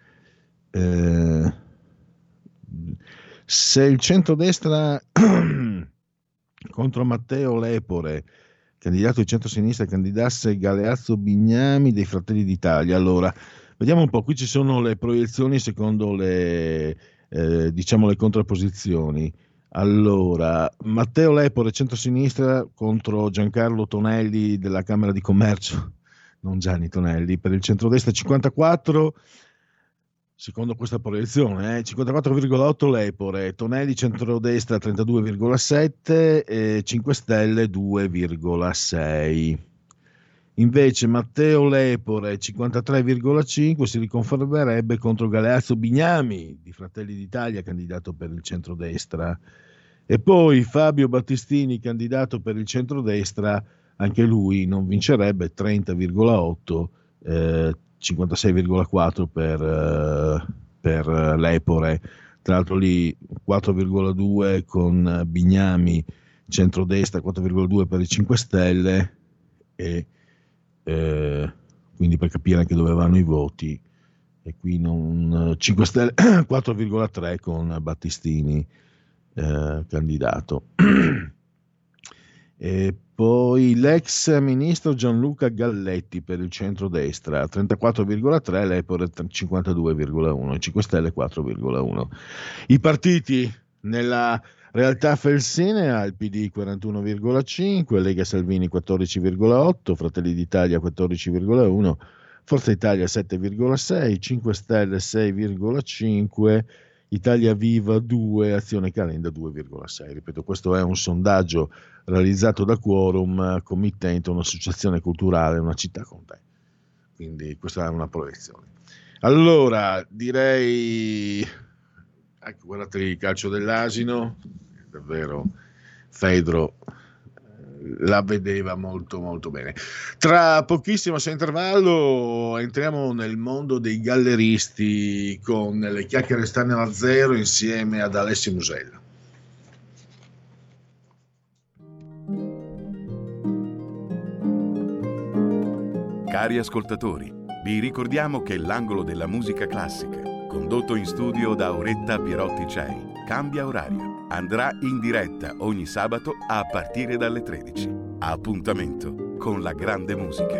Se il centrodestra contro Matteo Lepore, candidato di centrosinistra, candidasse Galeazzo Bignami dei Fratelli d'Italia. Allora, vediamo un po', qui ci sono le proiezioni secondo le contrapposizioni. Allora, Matteo Lepore, centrosinistra, contro Giancarlo Tonelli della Camera di Commercio, non Gianni Tonelli, per il centrodestra 54, secondo questa proiezione, 54,8 Lepore, Tonelli centrodestra 32,7 e 5 Stelle 2,6. Invece Matteo Lepore 53,5 si riconfermerebbe contro Galeazzo Bignami di Fratelli d'Italia, candidato per il centrodestra, e poi Fabio Battistini, candidato per il centrodestra, anche lui non vincerebbe, 30,8, 56,4 per Lepore. Tra l'altro lì 4,2 con Bignami centrodestra, 4,2 per i 5 Stelle e quindi per capire anche dove vanno i voti, e qui non 5 Stelle 4,3 con Battistini candidato. E poi l'ex ministro Gianluca Galletti per il centrodestra 34,3, Lepore 52,1, 5 Stelle 4,1. I partiti nella realtà felsinea: il PD 41,5, Lega Salvini 14,8, Fratelli d'Italia 14,1, Forza Italia 7,6, 5 Stelle 6,5, Italia Viva 2, Azione Calenda 2,6. Ripeto, questo è un sondaggio realizzato da Quorum, committente un'associazione culturale, Una città con te. Quindi questa è una proiezione. Allora, direi Ecco, guardate il calcio dell'asino, davvero Fedro la vedeva molto molto bene. Tra pochissimo, se intervallo, entriamo nel mondo dei galleristi con le chiacchiere stanno a zero insieme ad Alessio Musella. Cari ascoltatori, vi ricordiamo che l'angolo della musica classica, condotto in studio da Auretta Pierotti Cei, cambia orario. Andrà in diretta ogni sabato a partire dalle 13. Appuntamento con la grande musica.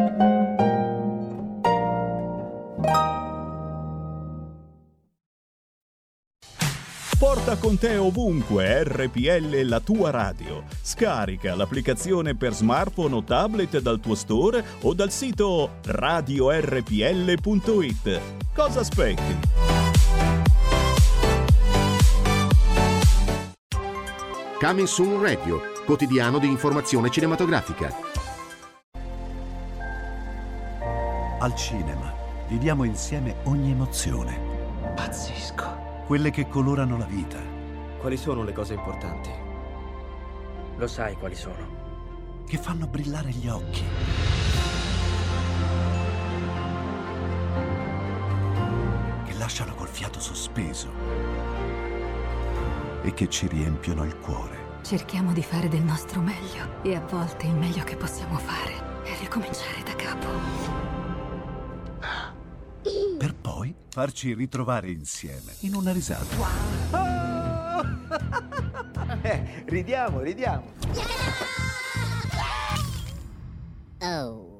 Porta con te ovunque RPL, la tua radio. Scarica l'applicazione per smartphone o tablet dal tuo store o dal sito radiorpl.it. Cosa aspetti? Coming Soon Radio, quotidiano di informazione cinematografica. Al cinema viviamo insieme ogni emozione. Pazzesco. Quelle che colorano la vita. Quali sono le cose importanti? Lo sai quali sono? Che fanno brillare gli occhi. Che lasciano col fiato sospeso. E che ci riempiono il cuore. Cerchiamo di fare del nostro meglio e a volte il meglio che possiamo fare è ricominciare da capo. Per poi farci ritrovare insieme in una risata. Ridiamo. Oh.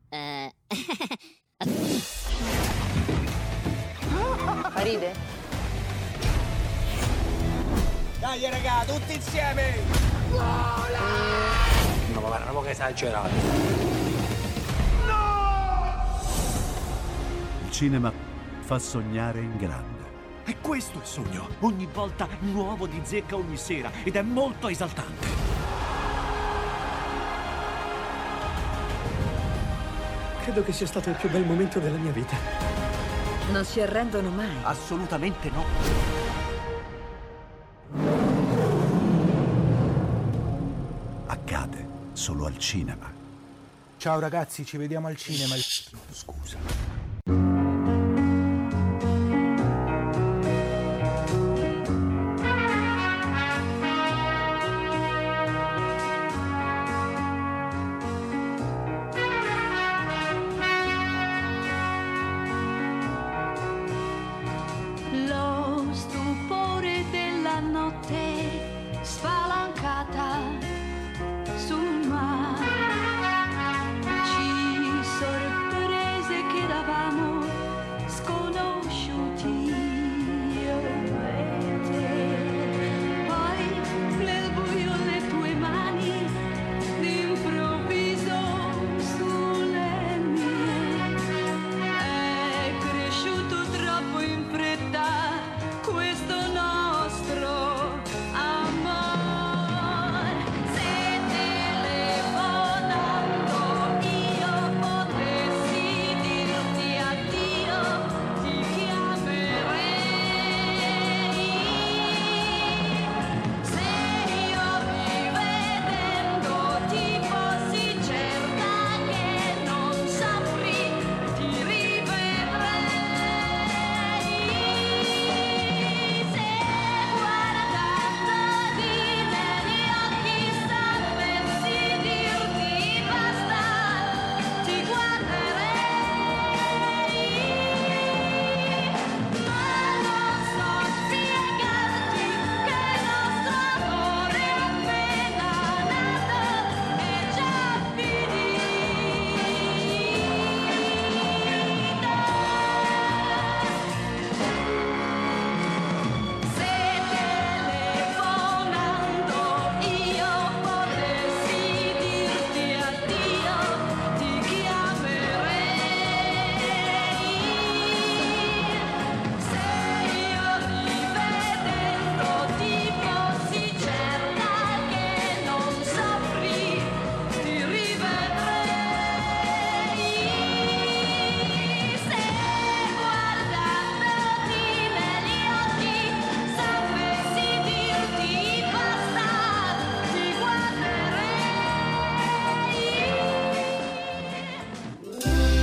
Ride? Dai raga, tutti insieme! Vola! No, ma guarda, che esagerato. Il cinema fa sognare in grande. E questo è il sogno. Ogni volta nuovo di zecca ogni sera ed è molto esaltante. Credo che sia stato il più bel momento della mia vita. Non si arrendono mai. Assolutamente no. Accade solo al cinema. Ciao ragazzi, ci vediamo al cinema. Scusa. Lo stupore della notte spalancata sul mare ci sorprese che davanti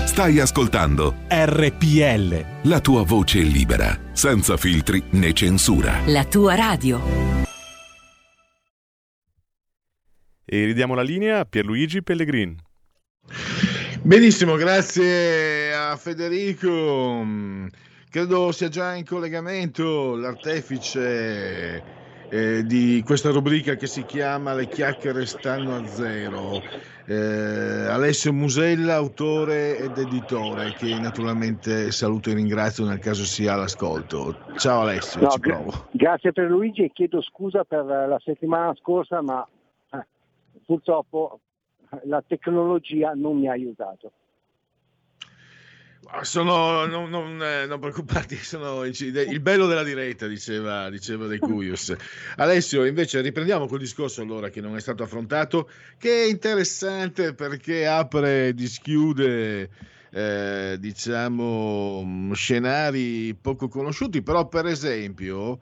Stai ascoltando RPL. La tua voce libera, senza filtri né censura. La tua radio. E ridiamo la linea a Pierluigi Pellegrin. Benissimo, grazie a Federico. Credo sia già in collegamento l'artefice di questa rubrica che si chiama Le chiacchiere stanno a zero. Alessio Musella, autore ed editore, che naturalmente saluto e ringrazio nel caso sia all'ascolto. Ciao Alessio, No, ci provo. Grazie per Luigi e chiedo scusa per la settimana scorsa, ma purtroppo la tecnologia non mi ha aiutato. Non preoccuparti, sono il bello della diretta, diceva De Cuius. Alessio, invece riprendiamo quel discorso allora che non è stato affrontato, che è interessante perché apre, dischiude diciamo scenari poco conosciuti, però per esempio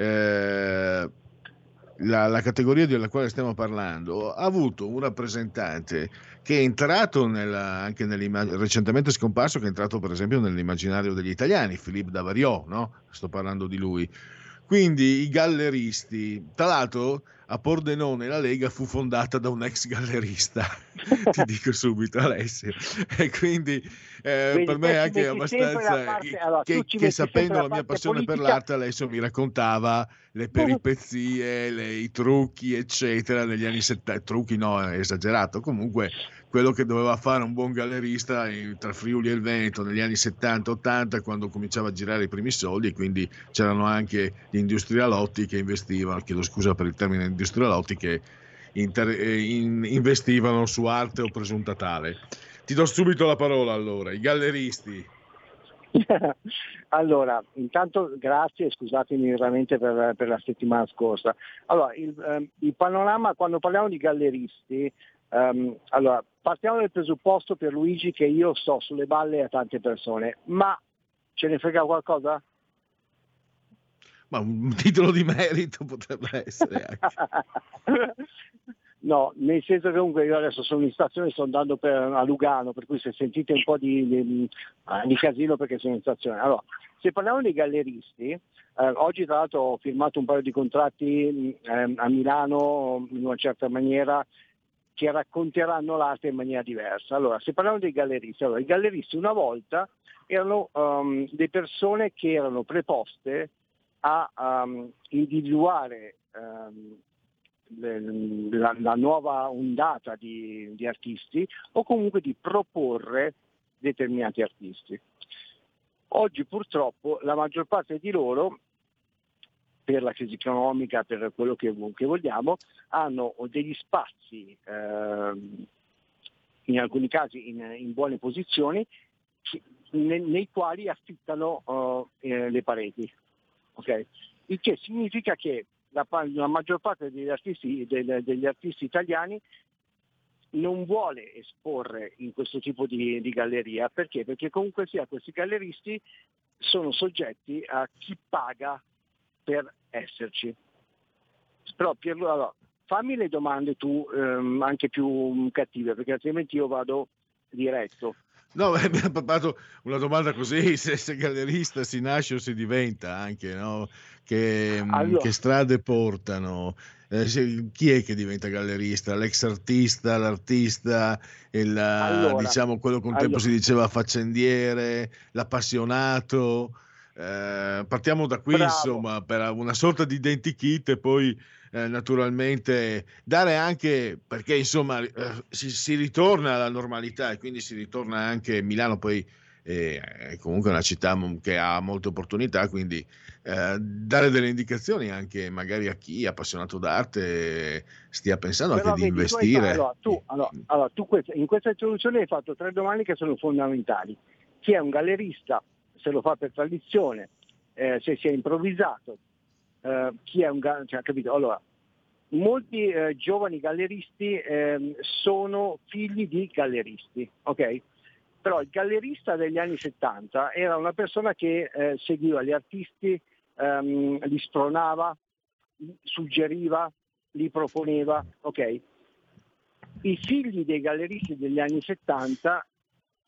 la categoria della quale stiamo parlando ha avuto un rappresentante che è entrato recentemente scomparso, che è entrato per esempio nell'immaginario degli italiani, Philippe Davarieux, no? Sto parlando di lui. Quindi i galleristi, tra l'altro a Pordenone la Lega fu fondata da un ex gallerista, ti dico subito Alessio, e quindi per me è anche abbastanza che sapendo la mia passione per l'arte, Alessio mi raccontava le peripezie, i trucchi eccetera negli anni 70, trucchi no, è esagerato, comunque quello che doveva fare un buon gallerista tra Friuli e il Veneto negli anni 70-80, quando cominciava a girare i primi soldi, e quindi c'erano anche gli industrialotti che investivano, chiedo scusa per il termine industrialotti, che investivano su arte o presunta tale. Ti do subito la parola allora, i galleristi. Allora, intanto grazie e scusatemi veramente per la settimana scorsa. Allora, il panorama, quando parliamo di galleristi, allora, partiamo dal presupposto, per Luigi, che io sto sulle balle a tante persone, ma ce ne frega qualcosa? Ma un titolo di merito potrebbe essere anche. No, nel senso che comunque io adesso sono in stazione, sto andando a Lugano, per cui se sentite un po' di casino perché sono in stazione. Allora, se parliamo dei galleristi, oggi tra l'altro ho firmato un paio di contratti a Milano in una certa maniera, che racconteranno l'arte in maniera diversa. Allora, se parliamo dei galleristi, i galleristi una volta erano delle persone che erano preposte a individuare la nuova ondata di artisti, o comunque di proporre determinati artisti. Oggi purtroppo la maggior parte di loro, per la crisi economica, per quello che vogliamo, hanno degli spazi, in alcuni casi in buone posizioni, nei quali affittano le pareti. Okay? Il che significa che la maggior parte degli artisti italiani non vuole esporre in questo tipo di galleria. Perché? Perché comunque sia questi galleristi sono soggetti a chi paga per esserci. Però Pierluigi, allora, fammi le domande tu anche più cattive, perché altrimenti io vado diretto. No, mi ha preparato una domanda così, se gallerista si nasce o si diventa anche, no? Che strade portano? Chi è che diventa gallerista? L'ex artista, l'artista, diciamo quello che un tempo si diceva faccendiere, l'appassionato? Partiamo da qui, bravo. Insomma, per una sorta di identikit e poi naturalmente dare anche, perché insomma si ritorna alla normalità e quindi si ritorna anche Milano, poi è comunque una città che ha molte opportunità, quindi dare delle indicazioni anche magari a chi è appassionato d'arte stia pensando anche di investire. Tu in questa introduzione hai fatto 3 domande che sono fondamentali. Chi è un gallerista, se lo fa per tradizione, se si è improvvisato, chi è un capito? Allora, molti giovani galleristi sono figli di galleristi, ok? Però il gallerista degli anni 70 era una persona che seguiva gli artisti, li spronava, suggeriva, li proponeva, ok? I figli dei galleristi degli anni 70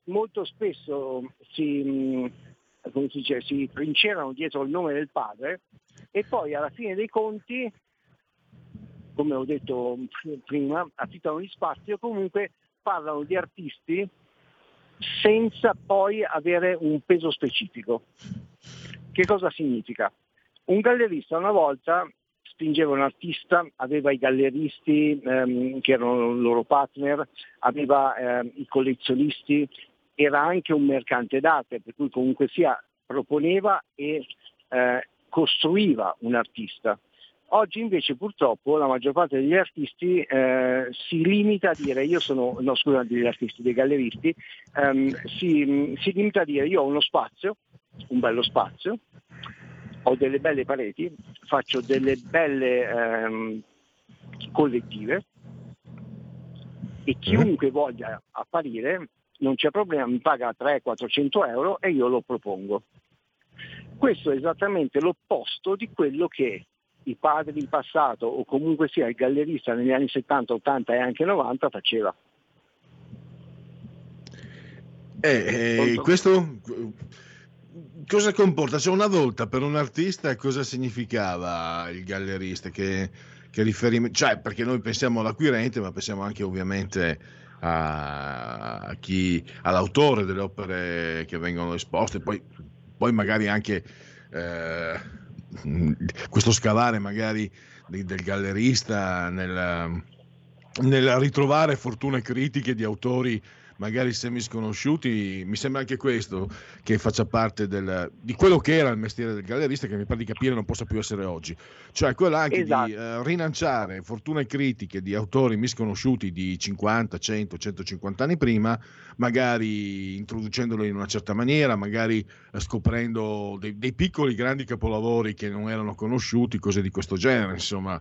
molto spesso si trincerano dietro il nome del padre e poi alla fine dei conti, come ho detto prima, affittano gli spazi o comunque parlano di artisti senza poi avere un peso specifico. Che cosa significa? Un gallerista una volta spingeva un artista, aveva i galleristi che erano i loro partner, aveva i collezionisti, era anche un mercante d'arte, per cui comunque sia proponeva e costruiva un artista. Oggi invece purtroppo la maggior parte degli artisti si limita a dire degli galleristi, si limita a dire io ho uno spazio, un bello spazio, ho delle belle pareti, faccio delle belle collettive e chiunque voglia apparire non c'è problema, mi paga 300-400 euro e io lo propongo. Questo è esattamente l'opposto di quello che i padri in passato o comunque sia il gallerista negli anni 70, 80 e anche 90 faceva. Questo cosa comporta? Cioè, una volta per un artista cosa significava il gallerista? Che riferimento? Cioè, perché noi pensiamo all'acquirente, ma pensiamo anche ovviamente all'autore delle opere che vengono esposte, poi magari anche questo scavare magari del gallerista nel ritrovare fortune critiche di autori magari semisconosciuti. Mi sembra anche questo che faccia parte di quello che era il mestiere del gallerista, che mi pare di capire non possa più essere oggi, cioè quello anche di rilanciare fortune critiche di autori misconosciuti di 50, 100, 150 anni prima, magari introducendolo in una certa maniera, magari scoprendo dei piccoli grandi capolavori che non erano conosciuti, cose di questo genere. Insomma,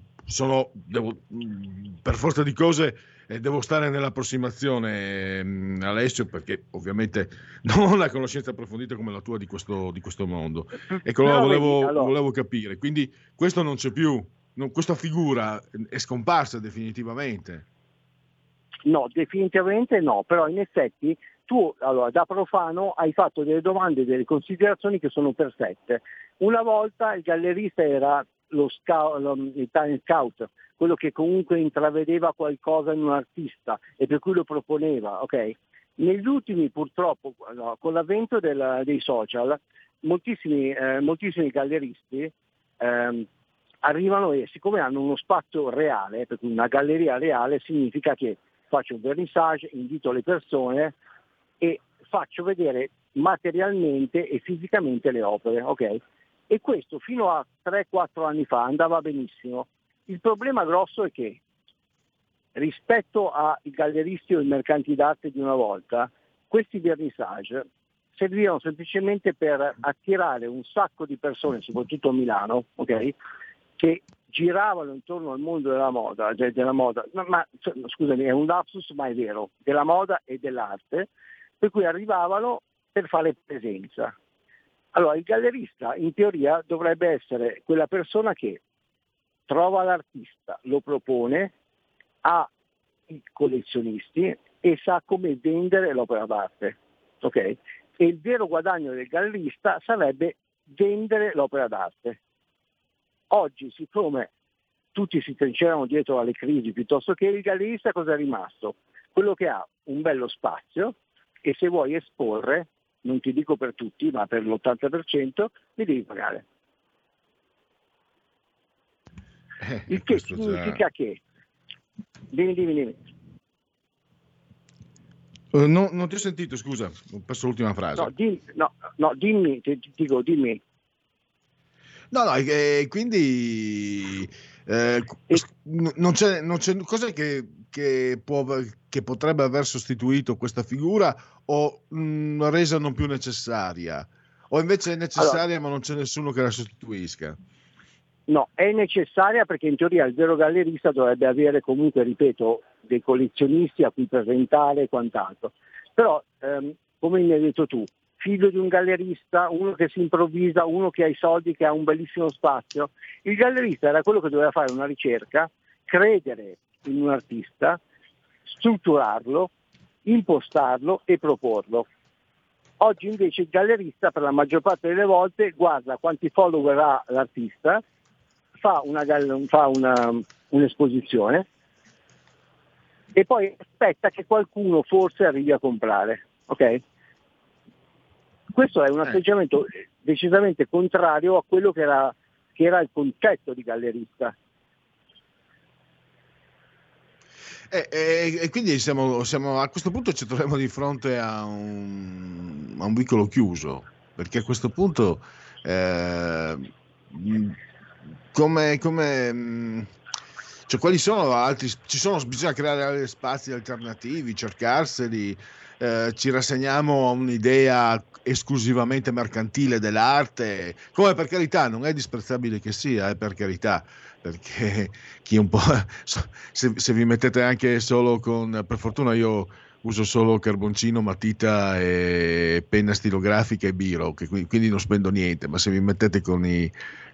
per forza di cose devo stare nell'approssimazione, Alessio, perché ovviamente non ho una conoscenza approfondita come la tua di questo mondo. Ecco, volevo capire. Quindi questo non c'è più, questa figura è scomparsa definitivamente. No, definitivamente no, però in effetti tu da profano hai fatto delle domande, delle considerazioni che sono perfette. Una volta il gallerista era il talent scout, quello che comunque intravedeva qualcosa in un artista e per cui lo proponeva, ok? Negli ultimi, purtroppo, con l'avvento dei social, moltissimi galleristi arrivano e siccome hanno uno spazio reale, per cui una galleria reale, significa che faccio un vernissage, invito le persone e faccio vedere materialmente e fisicamente le opere, ok? E questo fino a 3-4 anni fa andava benissimo. Il problema grosso è che rispetto ai galleristi o ai mercanti d'arte di una volta, questi vernissage servivano semplicemente per attirare un sacco di persone, soprattutto a Milano, ok, che giravano intorno al mondo della moda, scusami, è un lapsus ma è vero, della moda e dell'arte, per cui arrivavano per fare presenza. Allora il gallerista in teoria dovrebbe essere quella persona che trova l'artista, lo propone, ha i collezionisti e sa come vendere l'opera d'arte, ok? E il vero guadagno del gallerista sarebbe vendere l'opera d'arte. Oggi, siccome tutti si trincerano dietro alle crisi piuttosto che il gallerista, cosa è rimasto? Quello che ha un bello spazio e se vuoi esporre, non ti dico per tutti, ma per l'80% mi devi pagare. Il che significa che... Dimmi. Non ti ho sentito, scusa, ho perso l'ultima frase. Dimmi. Quindi non c'è cosa che potrebbe aver sostituito questa figura o resa non più necessaria, o invece è necessaria ma non c'è nessuno che la sostituisca? No, è necessaria perché in teoria il vero gallerista dovrebbe avere comunque, ripeto, dei collezionisti a cui presentare e quant'altro. Però, come mi hai detto tu, figlio di un gallerista, uno che si improvvisa, uno che ha i soldi, che ha un bellissimo spazio, il gallerista era quello che doveva fare una ricerca, credere in un artista, strutturarlo, impostarlo e proporlo. Oggi invece il gallerista per la maggior parte delle volte guarda quanti follower ha l'artista, fa un'esposizione e poi aspetta che qualcuno forse arrivi a comprare. Ok? Questo è un atteggiamento decisamente contrario a quello che era il concetto di gallerista. E quindi siamo a questo punto ci troviamo di fronte a un vicolo chiuso, perché a questo punto cioè, quali sono altri? Bisogna creare spazi alternativi, cercarseli. Ci rassegniamo a un'idea esclusivamente mercantile dell'arte, come per carità non è disprezzabile che sia, per carità, perché chi un po' se vi mettete anche solo per fortuna io uso solo carboncino, matita e penna stilografica e biro, quindi non spendo niente, ma se vi mettete con i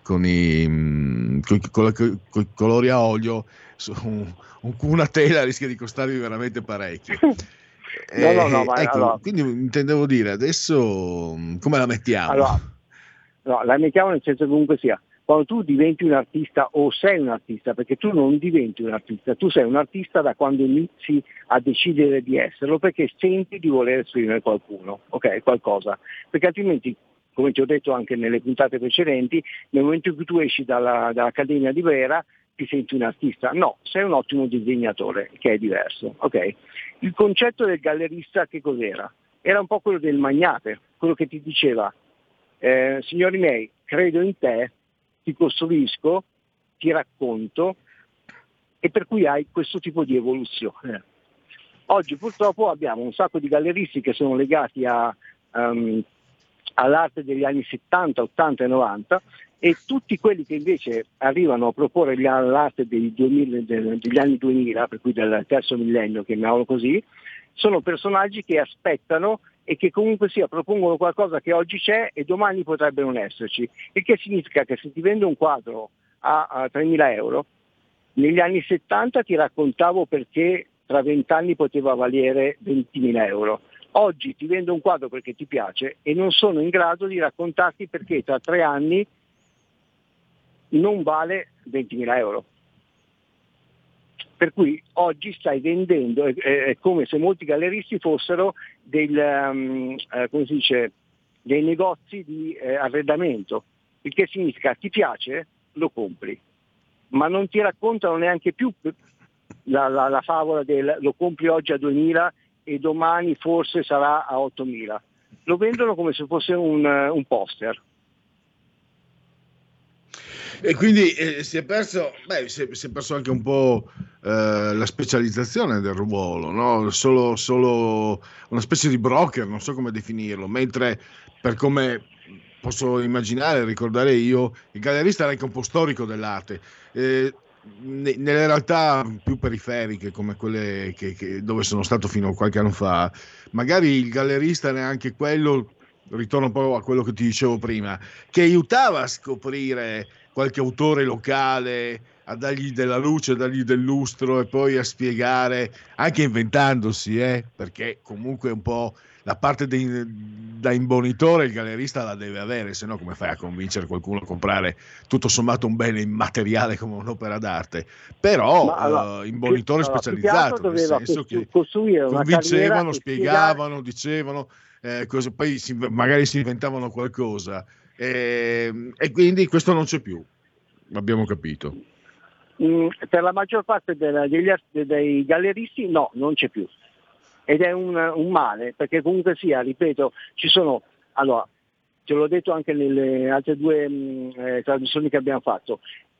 colori a olio, una tela rischia di costarvi veramente parecchio. No, ecco, allora, quindi intendevo dire, adesso come la mettiamo? Allora, no, la mettiamo nel senso che comunque sia, quando tu diventi un artista o sei un artista, perché tu non diventi un artista, tu sei un artista da quando inizi a decidere di esserlo, perché senti di voler esprimere qualcuno, ok, qualcosa, perché altrimenti, come ti ho detto anche nelle puntate precedenti, nel momento in cui tu esci dall'Accademia di Brera ti senti un artista. No, sei un ottimo disegnatore, che è diverso. Ok? Il concetto del gallerista che cos'era? Era un po' quello del magnate, quello che ti diceva, signori miei, credo in te, ti costruisco, ti racconto, e per cui hai questo tipo di evoluzione. Oggi purtroppo abbiamo un sacco di galleristi che sono legati all'arte degli anni 70, 80 e 90, e tutti quelli che invece arrivano a proporre l'arte degli anni 2000, per cui del terzo millennio, chiamiamolo così, sono personaggi che aspettano e che comunque sia propongono qualcosa che oggi c'è e domani potrebbe non esserci, il che significa che se ti vendo un quadro a 3.000 euro, negli anni 70 ti raccontavo perché tra 20 anni poteva valere 20.000 euro. Oggi ti vendo un quadro perché ti piace e non sono in grado di raccontarti perché tra 3 anni non vale 20.000 euro. Per cui oggi stai vendendo, è come se molti galleristi fossero dei negozi di arredamento, il che significa ti piace, lo compri, ma non ti raccontano neanche più la favola del lo compri oggi a 2.000 e domani forse sarà a 8.000. Lo vendono come se fosse un poster. E quindi si è perso anche un po' la specializzazione del ruolo, no? Solo una specie di broker, non so come definirlo, mentre per come posso immaginare, ricordare io, il gallerista era anche un po' storico dell'arte. Nelle realtà più periferiche come quelle dove sono stato fino a qualche anno fa, magari il gallerista era anche quello, ritorno un po' a quello che ti dicevo prima, che aiutava a scoprire qualche autore locale, a dargli della luce, a dargli del lustro e poi a spiegare, anche inventandosi, perché comunque un po' la parte da imbonitore il gallerista la deve avere, se no come fai a convincere qualcuno a comprare tutto sommato un bene immateriale come un'opera d'arte? Però imbonitore specializzato, nel senso che convincevano, spiegavano, dicevano, poi magari si inventavano qualcosa. E quindi questo non c'è più, abbiamo capito. Per la maggior parte dei galleristi no, non c'è più, ed è un male, perché comunque sia, ripeto, ci sono, allora, te l'ho detto anche nelle altre due trasmissioni che abbiamo fatto,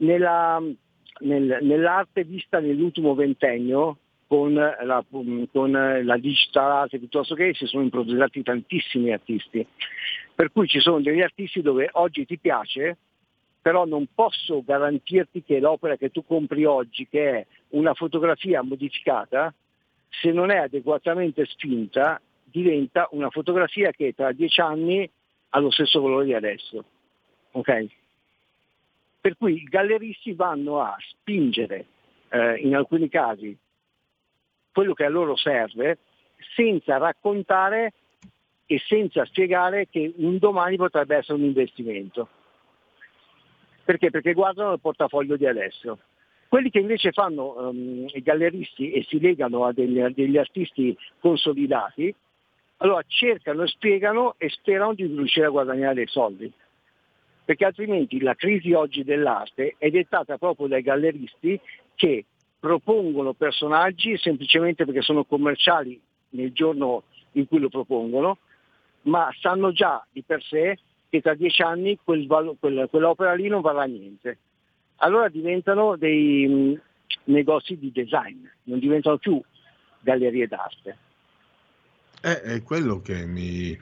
nell'arte vista nell'ultimo ventennio con la digital art piuttosto che si sono improvvisati tantissimi artisti, per cui ci sono degli artisti dove oggi ti piace, però non posso garantirti che l'opera che tu compri oggi, che è una fotografia modificata, se non è adeguatamente spinta, diventa una fotografia che tra 10 anni ha lo stesso valore di adesso. Ok? Per cui i galleristi vanno a spingere in alcuni casi quello che a loro serve, senza raccontare e senza spiegare che un domani potrebbe essere un investimento. Perché? Perché guardano il portafoglio di adesso. Quelli che invece fanno i galleristi e si legano a degli artisti consolidati, allora cercano, spiegano e sperano di riuscire a guadagnare dei soldi. Perché altrimenti la crisi oggi dell'arte è dettata proprio dai galleristi che propongono personaggi semplicemente perché sono commerciali nel giorno in cui lo propongono, ma sanno già di per sé che tra 10 anni quell'opera lì non varrà niente. Allora diventano dei negozi di design, non diventano più gallerie d'arte. È quello che mi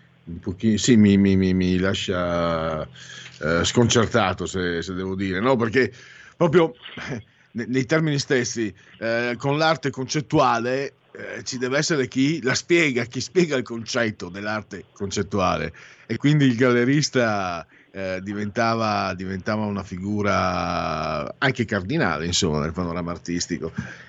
lascia sconcertato, se devo dire, no? Perché proprio nei termini stessi, con l'arte concettuale ci deve essere chi la spiega, chi spiega il concetto dell'arte concettuale, e quindi il gallerista diventava una figura anche cardinale, insomma, nel panorama artistico.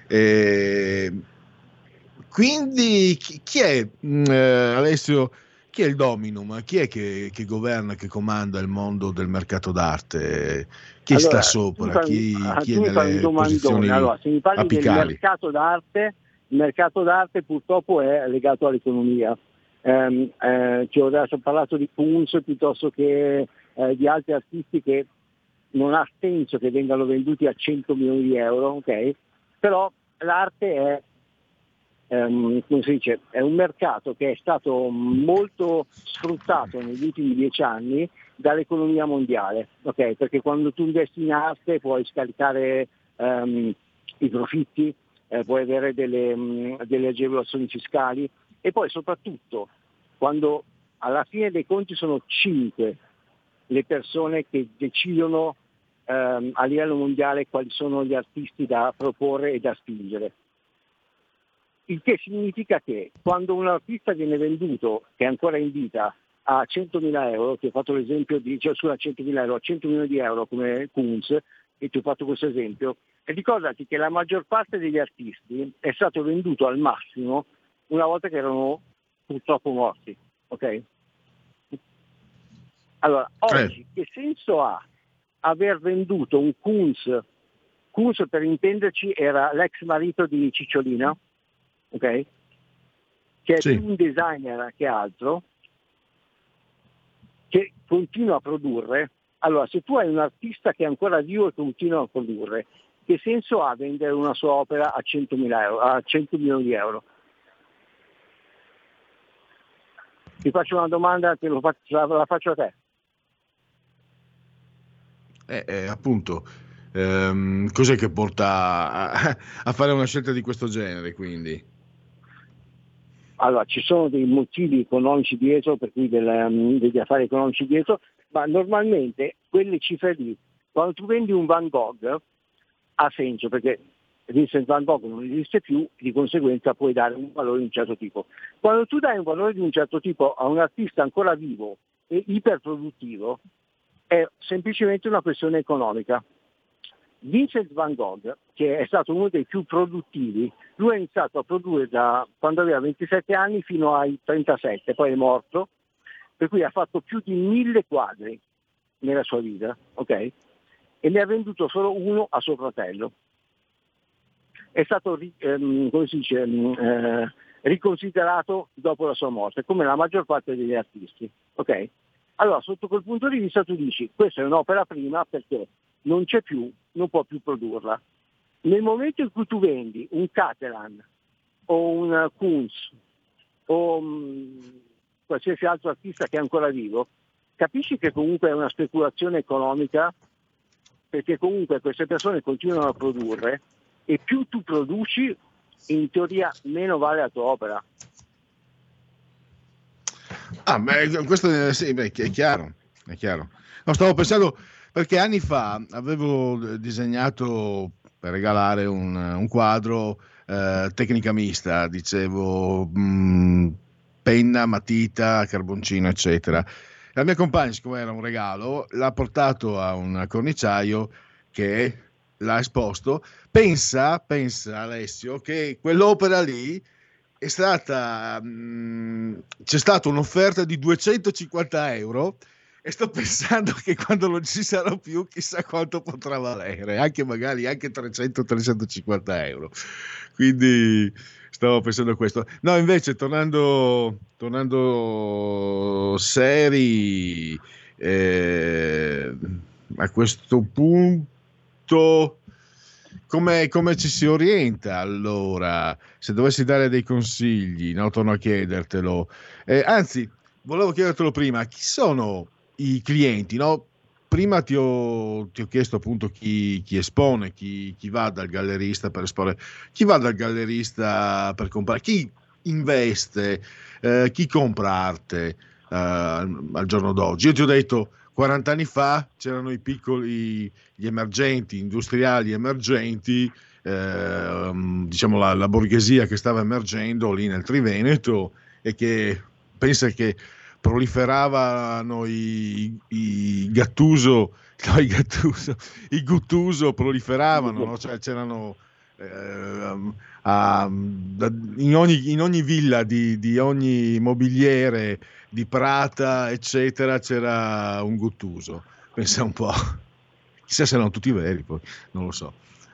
Quindi chi è, Alessio, chi è il dominum? Chi è che governa, che comanda il mondo del mercato d'arte? Chi sta sopra? Chi è nelle posizioni allora, se mi parli apicali? del il mercato d'arte purtroppo è legato all'economia. Ti ho adesso parlato di Kunz piuttosto che di altri artisti che non ha senso che vengano venduti a 100 milioni di euro, ok? Però l'arte è come si dice, è un mercato che è stato molto sfruttato negli ultimi 10 anni dall'economia mondiale, ok? Perché quando tu investi in arte puoi scaricare i profitti, puoi avere delle agevolazioni fiscali, e poi soprattutto quando alla fine dei conti sono 5 le persone che decidono a livello mondiale quali sono gli artisti da proporre e da spingere. Il che significa che quando un artista viene venduto, che è ancora in vita, a 100.000 euro, ti ho fatto l'esempio di, cioè su a 100.000 euro, a 100 milioni di euro come Kunz, e ti ho fatto questo esempio, e ricordati che la maggior parte degli artisti è stato venduto al massimo una volta che erano purtroppo morti, ok? Allora, oggi che senso ha aver venduto un Kunz? Kunz, per intenderci, era l'ex marito di Cicciolina, ok? Che è più un designer che altro, che continua a produrre. Allora, se tu hai un artista che è ancora vivo e continua a produrre, che senso ha vendere una sua opera a 100.000 euro, a 100 milioni di euro? Ti faccio una domanda, la faccio a te. Appunto, cos'è che porta a fare una scelta di questo genere, quindi? Allora, ci sono dei motivi economici dietro, per cui degli affari economici dietro, ma normalmente quelle cifre lì, quando tu vendi un Van Gogh, ha senso, perché Vincent Van Gogh non esiste più, di conseguenza puoi dare un valore di un certo tipo. Quando tu dai un valore di un certo tipo a un artista ancora vivo e iperproduttivo, è semplicemente una questione economica. Vincent Van Gogh, che è stato uno dei più produttivi, lui ha iniziato a produrre da quando aveva 27 anni fino ai 37, poi è morto, per cui ha fatto più di 1000 quadri nella sua vita, ok? E ne ha venduto solo uno a suo fratello. È stato, come si dice, riconsiderato dopo la sua morte, come la maggior parte degli artisti, ok? Allora, sotto quel punto di vista tu dici, questa è un'opera prima perché non c'è più, non può più produrla. Nel momento in cui tu vendi un Catalan o un Kunz o qualsiasi altro artista che è ancora vivo, capisci che comunque è una speculazione economica, perché comunque queste persone continuano a produrre e più tu produci, in teoria meno vale la tua opera. Questo è chiaro, è chiaro. No, stavo pensando, perché anni fa avevo disegnato per regalare un quadro tecnica mista, dicevo penna, matita, carboncino, eccetera. La mia compagna, siccome era un regalo, l'ha portato a un corniciaio che l'ha esposto. Pensa Alessio, che quell'opera lì c'è stata un'offerta di 250 euro e sto pensando che quando non ci sarò più chissà quanto potrà valere, magari anche 300-350 euro. Quindi stavo pensando a questo. No, invece tornando seri, a questo punto come ci si orienta allora? Se dovessi dare dei consigli, no, torno a chiedertelo. Anzi, volevo chiedertelo prima, chi sono i clienti, no? Prima ti ho chiesto appunto chi espone, chi va dal gallerista per esporre, chi va dal gallerista per comprare, chi investe, chi compra arte al giorno d'oggi. Io ti ho detto 40 anni fa c'erano i piccoli, gli emergenti, industriali emergenti, diciamo la borghesia che stava emergendo lì nel Triveneto e che pensa che proliferavano i Gattuso, no, i Guttuso proliferavano, no? Cioè c'erano in ogni villa di ogni mobiliere di Prata eccetera c'era un Guttuso, pensa un po', chissà se erano tutti veri, poi non lo so.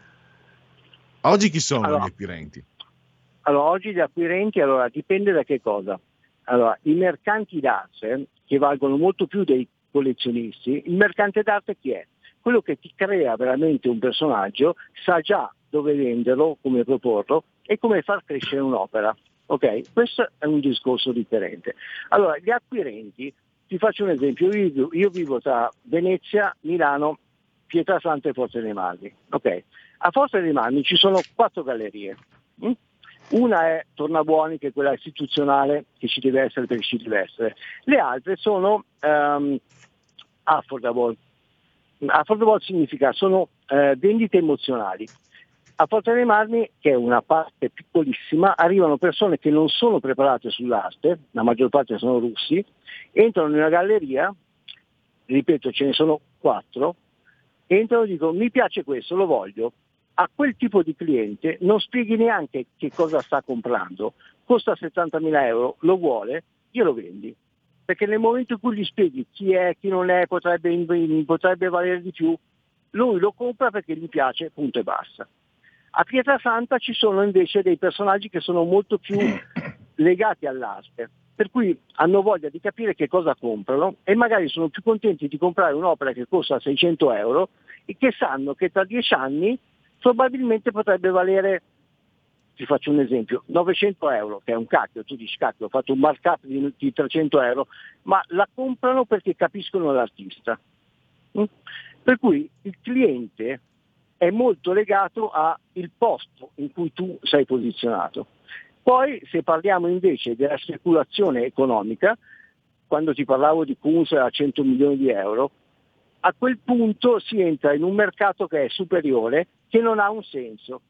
Oggi chi sono gli acquirenti? Allora, oggi gli acquirenti, dipende da che cosa. Allora, i mercanti d'arte, che valgono molto più dei collezionisti, il mercante d'arte chi è? Quello che ti crea veramente un personaggio, sa già dove venderlo, come proporlo e come far crescere un'opera. Ok? Questo è un discorso differente. Allora, gli acquirenti, ti faccio un esempio, io vivo tra Venezia, Milano, Pietrasanta e Forza dei Marmi. Ok? A Forza dei Marmi ci sono 4 gallerie. Una è Tornabuoni, che è quella istituzionale che ci deve essere perché ci deve essere. Le altre sono affordable. Affordable significa sono vendite emozionali. A Forza dei Marmi, che è una parte piccolissima, arrivano persone che non sono preparate sull'arte, la maggior parte sono russi, entrano in una galleria, ripeto ce ne sono 4, entrano e dicono mi piace questo, lo voglio. A quel tipo di cliente non spieghi neanche che cosa sta comprando, costa 70.000 euro, lo vuole, glielo vendi. Perché nel momento in cui gli spieghi chi è, chi non è, potrebbe valere di più, lui lo compra perché gli piace, punto e basta. A Pietrasanta ci sono invece dei personaggi che sono molto più legati all'arte, per cui hanno voglia di capire che cosa comprano e magari sono più contenti di comprare un'opera che costa 600 euro e che sanno che tra 10 anni probabilmente potrebbe valere, ti faccio un esempio, 900 euro, che è un cacchio, tu dici cacchio, ho fatto un markup di 300 euro, ma la comprano perché capiscono l'artista. Per cui il cliente è molto legato al posto in cui tu sei posizionato. Poi se parliamo invece della speculazione economica, quando ti parlavo di Kunz a 100 milioni di euro, a quel punto si entra in un mercato che è superiore, che non ha un senso.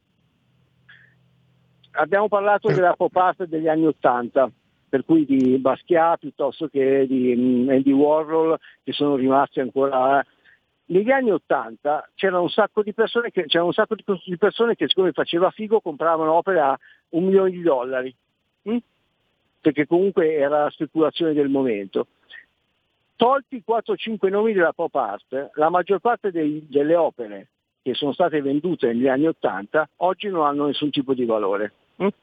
Abbiamo parlato della pop art degli anni '80, per cui di Basquiat piuttosto che di Andy Warhol, che sono rimasti ancora. Negli anni '80 c'era un sacco di persone che siccome faceva figo compravano opere a $1 milione, perché comunque era la speculazione del momento. Tolti 4-5 nomi della pop art, la maggior parte delle opere che sono state vendute negli anni '80 oggi non hanno nessun tipo di valore.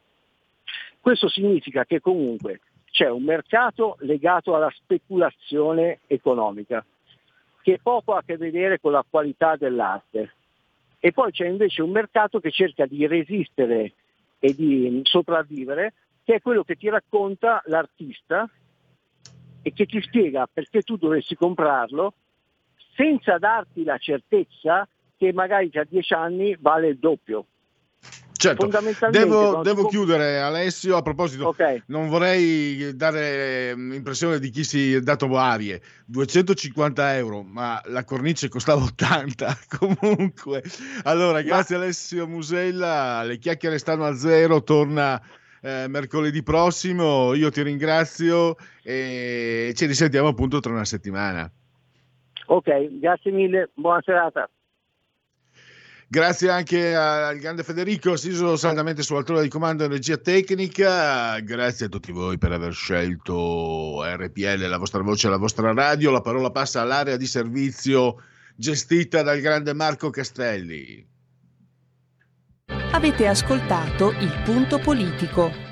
Questo significa che comunque c'è un mercato legato alla speculazione economica, che poco ha a che vedere con la qualità dell'arte. E poi c'è invece un mercato che cerca di resistere e di sopravvivere, che è quello che ti racconta l'artista e che ti spiega perché tu dovresti comprarlo senza darti la certezza che magari tra 10 anni vale il doppio. Certo, devo chiudere, Alessio. A proposito, non vorrei dare l'impressione di chi si è dato arie. 250 euro, ma la cornice costava 80 comunque. Allora, grazie Alessio Musella, le chiacchiere stanno a zero, torna mercoledì prossimo. Io ti ringrazio e ci risentiamo appunto tra una settimana. Ok, grazie mille, buona serata. Grazie anche al grande Federico Siso, saldamente sull'altura di comando e regia tecnica. Grazie a tutti voi per aver scelto RPL, la vostra voce, la vostra radio. La parola passa all'area di servizio gestita dal grande Marco Castelli. Avete ascoltato Il Punto Politico.